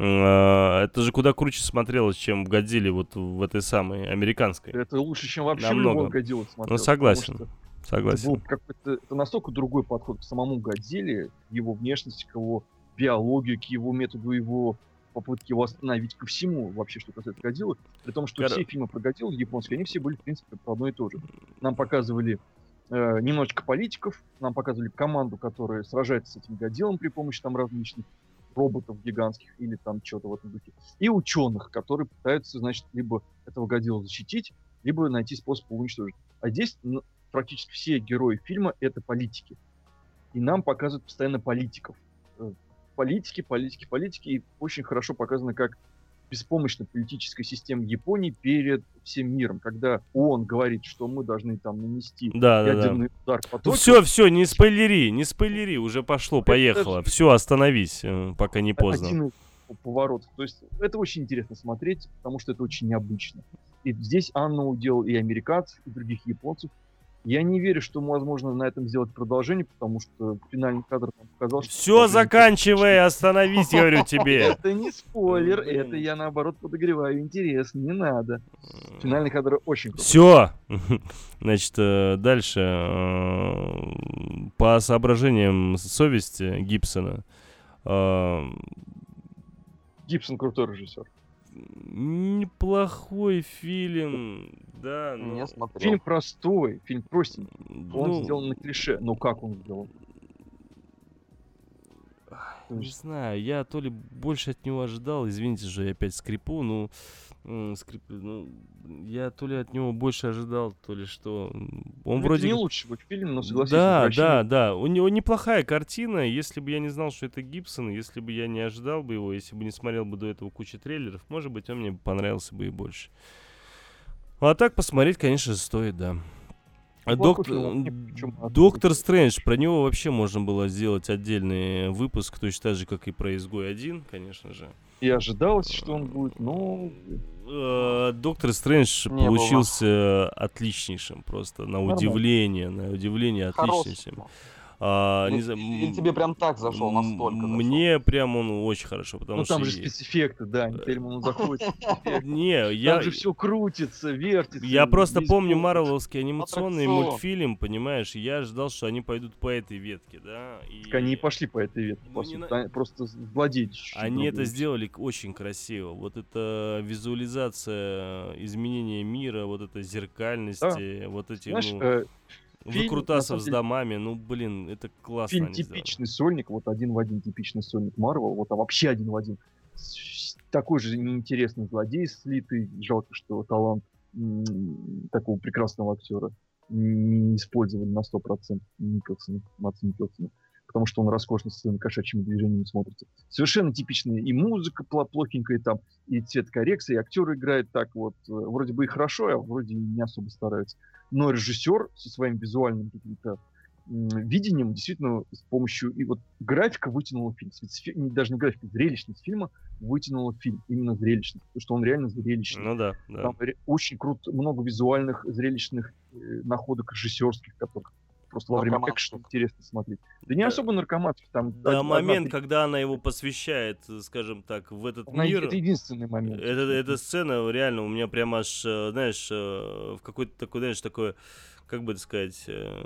э, это же куда круче смотрелось, чем в Годзилле вот в этой самой американской. Это лучше, чем вообще Намного. в любом Годзилле смотрел. Ну, согласен. Согласен. Это, был это настолько другой подход к самому Годзилле, к его внешности, к его биологии, к его методу его попытки его остановить, ко всему вообще, что касается Годзиллы. При том, что Кор... все фильмы про Годзиллу японские, они все были, в принципе, про одно и то же. Нам показывали э, немножечко политиков, нам показывали команду, которая сражается с этим Годзиллом при помощи там различных роботов гигантских или там чего-то в этом духе. И ученых, которые пытаются, значит, либо этого Годзиллу защитить, либо найти способ его уничтожить. А здесь ну, практически все герои фильма — это политики. И нам показывают постоянно политиков. Политики, политики, политики. И очень хорошо показано, как беспомощна политическая система Японии перед всем миром. Когда ООН говорит, что мы должны там нанести да, ядерный да, да. удар по Токио. Ну все, все, не спойлери, не спойлери, уже пошло, поехало. Это... Все, остановись, пока не поздно. Один из поворотов. То есть это очень интересно смотреть, потому что это очень необычно. И здесь Анна удел и американцев, и других японцев. Я не верю, что возможно на этом сделать продолжение, потому что финальный кадр там показал, что... Все, заканчивай, остановись, говорю тебе. Это не спойлер, это я наоборот подогреваю интерес, не надо. Финальный кадр очень крутой. Все. Значит, дальше. По соображениям совести Гибсона. Гибсон крутой режиссер. Неплохой фильм, да, но... Не смотрел. Фильм простой, фильм простенький. Он Ну, сделан на клише. Ну как он сделан? Не знаю, я то ли больше от него ожидал, извините же, я опять скрипу, ну, м, скриплю, ну, я то ли от него больше ожидал, то ли что. Он Ну, вроде... Это не как- лучший вот фильм, но согласись. Да, «Возвращение» да, да. У него неплохая картина. Если бы я не знал, что это Гибсон, если бы я не ожидал бы его, если бы не смотрел бы до этого кучу трейлеров, может быть, он мне понравился бы и больше. Ну, а так посмотреть, конечно, стоит, да. А Неплохой док- фильм, он причем от- Доктор Стрэндж, про него вообще можно было сделать отдельный выпуск, точно так же, как и про Изгой один, конечно же. И ожидалось, что он будет, но... Э, Доктор Стрэндж Не получился отличнейшим, просто на Нормально. удивление, на удивление отличнейшим. Хороший. А, Или, не знаю, или м- тебе прям так зашел, настолько зашел? Мне прям он очень хорошо, потому Ну что... там же я- спецэффекты, да, теперь он заходит. спецэффекты. Не, я... Там же все крутится, вертится. Я просто весь помню город. марвеловский анимационный Аттракцион. мультфильм, понимаешь, и я ожидал, что они пойдут по этой ветке, да, и... Так они и пошли по этой ветке, Ну, по не сути. на- Они просто владеют чуть-чуть Они это другой. сделали к- очень красиво. Вот эта визуализация изменения мира, вот эта зеркальности, вот эти, Знаешь, ну, э, фильм, на выкрутасов самом с деле, домами, ну, блин, это классно фильм они сделали. типичный сольник, вот один в один типичный сольник Марвел, вот а вообще один в один. С- Такой же неинтересный злодей слитый. Жалко, что талант м, такого прекрасного актера не использовали на сто процентов Николсона, Матса Николсона, потому что он роскошно со своими кошачьими движениями смотрится. Совершенно типичная и музыка пла- плохенькая там, и цветокоррекция, и актер играет так вот, э, вроде бы и хорошо, а вроде и не особо стараются. Но режиссер со своим визуальным каким-то м, видением действительно с помощью и вот графика вытянула фильм. Спецэффе- не- Даже не графика, зрелищность фильма вытянула фильм. Именно зрелищность, потому что он реально зрелищный. Ну да, да. Там ре- очень круто, много визуальных, зрелищных э, находок режиссерских, которых просто во время Наркоманских. экшена интересно смотреть. Да не Да. особо наркоманских, там... Да, од- момент, одна- когда она его посвящает, скажем так, в этот она- мир. Это единственный момент. Это, эта сцена реально у меня прям аж, э, знаешь, э, в какой-то такой, знаешь, такое, как бы это сказать, э,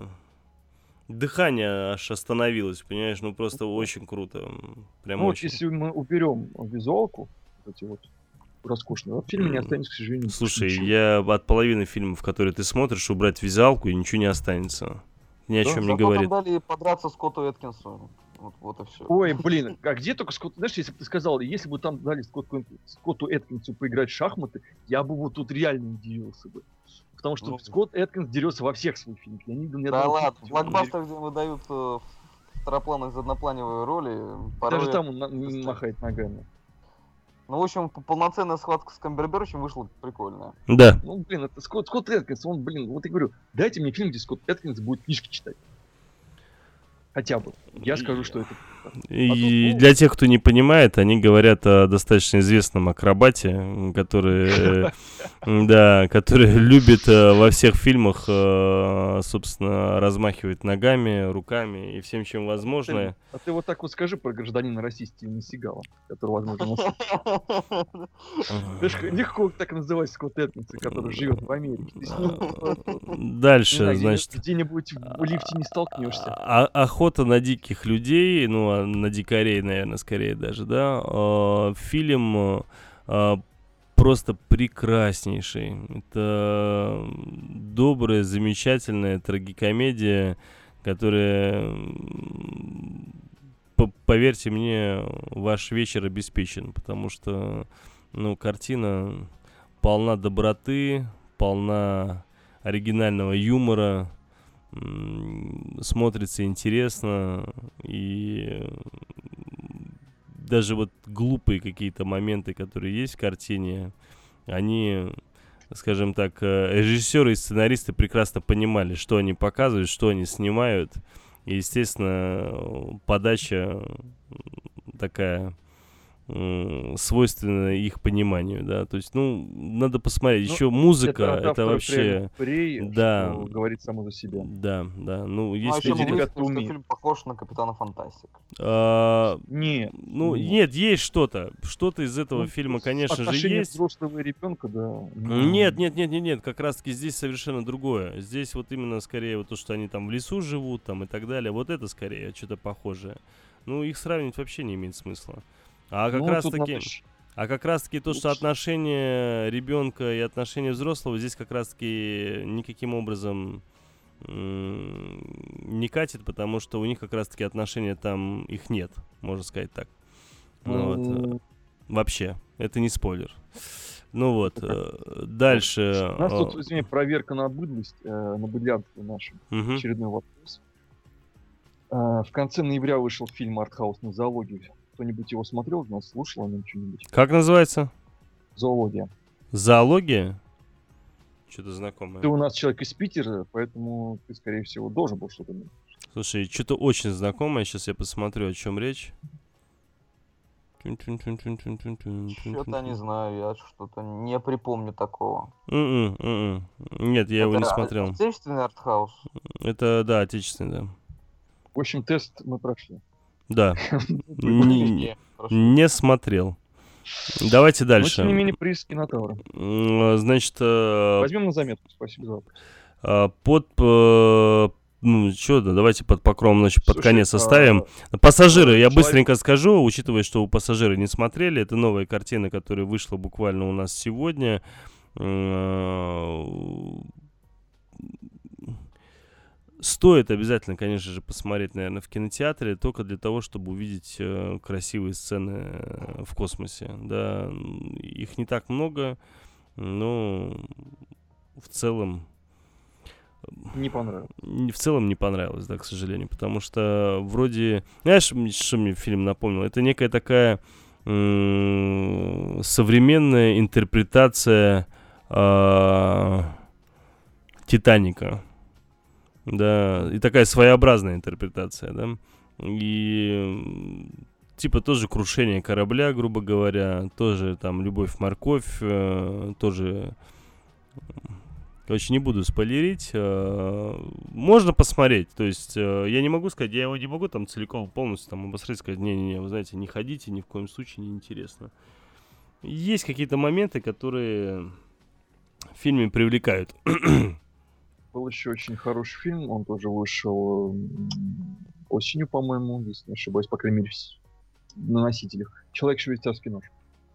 дыхание аж остановилось, понимаешь, ну просто очень круто, м, прям Ну, вот очень. если мы уберем визуалку, вот эти вот роскошный. А в фильме не останется, к сожалению, Слушай, ничего. я от половины фильмов, которые ты смотришь, убрать вязалку, и ничего не останется. Ни о Да, чем не Зато говорит. там дали подраться Скотту Эткинсу. Вот, вот и все. Ой, блин, а где только Скотт... Знаешь, если бы ты сказал, если бы там дали Скотту, Скотту Эткинсу поиграть в шахматы, я бы вот тут реально удивился бы. Потому что Ну. Скотт Эткинс дерется во всех своих фильмах. Я не видел ни Да одного ладно, фильма, в где он не блокбастерах, где выдают э, второплановые задноплановые роли, дерется. порой... Даже там он на- Просто- махает ногами. Ну, в общем, п- полноценная схватка с Камбербэтчем вышла прикольная. Да. Ну, блин, это Скотт, Скотт Эткинс, он, блин, вот я говорю, дайте мне фильм, где Скотт Эткинс будет книжки читать. Хотя бы. Я скажу, что это... И ну- для тех, кто не понимает, они говорят о достаточно известном акробате, м, который, э, да, который любит э, во всех фильмах, э, собственно, размахивать ногами, руками и всем, чем возможно. Ты- а ты вот так вот скажи про гражданина России Стивена Сигала, который, возможно, носит. Знаешь, легко так называть Скотт Эткинса, который живет в Америке. То есть, ну, не Дальше, знаю, где- значит, где-нибудь в лифте не столкнешься. а- охота на диких людей, ну, а на дикарей, наверное, скорее даже, да. э, Фильм э, просто прекраснейший. Это добрая, замечательная трагикомедия, которая, м, по- поверьте мне, ваш вечер обеспечен, потому что, ну, картина полна доброты, полна оригинального юмора, м, смотрится интересно, и даже вот глупые какие-то моменты, которые есть в картине, они, скажем так, э, режиссеры и сценаристы прекрасно понимали, что они показывают, что они снимают, и, естественно, подача такая м, свойственная их пониманию, да, то есть, ну, надо посмотреть, Ну, еще музыка, от это, авторов вообще, реальных упырей, да. что говорит само за себя. да, да, ну, Ну, а если... еще мы эти ребята выяснили, что умеют. фильм похож на Капитана Фантастик. а, Не, ну, не. нет, есть что-то, что-то из этого Ну, фильма, с- конечно же, отношения есть. взрослого и ребенка, да. Нет, нет, нет, нет, нет, как раз-таки здесь совершенно другое. Здесь вот именно скорее вот то, что они там в лесу живут, там и так далее, вот это скорее что-то похожее. Ну, их сравнивать вообще не имеет смысла. А как Ну, тут раз-таки... надо ж- А как раз-таки то, что Лучше. отношения ребенка и отношения взрослого здесь как раз-таки никаким образом м, не катит, потому что у них как раз-таки отношения там их нет, можно сказать так. Ну, вот, э, М, вообще, это не спойлер. Ну вот, Это э, дальше. У нас э, тут, извини, проверка на быдлость, э, на быдлянство наше. мгм. Очередной вопрос. А, В конце ноября вышел фильм «Артхаус» на зоологии. Кто-нибудь его смотрел, у нас слушал о нем что-нибудь? Как называется? Зоология. Зоология? Что-то знакомое. Ты у нас человек из Питера, поэтому ты, скорее всего, должен был что-то знать. Слушай, что-то очень знакомое. Сейчас я посмотрю, о чем речь. Что-то не знаю, я что-то не припомню такого. М-м, м-м. Нет, я его не Это смотрел. отечественный артхаус? Это, да, отечественный, да. В общем, тест мы прошли. Да, Не- Не, хорошо. не смотрел. Давайте Но, дальше. тем не менее, приз кинотавра. М, Значит, э, Возьмем на заметку. Спасибо за вопрос. э, под... э, Ну, что, да, давайте под покровом ночи под Слушай, конец а, оставим. Пассажиры, я человек- быстренько скажу, учитывая, что у пассажиры не смотрели, это новая картина, которая вышла буквально у нас сегодня. М, Стоит обязательно, конечно же, посмотреть, наверное, в кинотеатре, только для того, чтобы увидеть э, красивые сцены э, в космосе. Да, м, их не так много, но в целом Не понравилось. не- в целом не понравилось, да, к сожалению, потому что вроде, знаешь, м, что мне фильм напомнил? Это некая такая м, современная интерпретация а, Титаника, да, и такая своеобразная интерпретация, да, и м, типа тоже крушение корабля, грубо говоря, тоже там любовь-морковь, э, тоже. Короче, не буду спойлерить. э, Можно посмотреть. То есть, э, я не могу сказать, я его не могу там целиком полностью там обосрать, сказать, не-не-не, вы знаете, не ходите, ни в коем случае, неинтересно. Есть какие-то моменты, которые в фильме привлекают. Был еще очень хороший фильм. Он тоже вышел м, осенью, по-моему, если не ошибаюсь, по крайней мере, в с- на носителях. «Человек швейцарский нож».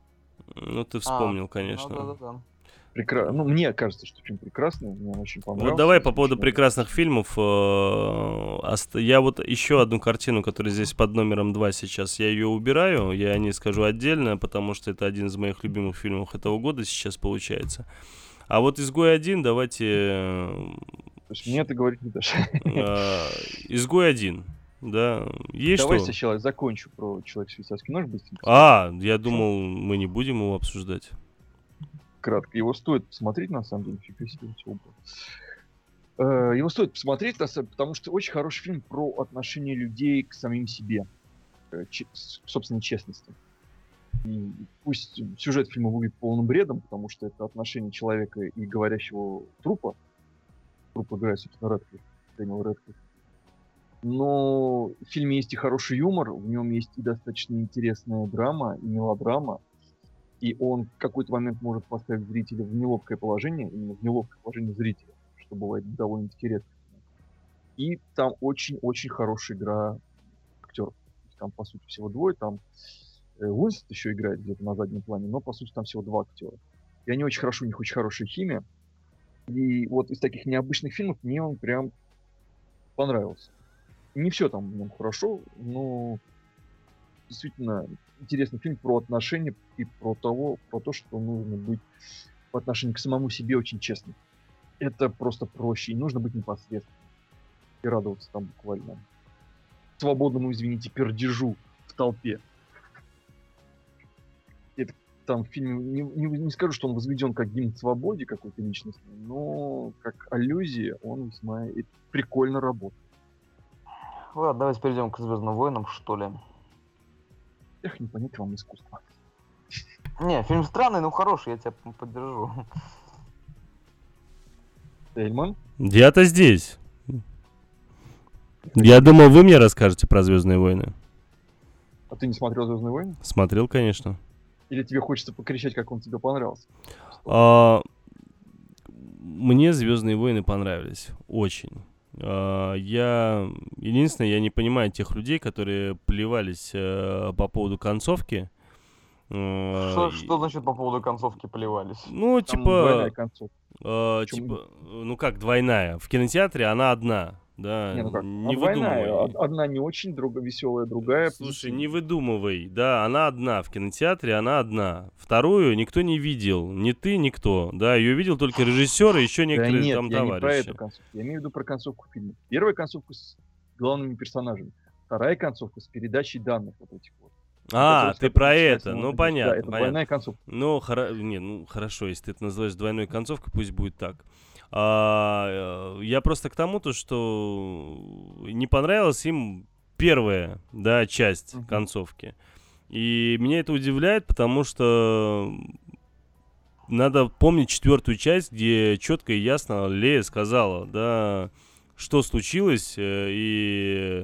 Ну, ты вспомнил, А, конечно. Ну, да-да-да. Прекра... Ну, мне кажется, что фильм прекрасный, мне он очень понравился. Вот давай по поводу Очень прекрасных фильмов. э, ост- Я вот еще одну картину, которая здесь под номером два сейчас, я ее убираю, я не скажу отдельно, потому что это один из моих любимых фильмов этого года сейчас получается. А вот «Изгой один» давайте... э, То есть мне это говорить не дашь. э, «Изгой один», да, есть Давай что? сначала я закончу про «Человек-швейцарский нож» быстренько. А, я думал, мы не будем его обсуждать. Кратко. Его стоит посмотреть, на самом деле, фиг себе всего было. Э, Его стоит посмотреть, на самом- потому что очень хороший фильм про отношение людей к самим себе, э, че- с- к собственной честности. И пусть сюжет фильма выглядит полным бредом, потому что это отношение человека и говорящего трупа. Труп играет, собственно, Рэдклифф, Дэниел Рэдклифф. Но в фильме есть и хороший юмор, в нем есть и достаточно интересная драма, и мелодрама. И он в какой-то момент может поставить зрителя в неловкое положение, именно в неловкое положение зрителя, что бывает довольно-таки редко. И там очень-очень хорошая игра актеров. Там, по сути, всего двое. Там э, Уинстед еще играет где-то на заднем плане, но, по сути, там всего два актера. И они очень хорошо, у них очень хорошая химия. И вот из таких необычных фильмов мне он прям понравился. Не все там в нем хорошо, но действительно интересный фильм про отношения и про того, про то, что нужно быть по отношению к самому себе очень честным. Это просто проще, и нужно быть непосредственным. И радоваться там буквально свободному, извините, пердежу в толпе. Это там в фильме, не, не, не скажу, что он возведен как гимн свободе какой-то личностной, но как аллюзия он весьма и прикольно работает. Ладно, давайте перейдем к «Звездным войнам», что ли. Эх, не понять вам искусство. Не, фильм странный, но хороший, я тебя п- поддержу. Эльман? Я-то здесь. Я думал, вы мне расскажете про «Звездные войны». А ты не смотрел «Звездные войны»? Смотрел, конечно. Или тебе хочется покричать, как он тебе понравился? А, Мне «Звездные войны» понравились. Очень. А, Я... Единственное, я не понимаю тех людей, которые плевались э, по поводу концовки. А, Что, и- что значит по поводу концовки плевались? Ну, Там двойная типа... концовка. э, Причем- типа, ну как двойная? В кинотеатре она одна. Да, Не, ну как, не а двойная. выдумывай. Од- Одна не очень, другая веселая, другая Слушай, позитивная. не выдумывай. Да, она одна. В кинотеатре она одна. Вторую никто не видел. Ни ты, никто. Да, ее видел только режиссер и еще Да некоторые нет, там я не про товарищи. эту концовку. Я имею в виду про концовку фильма. Первая концовка с главными персонажами. Вторая концовка с передачей данных вот этих вот. А, Которые, с ты которыми про начинается это. новый Ну, фильм. понятно. Да, это понятно. двойная концовка. Ну, хоро... не, ну, хорошо, если ты это называешь двойной концовкой, пусть будет так. А, э, я просто к тому, то, что не понравилась им первая, да, часть Мгм. концовки. И меня это удивляет, потому что надо помнить четвертую часть, где четко и ясно Лея сказала, да, что случилось э, и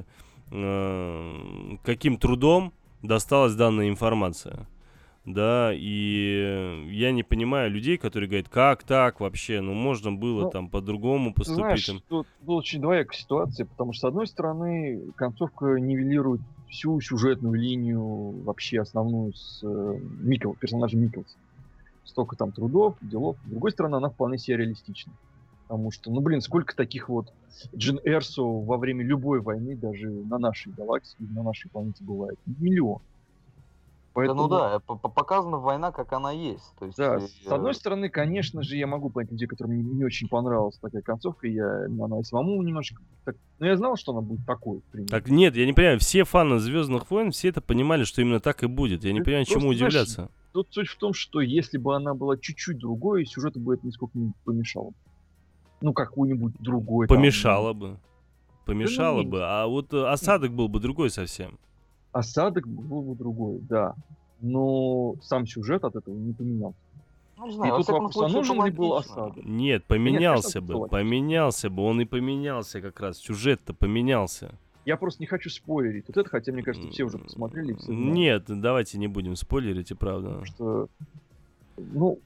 э, каким трудом досталась данная информация. Да, и я не понимаю людей, которые говорят, как так вообще, ну можно было Ну, там по-другому Ты поступить. знаешь, там. тут была очень двоякая ситуация, потому что, с одной стороны, концовка нивелирует всю сюжетную линию, вообще основную с э, Микл, персонажем Микkelса. Столько там трудов, делов. С другой стороны, она вполне себе реалистична. Потому что, ну блин, сколько таких вот Джин Эрсо во время любой войны, даже на нашей галактике, на нашей планете бывает. Миллион. Поэтому, Да ну да, п- п- показана война, как она есть. То есть, да, э, с одной стороны, конечно же, я могу понять людей, которым не, не очень понравилась такая концовка, я, она и самому немножко... Так, но я знал, что она будет такой, в принципе. Так нет, я не понимаю, все фаны «Звездных войн», все это понимали, что именно так и будет. Я не Это понимаю, чему просто, знаешь, удивляться. Тут суть в том, что если бы она была чуть-чуть другой, сюжету бы это нисколько не помешало. Ну, какой-нибудь другой. там, Помешало бы. Помешало нет. бы. А вот э, осадок был бы другой совсем. Осадок был бы другой, да. Но сам сюжет от этого не поменялся. ну, не И знаю, во тут всяком вопрос, а случае, нужен это ли был логично. осадок? Нет, поменялся конечно, бы. это логично. Поменялся бы. Он и поменялся как раз. Сюжет-то поменялся. Я просто не хочу спойлерить. Вот это, хотя, мне кажется, все уже посмотрели. и все знают. Нет, давайте не будем спойлерить, и правда. Потому что, ну,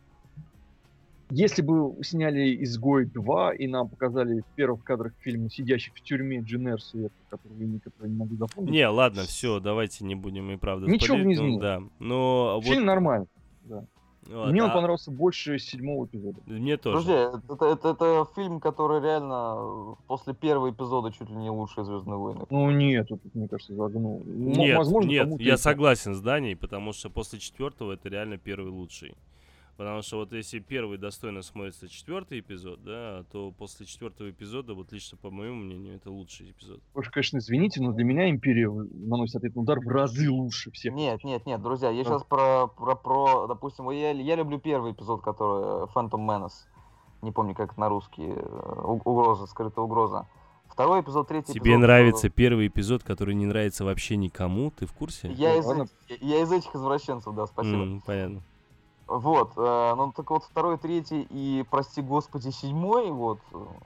если бы сняли «Изгой два» и нам показали в первых кадрах фильма сидящих в тюрьме Джин Эрсо, которого я никогда не могу запомнить. Не, ладно, все, давайте не будем и правда Ничего бы не спойлерить, ну, изменилось. да. Но Фильм вот нормальный. да. Вот, Мне он а понравился больше седьмого эпизода. Мне тоже. Друзья, это, это, это фильм, который реально после первого эпизода чуть ли не лучшие «Звездные войны». Ну нет, тут, мне кажется, загнул. М- Нет, возможно, нет, кому-то я и так. согласен с Даней, потому что после четвертого это реально первый лучший. Потому что вот если первый достойно смотрится четвертый эпизод, да, то после четвертого эпизода, вот лично по моему мнению, это лучший эпизод. Уж, конечно, извините, но для меня Империя наносит ответный удар в разы лучше всех. Нет, нет, нет, друзья, я Да. сейчас про, про, про, допустим, я, я люблю первый эпизод, который Phantom Menace. Не помню, как это на русский. э, у- Угроза, скрытая угроза. Второй эпизод, третий Тебе эпизод. нравится первый эпизод, который не нравится вообще никому, ты в курсе? Я из, Ладно. этих, я из этих извращенцев, да, спасибо. М, понятно. Вот, э, ну так вот второй, третий и, прости господи, седьмой, вот.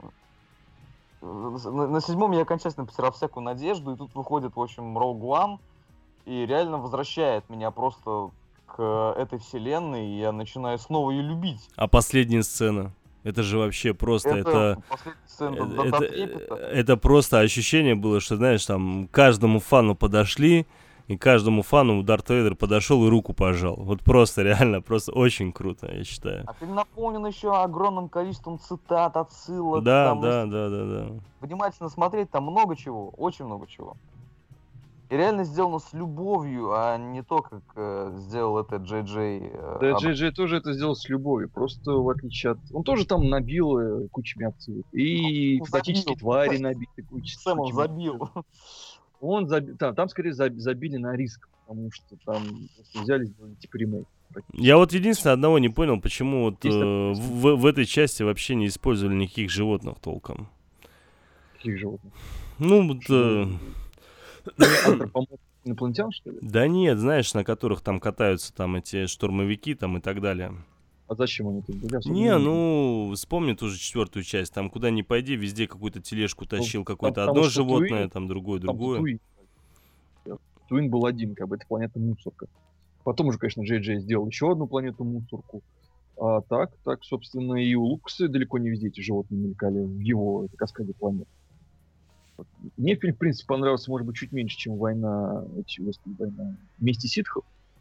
э, На, на седьмом я окончательно потерял всякую надежду, и тут выходит, в общем, Rogue One, и реально возвращает меня просто к этой вселенной, и я начинаю снова ее любить. А последняя сцена? Это же вообще просто, это... последняя сцена до- Это, до это- трепета. это просто ощущение было, что, знаешь, там каждому фану подошли, и каждому фану Дарт Вейдер подошел и руку пожал. Вот просто, реально, просто очень круто, я считаю. А фильм наполнен еще огромным количеством цитат, отсылок. Да, там, да, если да, да, да. внимательно смотреть, там много чего, очень много чего. И реально сделано с любовью, а не то, как э, сделал это Джей Джей. э, Да, Аб- Джей Джей тоже это сделал с любовью, просто в отличие от... Он тоже там набил э, кучами отсылок. И Он фантастические забил. твари набиты кучей. Сэм он кучами забил. отсылок. Он забил... Там, там скорее заб- забили на риск, потому что там просто взяли и сделали типа ремейк. Я вот единственное одного не понял, почему вот Есть э, такое. в, в этой части вообще не использовали никаких животных толком. Каких животных? Ну, вот, э, Антропоморфных инопланетян, что ли? да нет, знаешь, на которых там катаются там эти штурмовики там и так далее. А зачем они тут были? Особо Не, нужны. ну, вспомни ту же четвертую часть, там куда ни пойди, везде какую-то тележку тащил, какое-то потому одно что животное, Туин- там другое, Там другое. Туин. Туин был один, как бы, это планета мусорка. Потом уже, конечно, Джей Джей сделал еще одну планету мусорку. А так, так, собственно, и у Лукаса далеко не везде эти животные мелькали в его этой каскаде планет. Вот. Мне фильм, в принципе, понравился, может быть, чуть меньше, чем «Война», эти, господи, «Война вместе ситхов».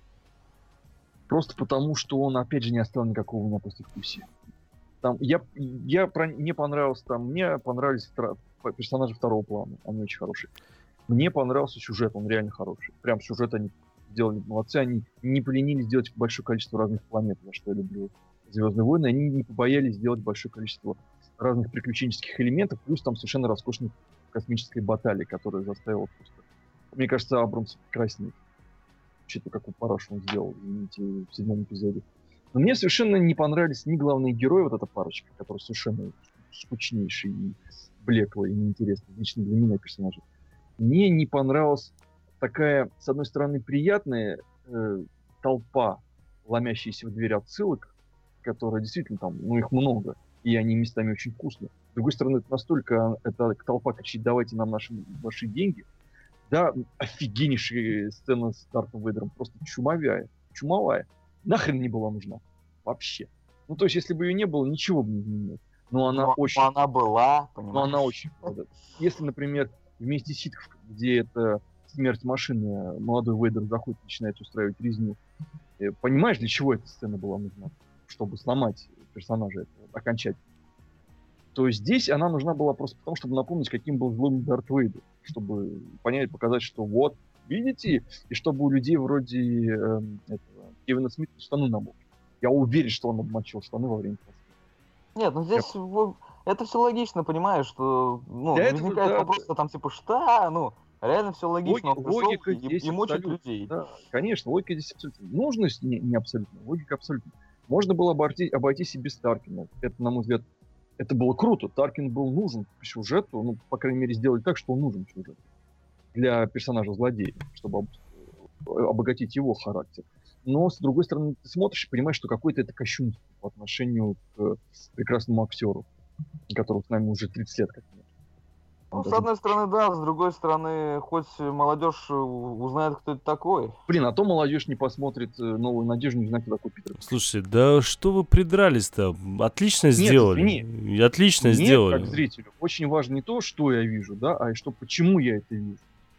Просто потому, что он, опять же, не оставил никакого у меня послевкусия. Там, я, я про, мне понравился, там, мне понравились втро- персонажи второго плана, они очень хорошие. Мне понравился сюжет, он реально хороший. Прям сюжет они сделали молодцы, они не поленились сделать большое количество разных планет, за что я люблю «Звездные войны», они не побоялись сделать большое количество разных приключенческих элементов, плюс там совершенно роскошной космической баталии, которая заставила просто... Мне кажется, Абрамс краснеет. Что-то какую парашу он сделал, извините, в седьмом эпизоде. Но мне совершенно не понравились ни главные герои, вот эта парочка, которая совершенно скучнейший и блеклый, и неинтересный, лично для меня персонажи. Мне не понравилась такая, с одной стороны, приятная э, толпа, ломящаяся в дверь отсылок, которая действительно там, ну, их много, и они местами очень вкусные. С другой стороны, это настолько, эта толпа кричит: давайте нам наши, ваши деньги. Да, офигеннейшая сцена с Дартом Вейдером, просто чумовая, чумовая. Нахрен не была нужна. Вообще. Ну, то есть, если бы ее не было, ничего бы не изменилось. Но она Но очень... она была, Но понимаешь? она очень... правда. Если, например, вместе с ситхов, где это смерть машины, молодой Вейдер заходит и начинает устраивать резню. э, Понимаешь, для чего эта сцена была нужна? Чтобы сломать персонажа этого окончательно. То есть здесь она нужна была просто потому, чтобы напомнить, каким был злым Дарт Вейдер. Чтобы понять, показать, что вот, видите, и чтобы у людей вроде э, этого, Кевина Смита штаны намокли. Я уверен, что он обмочил штаны во время просмотра. Нет, ну здесь в- это все логично, понимаешь, что ну, Для этого, возникает да, вопрос, что там типа что, ну, реально все логично, Логи- он пришел логика и, здесь и мочит абсолютно, людей. Да, конечно, логика здесь абсолютно. Нужность не, не абсолютно, логика абсолютно. Можно было обойти, обойтись и без Таркина. Это, на мой взгляд, это было круто. Таркин был нужен по сюжету, ну, по крайней мере, сделали так, что он нужен сюжет для персонажа злодея, чтобы об- обогатить его характер. Но, с другой стороны, ты смотришь и понимаешь, что какое-то это кощунство по отношению к прекрасному актеру, которого с нами уже тридцать лет, как нет. Ну, Он с даже- одной стороны, да, с другой стороны, хоть молодежь узнает, кто это такой. Блин, а то молодежь не посмотрит э, «Новую надежду», не знает, кто такой Питер. Слушайте, да что вы придрались-то? Отлично сделали. извини. Отлично Мне, сделали. как зрителю, очень важно не то, что я вижу, да, а и что, почему я это вижу.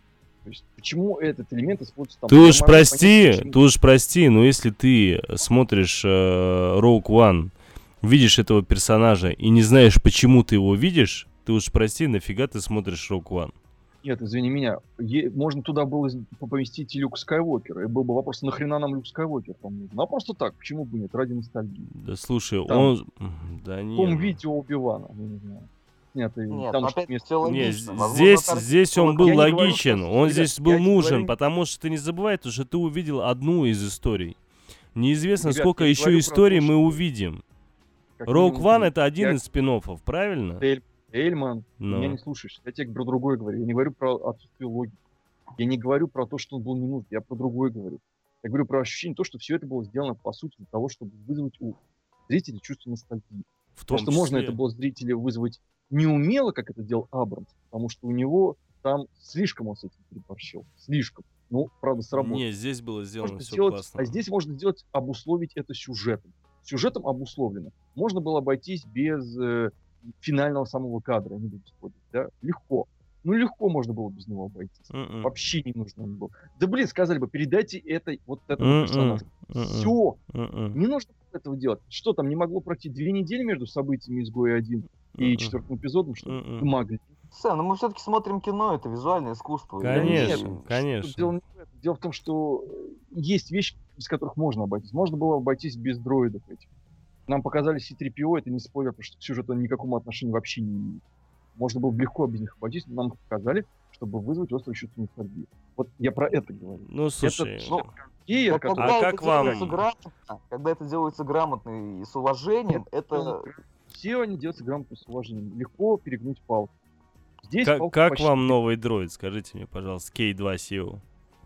То есть, почему этот элемент используется там? Ты Я уж могу понять, прости, почему. ты уж прости, но если ты смотришь э, Rogue One, видишь этого персонажа и не знаешь, почему ты его видишь, ты уж прости, нафига ты смотришь Rogue One? Нет, извини меня. Е- можно туда было из- поместить и Люк Скайуокера. И был бы вопрос, нахрена нам Люк Скайуокер там нужен? А просто так, почему бы нет, ради ностальгии. Да слушай, Там он... М, Да В не, том ну. виде Оби-Вана, я не знаю. Снятый Нет, там но что опять место. все Не, логично. з- Возможно, здесь, Тарантино здесь он было- был Я не говорю, логичен, что- он ребят, здесь был я не нужен, говорю- потому что ты не забывай, то, что ты увидел одну из историй. Неизвестно, Ребят, сколько я не еще говорю про историй то, мы что- увидим. Как Rogue минимум One три. это один Я- из спин-оффов, правильно? Эль- Эльман, Ну. меня не слушаешь. Я тебе про другое говорю. Я не говорю про отсутствие логики. Я не говорю про то, что он был не нужен. Я про другое говорю. Я говорю про ощущение, то, что все это было сделано, по сути, для того, чтобы вызвать у зрителей чувство ностальгии. В том Просто можно числе. это было зрителя вызвать неумело, как это делал Абрамс, потому что у него там слишком он с этим переборщил. Слишком. Ну, правда, сработало. Не, здесь было сделано Можно все сделать- классно. а здесь можно сделать, обусловить это сюжетом. Сюжетом обусловлено. Можно было обойтись без э, финального самого кадра, я не буду спорить, да? Легко. Ну, легко можно было без него обойтись. М-м. Вообще не нужно он был. Да, блин, сказали бы, передайте это вот этому М-м. персонажу. М-м. Все. М-м. Не нужно было этого делать. Что там, не могло пройти две недели между событиями «Изгоя один» и М-м. четвертым эпизодом, что ли? М-м. Могли. Сэм, ну мы все-таки смотрим кино, это визуальное искусство. Да Конечно, нет, конечно. Дело, не в этом. Дело в том, что э, есть вещи, без которых можно обойтись. Можно было обойтись без дроидов этих. Нам показали си три пи о, это не спойлер, потому что к сюжету он никакому отношения вообще не имеет. Можно было бы легко без них обойтись, но нам их показали, чтобы вызвать острое чувство ностальгии. Вот я про это говорю. Ну, слушай, Это- ну, Гейер, Но который- когда А это как вам- делается грамотно, когда это делается грамотно и с уважением, это... Все они делаются грамотно с уважением. Легко перегнуть палку. Здесь как, палку как почти вам нет. новый дроид? Скажите мне, пожалуйста, кей два си о.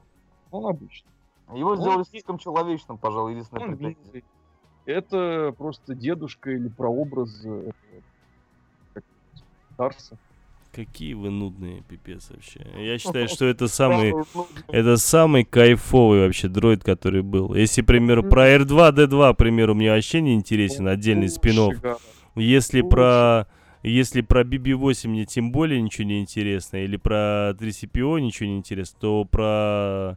Он обычный. Его Он сделали не- слишком человечным, пожалуй, единственная Он претензия. милый. Это просто дедушка или прообраз э, этого, как, Тарса. Какие вы нудные, пипец вообще. Я считаю, что это самый... Самый, ну, Это самый кайфовый вообще дроид, который был. Если, к примеру, про эр два дэ два, к примеру, мне вообще не интересен отдельный спин-офф. Шикарно. Если Лучше. про... Если про би би восемь мне тем более ничего не интересно, или про три си пи о ничего не интересно, то про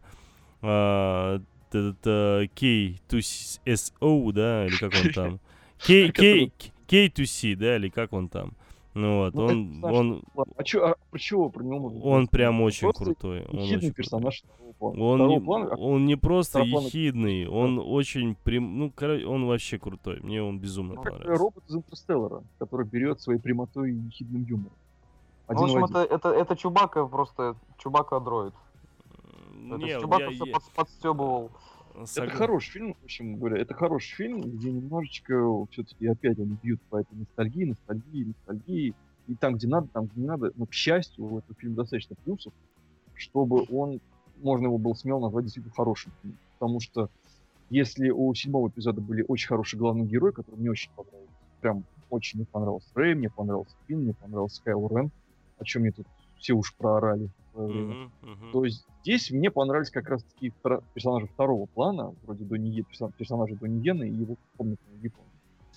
а, т- т- кей два эс о, да, или как он там? K- K- кей два си, да, или как он там? Ну вот, Ну, он, это, знаешь, он, Ладно, а, чё, а про чего про него можно он говорить? прям очень Просто крутой. Он ехидный очень персонаж второго плана. Он Второго не, плана, а он не просто второго плана- ехидный, он очень прям, ну, короче, он вообще крутой. Мне он безумно как понравился. робот из Интерстеллара, который берет своей прямотой и ехидным юмором. Ну, в Один общем, в один. это, это, это Чубака просто, Чубака дроид. Это Не, ж Чубака я- все я- подстебывал. Это согла- хороший фильм, в общем говоря, это хороший фильм, где немножечко все-таки опять они бьют по этой ностальгии, ностальгии, ностальгии. И там, где надо, там, где не надо. Но, к счастью, у этого фильма достаточно плюсов, чтобы он, можно его было смело назвать действительно хорошим фильмом. Потому что если у седьмого эпизода были очень хорошие главные герои, которые мне очень понравились, прям очень мне понравился Рэй, мне понравился Финн, мне понравился Кайло Рен, о чем мне тут все уж проорали в свое время. Мгм, мгм. То есть здесь мне понравились как раз-таки втор- персонажи второго плана, вроде Донни Е- персон- персонажа Донни Йена и его комнатного японца.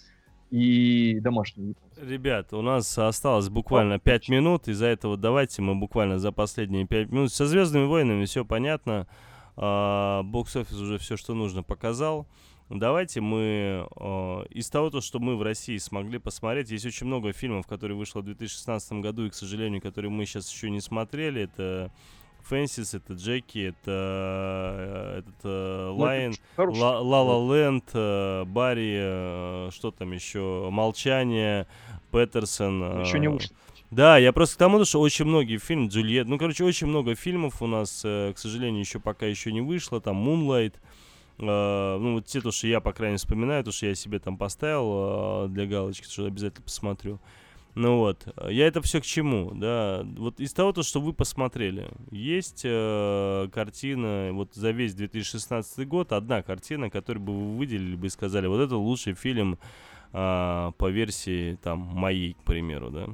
И домашнего японца. Ребят, у нас осталось буквально пять минут, из-за этого давайте мы буквально за последние пять минут. Со «Звездными войнами» все понятно, бокс-офис уже все, что нужно, показал. Давайте мы э, из того, то, что мы в России смогли посмотреть, есть очень много фильмов, которые вышло в две тысячи шестнадцатом году, и, к сожалению, которые мы сейчас еще не смотрели. Это «Фэнсис», это «Джеки», это э, этот э, Ну, это «Лайн», хороший Ла фильм, Ла Ла Ленд, э, Барри, э, что там еще, «Молчание», Петерсон. да. э, Еще не вышло. Да, я просто к тому, что очень многие фильмы, Джульет, ну, короче, очень много фильмов у нас, э, к сожалению, еще пока еще не вышло, там, «Мунлайт», э, ну, вот те, то, что я, по крайней мере, вспоминаю, то, что я себе там поставил э, для галочки, что обязательно посмотрю. Ну вот, я это все к чему, да, вот из того, то, что вы посмотрели, есть э, картина, вот за весь две тысячи шестнадцатый год, одна картина, которую бы вы выделили бы и сказали, вот это лучший фильм э, по версии, там, моей, к примеру, да?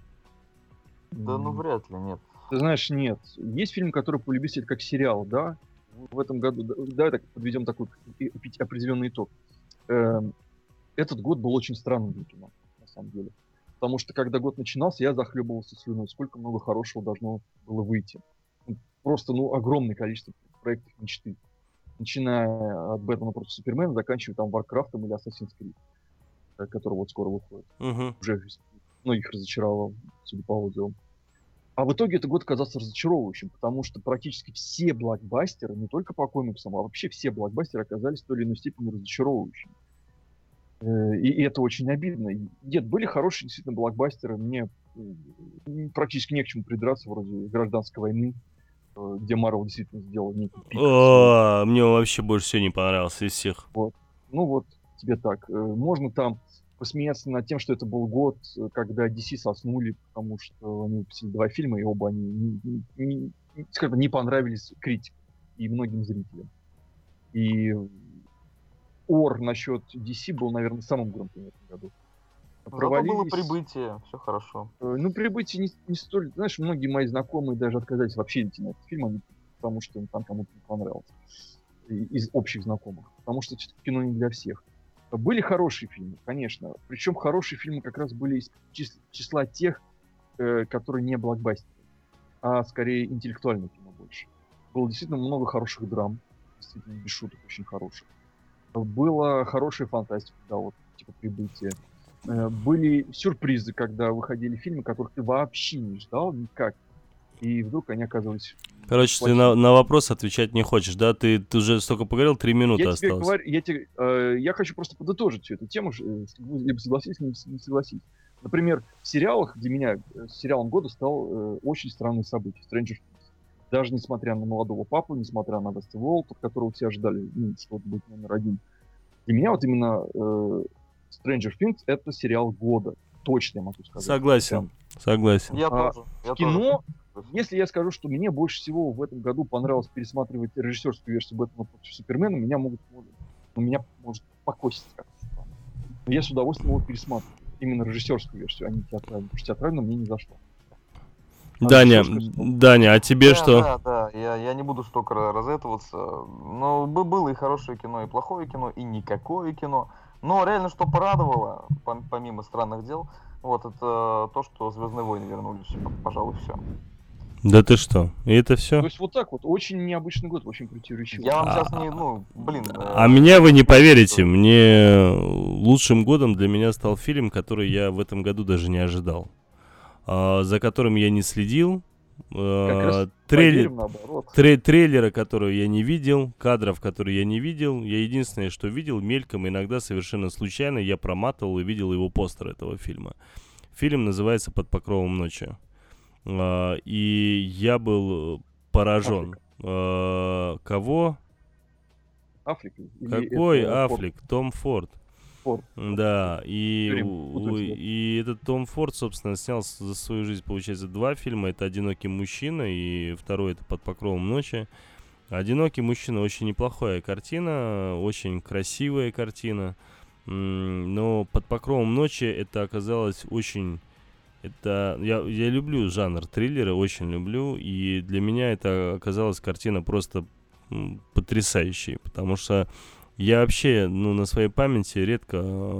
Да ну М, вряд ли, нет. Ты знаешь, нет. Есть фильм, который полюбился это как сериал, да? В этом году, да- давай так подведем такой и- и- определенный итог. Эм, Этот год был очень странным для кино, на самом деле. Потому что, когда год начинался, я захлебывался слюной. Сколько много хорошего должно было выйти. Ну, просто, ну, огромное количество проектов мечты. Начиная от Бэтмена против Супермена, заканчивая там Варкрафтом или Assassin's Creed, э, который вот скоро выходит. Мгм. Уже многих разочаровал, судя по отзывам. А в итоге этот год оказался разочаровывающим, потому что практически все блокбастеры, не только по комиксам, а вообще все блокбастеры оказались в той или иной степени разочаровывающими. Э, И, и это очень обидно. И Нет, были хорошие действительно блокбастеры, мне м, практически не к чему придраться, вроде «Гражданской войны», э, где Марвел действительно сделал некий пик своего. О, мне он вообще больше всего не понравился из всех. Вот. Ну вот, тебе так. Э, Можно там посмеяться над тем, что это был год, э, когда ди си соснули, потому что они выпустили два фильма, и оба они не, не- не- не- скажем, не понравились критикам и многим зрителям. И ор насчет ди си был, наверное, самым громким в этом году. Зато было Провалились. прибытие, все хорошо. Э, Ну, «Прибытие» не, не столь... Знаешь, многие мои знакомые даже отказались вообще идти на этот фильм, они- потому что он там кому-то не понравился. И- Из общих знакомых. Потому что все-таки кино не для всех. Были хорошие фильмы, конечно. Причем хорошие фильмы как раз были из чис- числа тех, э, которые не блокбастеры, а скорее интеллектуальные кино больше. Было действительно много хороших драм, действительно без шуток очень хороших. Была хорошая фантастика, да, вот, типа «Прибытие». Э, Были сюрпризы, когда выходили фильмы, которых ты вообще не ждал никак. И вдруг они оказывались... Короче, ты плохими. на, на вопрос отвечать не хочешь, да? Ты, ты уже столько поговорил, три минуты Я тебе осталось. говорю, я, тебе, э, я хочу просто подытожить всю эту тему, ж, э, с- вы либо согласитесь, либо с- не согласитесь. Например, в сериалах для меня э, сериалом года стал э, «Очень странные события» Stranger Things. Даже несмотря на «Молодого папу», несмотря на Westworld, от которого все ожидали, ну, что это будет номер один. Для меня вот именно э, Stranger Things — это сериал года. Точно я могу сказать. Согласен, согласен. Я А тоже. Я в кино, тоже. если я скажу, что мне больше всего в этом году понравилось пересматривать режиссерскую версию Бэтмена против Супермена, меня могут, ну, меня может покосить как-то странно. Но я с удовольствием его пересматриваю. Именно режиссерскую версию, а не театральную. Потому что театральная мне не зашло. А Даня, режиссерская, что- Даня, а тебе Да, что? Да, да, я, я не буду столько ра- разэтываться. Но бы- было и хорошее кино, и плохое кино, и никакое кино. Но реально, что порадовало, пом- помимо странных дел, вот это то, что «Звездные войны» вернулись. Пожалуй, все. Да ты что? И это То все? есть вот так вот, очень необычный год, очень противоречивый. Я вам А- сейчас не, ну, блин. А э, меня вы не поверите, мне лучшим годом для меня стал фильм, который я в этом году даже не ожидал, а, за которым я не следил. Как а, раз трейлер, поверим, наоборот. тре- трейлера, которого я не видел, кадров, которые я не видел. Я единственное, что видел мельком, иногда совершенно случайно, я проматывал и видел его постер этого фильма. Фильм называется «Под покровом ночи». А, и я был поражен. А, кого? Аффлек. или Какой это Форд? Аффлек? Том Форд. Форд. Да, и, Всё время у- путаю цвет. и этот Том Форд, собственно, снял с- за свою жизнь, получается, два фильма. Это «Одинокий мужчина» и второй — это «Под покровом ночи». «Одинокий мужчина» очень неплохая картина, очень красивая картина. М, Но «Под покровом ночи» это оказалось очень... Это я, я люблю жанр триллера, очень люблю. И для меня это оказалась картина просто м, потрясающей, потому что я вообще, ну, на своей памяти редко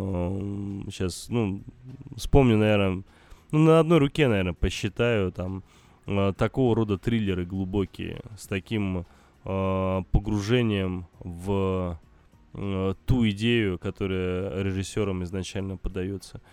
сейчас, ну, вспомню, наверное, ну, на одной руке, наверное, посчитаю там э, такого рода триллеры глубокие, с таким э, погружением в э, ту идею, которая режиссером изначально подается.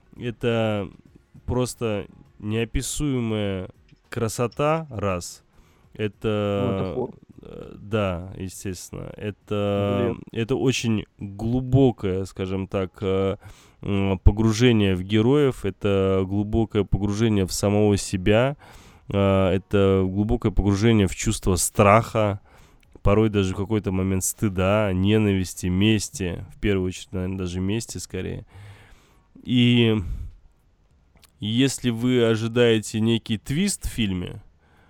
Это просто неописуемая красота, раз. Ну, это Это, Форд. э, да, естественно. Это, Блин. это очень глубокое, скажем так, э, м, погружение в героев. Это глубокое погружение в самого себя. э, Это глубокое погружение в чувство страха. Порой даже в какой-то момент стыда, ненависти, мести. В первую очередь, наверное, даже мести скорее. И если вы ожидаете некий твист в фильме,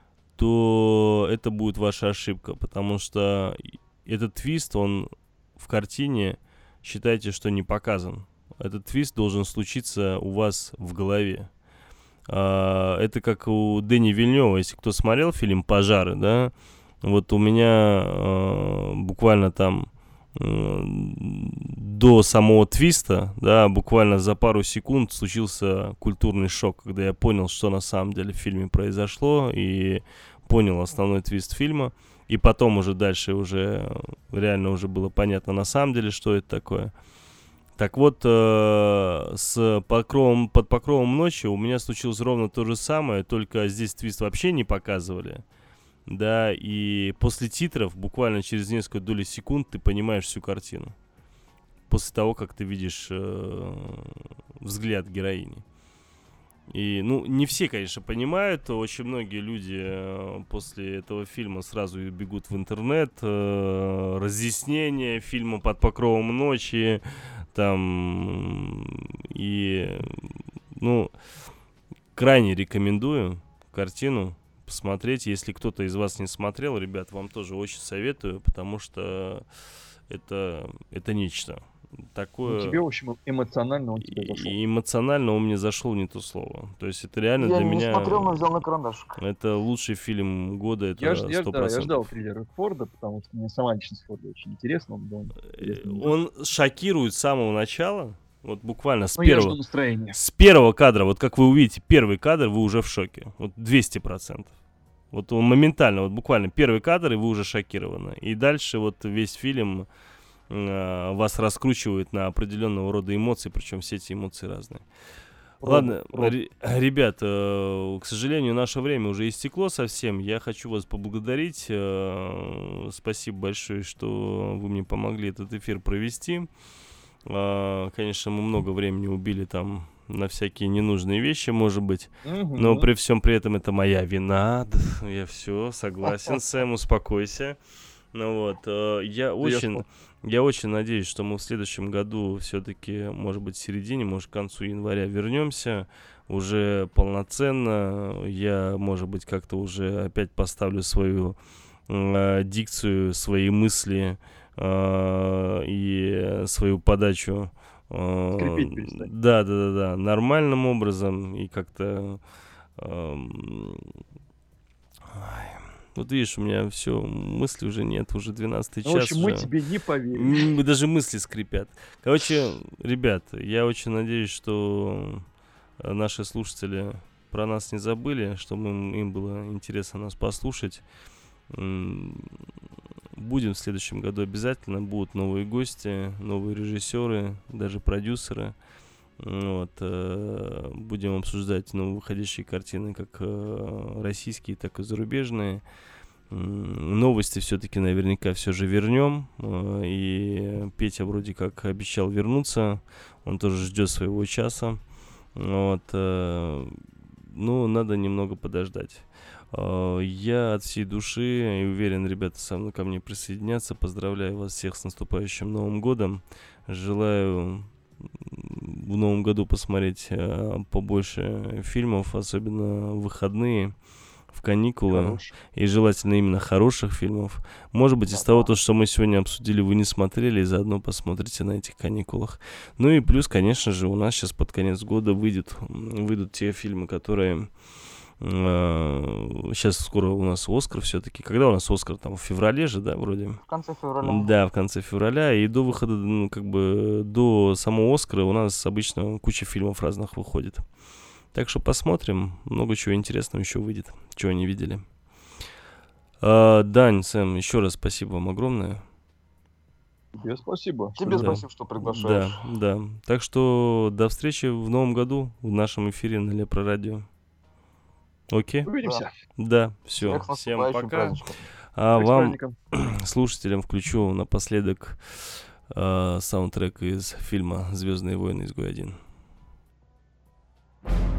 то это будет ваша ошибка, потому что этот твист, он в картине, считайте, что не показан. Этот твист должен случиться у вас в голове. А, это как у Дэни Вильнёва, если кто смотрел фильм «Пожары», да, вот у меня а, буквально там до самого твиста, да, буквально за пару секунд случился культурный шок, когда я понял, что на самом деле в фильме произошло, и понял основной твист фильма, и потом уже дальше уже реально уже было понятно на самом деле, что это такое. Так вот, э, с покровом, под покровом ночи у меня случилось ровно то же самое, только здесь твист вообще не показывали. Да, и после титров, буквально через несколько долей секунд, ты понимаешь всю картину. После того, как ты видишь э, взгляд героини. И, ну, не все, конечно, понимают. Очень многие люди э, после этого фильма сразу бегут в интернет. Э, разъяснение фильма «Под покровом ночи». Там, и, ну, крайне рекомендую картину посмотреть. Если кто-то из вас не смотрел, ребят, вам тоже очень советую, потому что это, это нечто такое. Ну, тебе, в общем, эмоционально он тебе зашел. И эмоционально он мне зашел, не то слово. То есть это реально Я для не меня... смотрел, но взял на карандашик. Это лучший фильм года, это Я, ж- я, сто да, я процентов. ждал триллера Форда, потому что мне сама личность Форда очень интересна. Он, был интересный. Он шокирует с самого начала. Вот буквально с Ну, я жду первого, настроения. с первого кадра, вот как вы увидите первый кадр, вы уже в шоке. Вот двести процентов. Вот он моментально, вот буквально первый кадр, и вы уже шокированы. И дальше вот весь фильм э, вас раскручивает на определенного рода эмоции, причем все эти эмоции разные. Роб, Ладно, Роб. ре- ребят, э, к сожалению, наше время уже истекло совсем. Я хочу вас поблагодарить. Э, спасибо большое, что вы мне помогли этот эфир провести. Э, конечно, мы много времени убили там на всякие ненужные вещи, может быть. Мгм. Но при всем при этом это моя вина. Я все, согласен, Сэм, успокойся. Ну вот, э, я очень... Я очень надеюсь, что мы в следующем году все-таки, может быть, в середине, может, к концу января вернемся уже полноценно. Я, может быть, как-то уже опять поставлю свою э, дикцию, свои мысли э, и свою подачу. э, Скрипеть перестань. Да, да, да, да, нормальным образом и как-то... эм, ай, вот видишь, у меня все, мысли уже нет, уже двенадцатый Ну, в час. общем, мы уже. тебе не поверим. М, Даже мысли скрипят. Короче, ребят, я очень надеюсь, что э, наши слушатели про нас не забыли, что мы- им было интересно нас послушать. М, Будем в следующем году обязательно. Будут новые гости, новые режиссеры, даже продюсеры. Вот, э, будем обсуждать новые выходящие картины, как э, российские, так и зарубежные. М, Новости все-таки наверняка все же вернем. Э, И Петя вроде как обещал вернуться. Он тоже ждет своего часа. Вот, э, ну, надо немного подождать. Э, Я от всей души и уверен, ребята со мной ко мне присоединятся. Поздравляю вас всех с наступающим Новым годом. Желаю в новом году посмотреть э, побольше фильмов, особенно в выходные, в каникулы. Хорош. И желательно именно хороших фильмов. Может быть, из того, то, что мы сегодня обсудили, вы не смотрели, и заодно посмотрите на этих каникулах. Ну и плюс, конечно же, у нас сейчас под конец года выйдет, м, выйдут те фильмы, которые... Сейчас скоро у нас Оскар все-таки. Когда у нас Оскар? Там в феврале же, да, вроде? В конце февраля. Да, в конце февраля. И до выхода, ну, как бы, до самого Оскара у нас обычно куча фильмов разных выходит. Так что посмотрим. Много чего интересного еще выйдет, чего не видели. А, Дань, Сэм, еще раз спасибо вам огромное. Тебе спасибо. Тебе Да. спасибо, что приглашаешь. Да, да. Так что до встречи в новом году в нашем эфире на Лепро Радио. Окей? Увидимся. Да, все. Всех с Всем наступающим пока. праздничком. А Всех с вам, праздником. слушателям, включу напоследок э, саундтрек из фильма «Звездные войны. Изгой один».